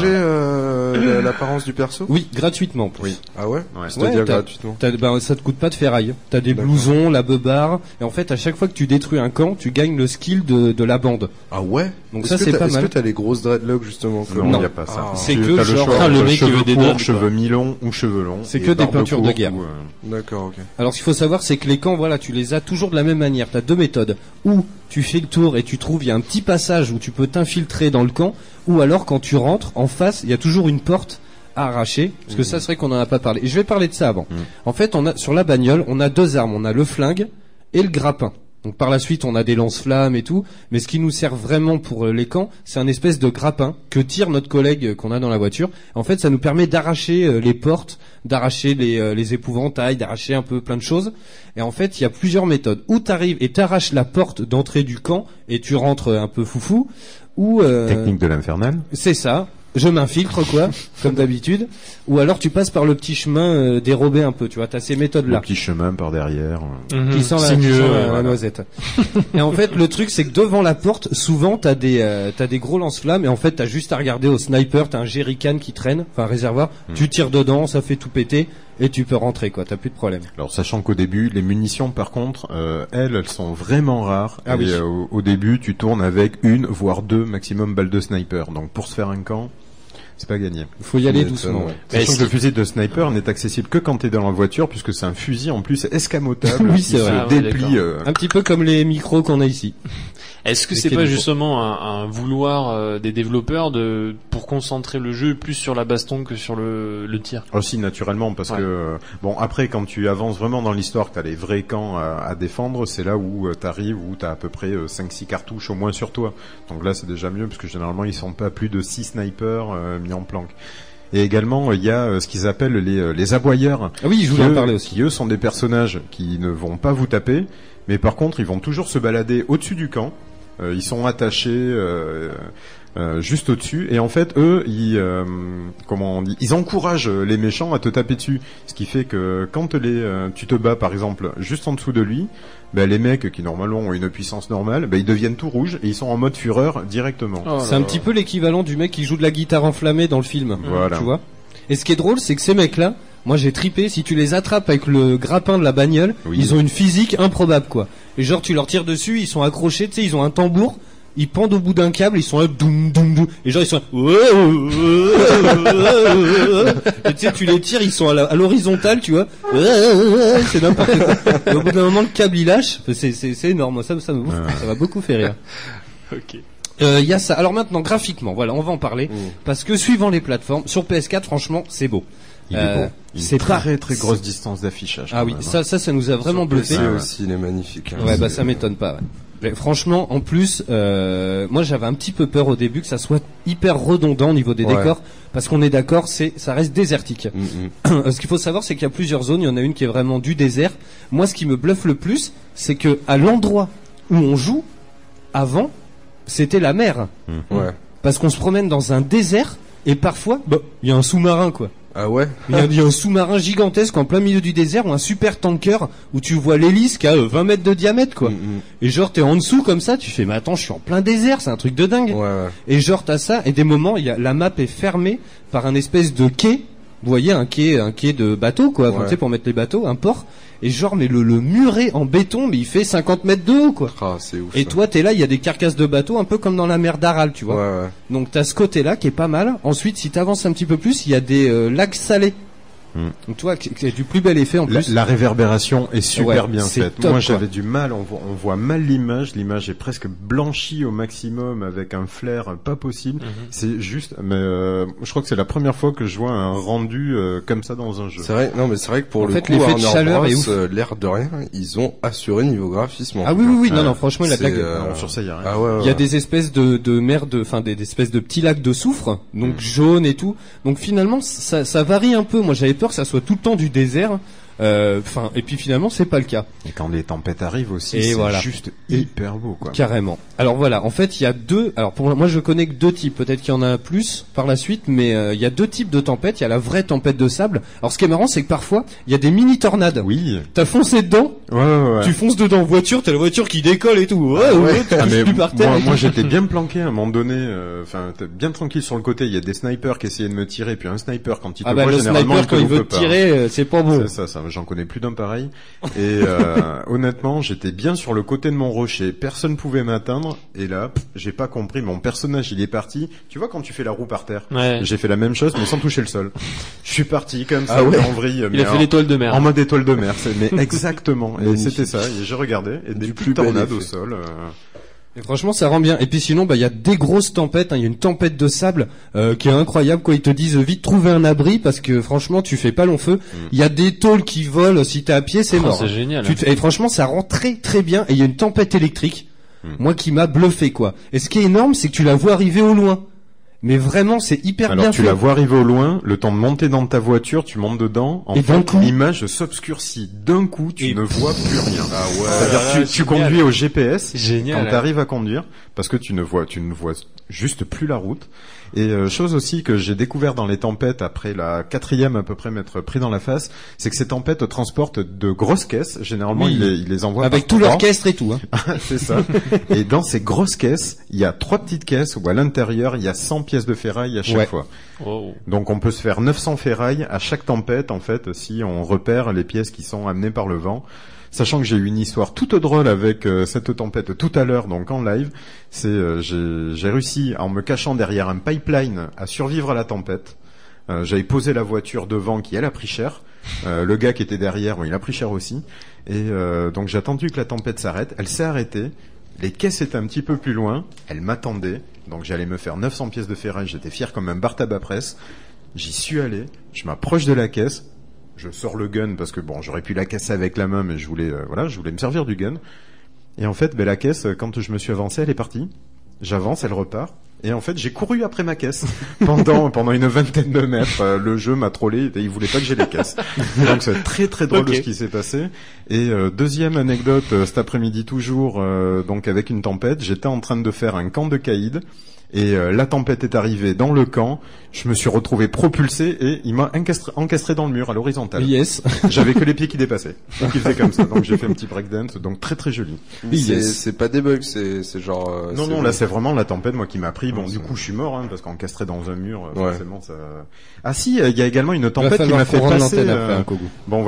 euh, l'apparence du perso? Oui, gratuitement. Oui. Ah ouais, ouais. C'est-à-dire ouais, gratuitement. T'as, bah, ça te coûte pas de ferraille. T'as des blousons, la beubare, et en fait à chaque fois que tu détruis un camp, tu gagnes le skill de de la bande. Ah ouais. Donc est-ce ça c'est pas est-ce mal. que t'as les grosses dreadlocks justement? Non, il n'y a pas ça. Ah. C'est tu, que le genre choix, ah, le mec qui veut des courts, dents, cheveux mi-longs ou cheveux longs. C'est que des peintures de guerre. Ou, euh... D'accord, ok. Alors ce qu'il faut savoir c'est que les camps, voilà, tu les as toujours de la même manière. T'as deux méthodes. Ou tu fais le tour et tu trouves il y a un petit passage où tu peux t'infiltrer dans le camp, ou alors quand tu rentres en face, il y a toujours une porte à arracher, parce que mmh. ça c'est vrai qu'on en a pas parlé. Et je vais parler de ça avant. Mmh. En fait, on a sur la bagnole, on a deux armes, on a le flingue et le grappin. Donc par la suite, on a des lance-flammes et tout, mais ce qui nous sert vraiment pour les camps, c'est un espèce de grappin que tire notre collègue qu'on a dans la voiture. En fait, ça nous permet d'arracher les portes, d'arracher les, les épouvantails, d'arracher un peu plein de choses. Et en fait, il y a plusieurs méthodes. Ou t'arrives et t'arraches la porte d'entrée du camp et tu rentres un peu foufou, ou euh, technique de l'infernal. C'est ça. Je m'infiltre quoi, comme d'habitude, ou alors tu passes par le petit chemin euh, dérobé un peu, tu vois, t'as ces méthodes-là. Le petit chemin par derrière. Mmh, qui sent la, qui sent la, la noisette. Et en fait, le truc c'est que devant la porte, souvent t'as des euh, t'as des gros lance-flammes et en fait t'as juste à regarder au sniper, t'as un jerrycan qui traîne, enfin un réservoir, mmh. tu tires dedans, ça fait tout péter. Et tu peux rentrer quoi, t'as plus de problème. Alors sachant qu'au début, les munitions par contre, euh, elles, elles sont vraiment rares. Ah et oui. euh, au, au début, tu tournes avec une, voire deux maximum balles de sniper. Donc pour se faire un camp, c'est pas gagné. Il faut y aller doucement. Ouais. Sachant que le fusil de sniper n'est accessible que quand t'es dans la voiture, puisque c'est un fusil en plus escamotable oui, qui c'est se vrai. déplie. Euh... Un petit peu comme les micros qu'on a ici. Est-ce que c'est pas justement un, un vouloir euh, des développeurs de pour concentrer le jeu plus sur la baston que sur le, le tir? Aussi naturellement parce ouais. que euh, bon après quand tu avances vraiment dans l'histoire, que t'as les vrais camps à, à défendre, c'est là où euh, t'arrives où t'as à peu près euh, cinq six cartouches au moins sur toi. Donc là c'est déjà mieux parce que généralement ils sont pas plus de six snipers euh, mis en planque. Et également, il y a euh, ce qu'ils appellent les, euh, les aboyeurs. Ah oui, je voulais en parler aussi. Qui eux sont des personnages qui ne vont pas vous taper, mais par contre ils vont toujours se balader au-dessus du camp. Euh, ils sont attachés euh, euh, juste au-dessus et en fait eux ils euh, comment on dit ils encouragent les méchants à te taper dessus, ce qui fait que quand les euh, tu te bats par exemple juste en dessous de lui, ben les mecs qui normalement ont une puissance normale, ben ils deviennent tout rouges et ils sont en mode fureur directement. Oh c'est un petit peu l'équivalent du mec qui joue de la guitare enflammée dans le film. Voilà. Tu vois. Et ce qui est drôle, c'est que ces mecs-là, moi j'ai tripé, si tu les attrapes avec le grappin de la bagnole, oui. Ils ont une physique improbable quoi. Et genre tu leur tires dessus, ils sont accrochés, tu sais, ils ont un tambour, ils pendent au bout d'un câble, ils sont là, doum, doum, doum, et genre ils sont là, et tu sais, tu les tires, ils sont à, la, à l'horizontale, tu vois, c'est n'importe quoi. Et au bout d'un moment, le câble il lâche, c'est, c'est, c'est énorme, ça, ça, me, ça m'a beaucoup fait rire. Ok. Il euh, y a ça. Alors maintenant, graphiquement, voilà, on va en parler, mmh. parce que suivant les plateformes, sur P S quatre, franchement, c'est beau. Il est euh, beau. Il c'est très, pas très très grosse distance d'affichage. Ah oui, même, ça, hein. ça, ça nous a vraiment sur bluffé. P C aussi, il est magnifique. Hein, ouais, c'est... bah ça m'étonne pas. Ouais. Mais franchement, en plus, euh, moi j'avais un petit peu peur au début que ça soit hyper redondant au niveau des ouais. décors, parce qu'on est d'accord, c'est, ça reste désertique. Mm-hmm. Ce qu'il faut savoir, c'est qu'il y a plusieurs zones. Il y en a une qui est vraiment du désert. Moi, ce qui me bluffe le plus, c'est que à l'endroit où on joue, avant, c'était la mer. Mm. Ouais. Parce qu'on se promène dans un désert et parfois, bah, il y a un sous-marin, quoi. Ah ouais. Il y, a, il y a un sous-marin gigantesque en plein milieu du désert ou un super tanker où tu vois l'hélice qui a vingt mètres de diamètre, quoi. Mm-hmm. Et genre t'es en dessous comme ça, tu fais mais attends, je suis en plein désert, c'est un truc de dingue. Ouais, ouais. Et genre t'as ça et des moments, il y a la map est fermée par un espèce de quai. Vous voyez un quai, un quai de bateau, quoi. Enfin, ouais. tu sais, pour mettre les bateaux, un port. Et genre mais le, le muret en béton, mais il fait cinquante mètres de haut, quoi. Ah, c'est ouf. Et ça. toi t'es là, il y a des carcasses de bateaux un peu comme dans la mer d'Aral, tu vois. Ouais, ouais. Donc t'as ce côté-là qui est pas mal. Ensuite, si t'avances un petit peu plus, il y a des euh, lacs salés. Mm. Donc toi, c'est du plus bel effet en plus. La, la réverbération est super ouais, bien faite. Top, Moi, quoi. j'avais du mal. On voit, on voit mal l'image. L'image est presque blanchie au maximum avec un flair pas possible. Mm-hmm. C'est juste. Mais euh, je crois que c'est la première fois que je vois un rendu euh, comme ça dans un jeu. C'est vrai. Non, mais c'est vrai que pour en le fait, coup, l'effet de Warner chaleur Bros, est ouf. euh, l'air de rien, ils ont assuré niveau graphisme. Ah oui, oui, oui. Euh, non, non. Franchement, il a claqué. Euh... Non, sur ça, il y a rien. Ah ouais, ouais. Il y a des espèces de de mer de, enfin des, des espèces de petits lacs de soufre, donc mm. jaune et tout. Donc finalement, ça, ça varie un peu. Moi, j'avais peur que ça soit tout le temps du désert. Enfin, euh, et puis finalement, c'est pas le cas. Et quand les tempêtes arrivent aussi, et c'est voilà. juste hyper beau, quoi. Carrément. Alors voilà, en fait, il y a deux. Alors pour moi, je connais que deux types. Peut-être qu'il y en a plus par la suite, mais euh, il y a deux types de tempêtes. Il y a la vraie tempête de sable. Alors ce qui est marrant, c'est que parfois, il y a des mini tornades. Oui. T'as foncé dedans. Ouais, ouais, ouais. Tu fonces dedans en voiture, t'as la voiture qui décolle et tout. Ouais, ah, ouais. Ah, mais plus par terre. Moi, moi j'étais bien planqué à un moment donné. Enfin, euh, bien tranquille sur le côté. Il y a des snipers qui essayaient de me tirer, puis un sniper quand il te ah bah, voit, le généralement, sniper quand il veut te tirer, euh, c'est pas bon. C'est ça, ça. J'en connais plus d'un pareil. Et euh, honnêtement, j'étais bien sur le côté de mon rocher. Personne pouvait m'atteindre. Et là, pff, j'ai pas compris. Mon personnage, il est parti. Tu vois quand tu fais la roue par terre. Ouais. J'ai fait la même chose, mais sans toucher le sol. Je suis parti comme ça, ah ouais. en vrille. Il a fait en, l'étoile de mer. En mode étoile de mer. C'est, mais exactement. Et c'était ça. Et j'ai regardé. Et des petites tornades au sol. Euh... Et franchement, ça rend bien. Et puis sinon, bah il y a des grosses tempêtes. Il hein. y a une tempête de sable euh, qui est incroyable. Quoi, ils te disent vite trouver un abri parce que franchement, tu fais pas long feu. Il mm. y a des tôles qui volent. Si t'es à pied, c'est oh, mort. C'est génial. Tu te... Et franchement, ça rend très très bien. Et il y a une tempête électrique, mm. moi qui m'a bluffé quoi. Et ce qui est énorme, c'est que tu la vois arriver au loin. Mais vraiment, c'est hyper Alors, bien tu fait. la vois arriver au loin, le temps de monter dans ta voiture, tu montes dedans, en et fait, d'un coup, l'image s'obscurcit. D'un coup, tu et ne vois plus rien. Ah ouais. C'est-à-dire ah, tu, tu conduis au G P S génial, quand tu arrives à conduire, parce que tu ne vois, tu ne vois juste plus la route. Et euh, chose aussi que j'ai découvert dans les tempêtes après la quatrième à peu près m'être pris dans la face, c'est que ces tempêtes transportent de grosses caisses. Généralement, oui. ils, les, ils les envoient avec par tout l'orchestre et tout. Hein. C'est ça. Et dans ces grosses caisses, il y a trois petites caisses où à l'intérieur il y a cent pièces de ferraille à chaque ouais. fois. Oh. Donc on peut se faire neuf cents ferrailles à chaque tempête en fait si on repère les pièces qui sont amenées par le vent. Sachant que j'ai eu une histoire toute drôle avec euh, cette tempête tout à l'heure, donc en live, c'est euh, j'ai, j'ai réussi en me cachant derrière un pipeline à survivre à la tempête. Euh, j'avais posé la voiture devant qui elle a pris cher. Euh, le gars qui était derrière, bon, il a pris cher aussi. Et euh, donc j'ai attendu que la tempête s'arrête. Elle s'est arrêtée. Les caisses étaient un petit peu plus loin. Elle m'attendait. Donc j'allais me faire neuf cents pièces de ferraille. J'étais fier comme un bar tabac presse. J'y suis allé. Je m'approche de la caisse. Je sors le gun parce que bon, j'aurais pu la casser avec la main, mais je voulais, euh, voilà, je voulais me servir du gun. Et en fait, ben la caisse, quand je me suis avancé, elle est partie. J'avance, elle repart. Et en fait, j'ai couru après ma caisse pendant pendant une vingtaine de mètres. Euh, le jeu m'a trollé, et il voulait pas que j'ai les caisses. Donc c'est très très drôle okay. ce qui s'est passé. Et euh, deuxième anecdote, euh, cet après-midi toujours, euh, donc avec une tempête, j'étais en train de faire un camp de caïd. Et euh, la tempête est arrivée dans le camp, je me suis retrouvé propulsé et il m'a encastré, encastré dans le mur à l'horizontale. Yes. J'avais que les pieds qui dépassaient. Donc il faisait comme ça. Donc j'ai fait un petit breakdance, donc très très joli. C'est, yes. c'est pas des bugs, c'est, c'est genre... Euh, non, c'est non, bon. Là c'est vraiment la tempête moi qui m'a pris. Bon, non, du c'est... coup je suis mort, hein, parce qu'encastré dans un mur, ouais. forcément ça... Ah si, il y a également une tempête qui m'a fait passer... Euh... Bon voilà.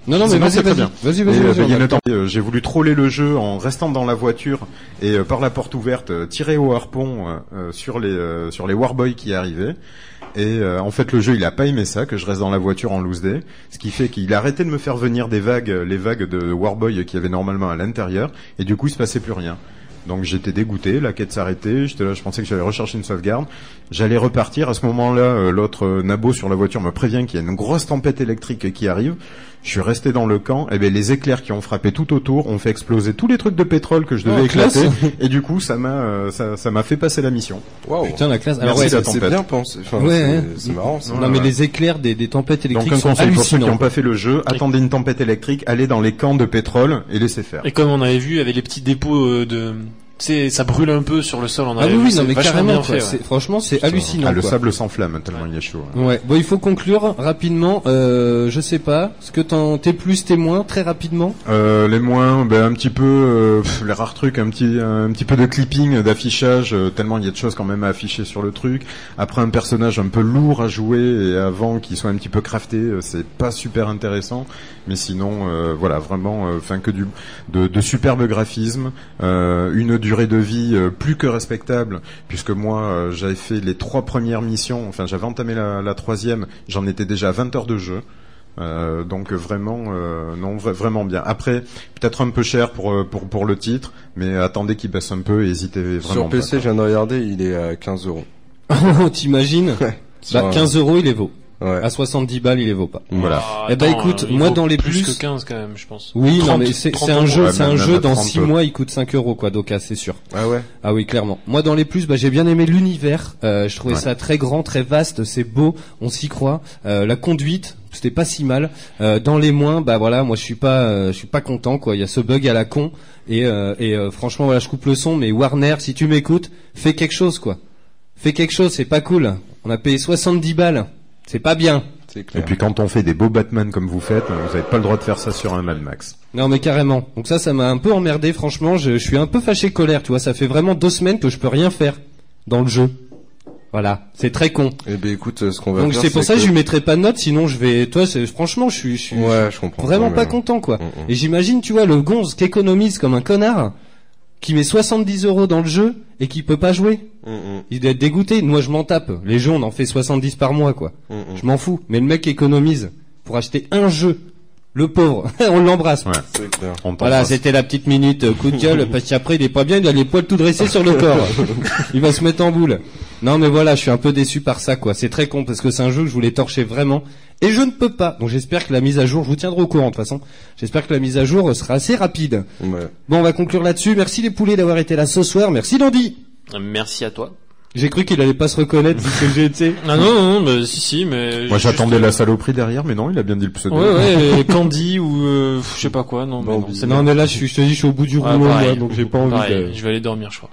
Non, non, mais Sinon, vas-y, c'est très vas-y. bien. Vas-y, vas-y, Et, vas-y, euh, il y a on une a le temps- euh, J'ai voulu troller le jeu en restant dans la voiture et euh, par la porte ouverte, euh, tirer au harpon euh, euh, sur les euh, sur les Warboys qui arrivaient. Et euh, en fait, le jeu, il a pas aimé ça, que je reste dans la voiture en loose day, ce qui fait qu'il a arrêté de me faire venir des vagues, les vagues de Warboy qui avaient normalement à l'intérieur, et du coup, il se passait plus rien. Donc j'étais dégoûté, la quête s'arrêtait, j'étais là, je pensais que j'allais rechercher une sauvegarde, j'allais repartir. À ce moment-là, euh, l'autre euh, nabo sur la voiture me prévient qu'il y a une grosse tempête électrique qui arrive. Je suis resté dans le camp, et ben les éclairs qui ont frappé tout autour ont fait exploser tous les trucs de pétrole que je devais Oh, éclater, classe. et du coup ça m'a euh, ça ça m'a fait passer la mission. Waouh. Putain, la classe. Merci, Alors ouais, la C'est tempête. bien pensé. Enfin, Ouais, c'est- hein. c'est marrant. Ça. Non, mais les éclairs des, des tempêtes électriques Donc un sont conseil pour ceux qui hallucinants. n'ont pas fait le jeu, attendez une tempête électrique, allez dans les camps de pétrole et laissez faire. Et comme on avait vu, avec les petits dépôts euh, de, tu sais, ça brûle un peu sur le sol. On Ah avait oui, vu, oui, c'est non, mais vachement carrément, bien quoi. fait, C'est- ouais. franchement, c'est hallucinant. Ah, le quoi. sable s'enflamme tellement il est chaud. hein. Ouais. Bon, il faut conclure rapidement. Euh, je sais pas. Ce que t'en, t'es plus, t'es moins, très rapidement. Euh, les moins, ben un petit peu euh, pff, les rares trucs, un petit un petit peu de clipping, d'affichage, euh, tellement il y a de choses quand même à afficher sur le truc. Après un personnage un peu lourd à jouer et avant qu'il soit un petit peu crafté, euh, c'est pas super intéressant. Mais sinon, euh, voilà, vraiment, enfin que du de, de superbes graphismes, euh, une durée de vie euh, plus que respectable, puisque moi euh, j'avais fait les trois premières missions, enfin j'avais entamé la, la troisième, j'en étais déjà à vingt heures de jeu. Euh, donc vraiment, euh, non, vra- vraiment bien. Après, peut-être un peu cher pour euh, pour pour le titre, mais attendez qu'il baisse un peu et hésitez vraiment Sur P pas, C, quoi. je viens de regarder, il est à quinze euros. T'imagines? Sur Bah, un- quinze euros, il les vaut. Ouais. À soixante-dix balles, il les vaut pas. Voilà. Ah, Eh ben, attends, écoute, euh, il moi, vaut dans les plus plus- que quinze quand même, je pense. Oui, non, trente, mais c'est, trente c'est un euros. jeu, Ouais, c'est un même jeu à dans trente. six mois, il coûte cinq euros, quoi, donc, ah, c'est sûr. Ah ouais. Ah oui, clairement. Moi, dans les plus, bah, j'ai bien aimé l'univers. Euh, je trouvais Ouais. ça très grand, très vaste, c'est beau, on s'y croit. Euh, la conduite, c'était pas si mal. Euh, dans les moins, bah voilà, moi, je suis pas, euh, je suis pas content, quoi. Il y a ce bug à la con et, euh, et euh, franchement, voilà, je coupe le son. Mais Warner, si tu m'écoutes, fais quelque chose, quoi. Fais quelque chose, c'est pas cool. On a payé soixante-dix balles, c'est pas bien. C'est Et clair. puis quand on fait des beaux Batman comme vous faites, vous n'avez pas le droit de faire ça sur un Mad Max. Non mais carrément. Donc ça, ça m'a un peu emmerdé, franchement. Je, je suis un peu fâché colère, tu vois. Ça fait vraiment deux semaines que je peux rien faire dans le jeu. Voilà, c'est très con. Eh ben écoute, euh, ce qu'on va Donc faire, c'est pour ça que que- je lui mettrai pas de note, sinon je vais. Toi, c'est, franchement, je suis, je suis Ouais, je comprends. vraiment quand pas même. content, quoi. Mm, mm. Et j'imagine, tu vois, le gonze qui économise comme un connard, qui met soixante-dix euros dans le jeu et qui peut pas jouer. Mm, mm, Il doit être dégoûté. Moi, je m'en tape. Les jeux, on en fait soixante-dix par mois, quoi. mm, mm. Je m'en fous. Mais le mec économise pour acheter un jeu. Le pauvre, on l'embrasse. Ouais. C'est clair. On Voilà, t'embrasse. c'était la petite minute euh, coup de gueule, parce qu'après il est pas bien, il a les poils tout dressés sur le corps. Il va se mettre en boule. Non mais voilà, je suis un peu déçu par ça, quoi. C'est très con parce que c'est un jeu que je voulais torcher vraiment et je ne peux pas. Donc j'espère que la mise à jour, je vous tiendrai au courant de toute façon. J'espère que la mise à jour sera assez rapide. Ouais. Bon, on va conclure là-dessus. Merci les poulets d'avoir été là ce soir. Merci Dandy. Merci à toi. J'ai cru qu'il allait pas se reconnaître vu que j'ai été. Ah non, non, non, bah, si, si, mais. Moi juste- j'attendais la saloperie derrière, mais non, il a bien dit le pseudo. Ouais, ouais, Candy ou, euh, je sais pas quoi, non, mais non, c'est Non bien. mais là je suis, je te dis, je suis au bout du Ah, rouleau, pareil. moi, donc j'ai pas envie Pareil, de. je vais aller dormir, je crois.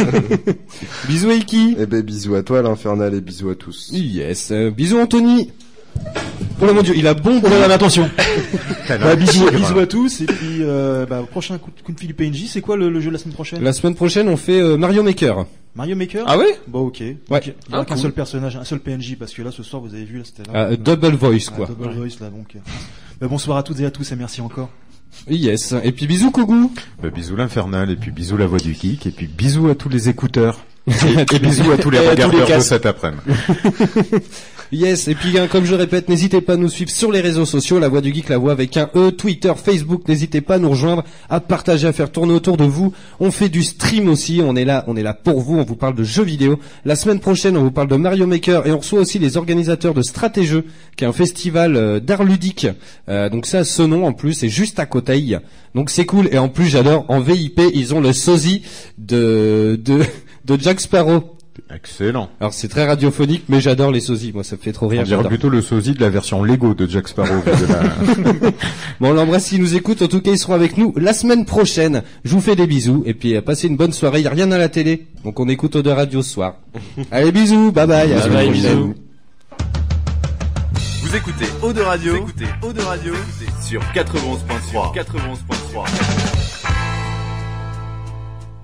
Bisous Eiki. Eh ben bisous à toi l'Infernal et bisous à tous. Yes. Euh, bisous Anthony. Oh là mon dieu, il a bon. Oh là là, attention. Tel un Bah, bisous, tigre. bisous à tous et puis euh, bah, prochain coup de, coup de fil du P N J, c'est quoi le, le jeu de la semaine prochaine? La semaine prochaine, on fait euh, Mario Maker. Mario Maker? Ah ouais? Bon, ok. Ouais. Donc, il n'y a Ah, qu'un cool. seul personnage, un seul P N J, parce que là, ce soir, vous avez vu, là, c'était là. Ah, Euh, double voice ah, quoi. double voice, là, donc. euh. Bah, bonsoir à toutes et à tous et merci encore. Yes. Et puis bisous Kougou. Bah, bisous l'Infernal, et puis bisous la voix du geek, et puis bisous à tous les écouteurs. Et, et bisous à tous les Et à tous les regardeurs de casses. cet après-midi. Yes. Et puis hein, comme je répète, n'hésitez pas à nous suivre sur les réseaux sociaux, la voix du geek, la voix avec un E, Twitter, Facebook. N'hésitez pas à nous rejoindre, à partager, à faire tourner autour de vous. On fait du stream aussi. On est là, on est là pour vous. On vous parle de jeux vidéo. La semaine prochaine, on vous parle de Mario Maker et on reçoit aussi les organisateurs de Stratégeux, qui est un festival euh, d'art ludique. Euh, donc ça, ce nom en plus, c'est juste à Coteil. Donc c'est cool. Et en plus, j'adore. En V I P, ils ont le sosie de de de Jack Sparrow. Excellent. Alors c'est très radiophonique, mais j'adore les sosies. Moi, ça me fait trop On rire. dirait j'adore. plutôt le sosie de la version Lego de Jack Sparrow. que de la- Bon, on l'embrasse s'ils nous écoutent. En tout cas, ils seront avec nous la semaine prochaine. Je vous fais des bisous. Et puis, euh, passez une bonne soirée. Il n'y a rien à la télé. Donc, on écoute Eau de Radio ce soir. Allez, bisous. Bye bye. À la Bye semaine bye, prochaine. bisous. Vous écoutez Eau de Radio, vous écoutez Eau de Radio sur quatre-vingt-onze point trois. quatre-vingt-onze point trois.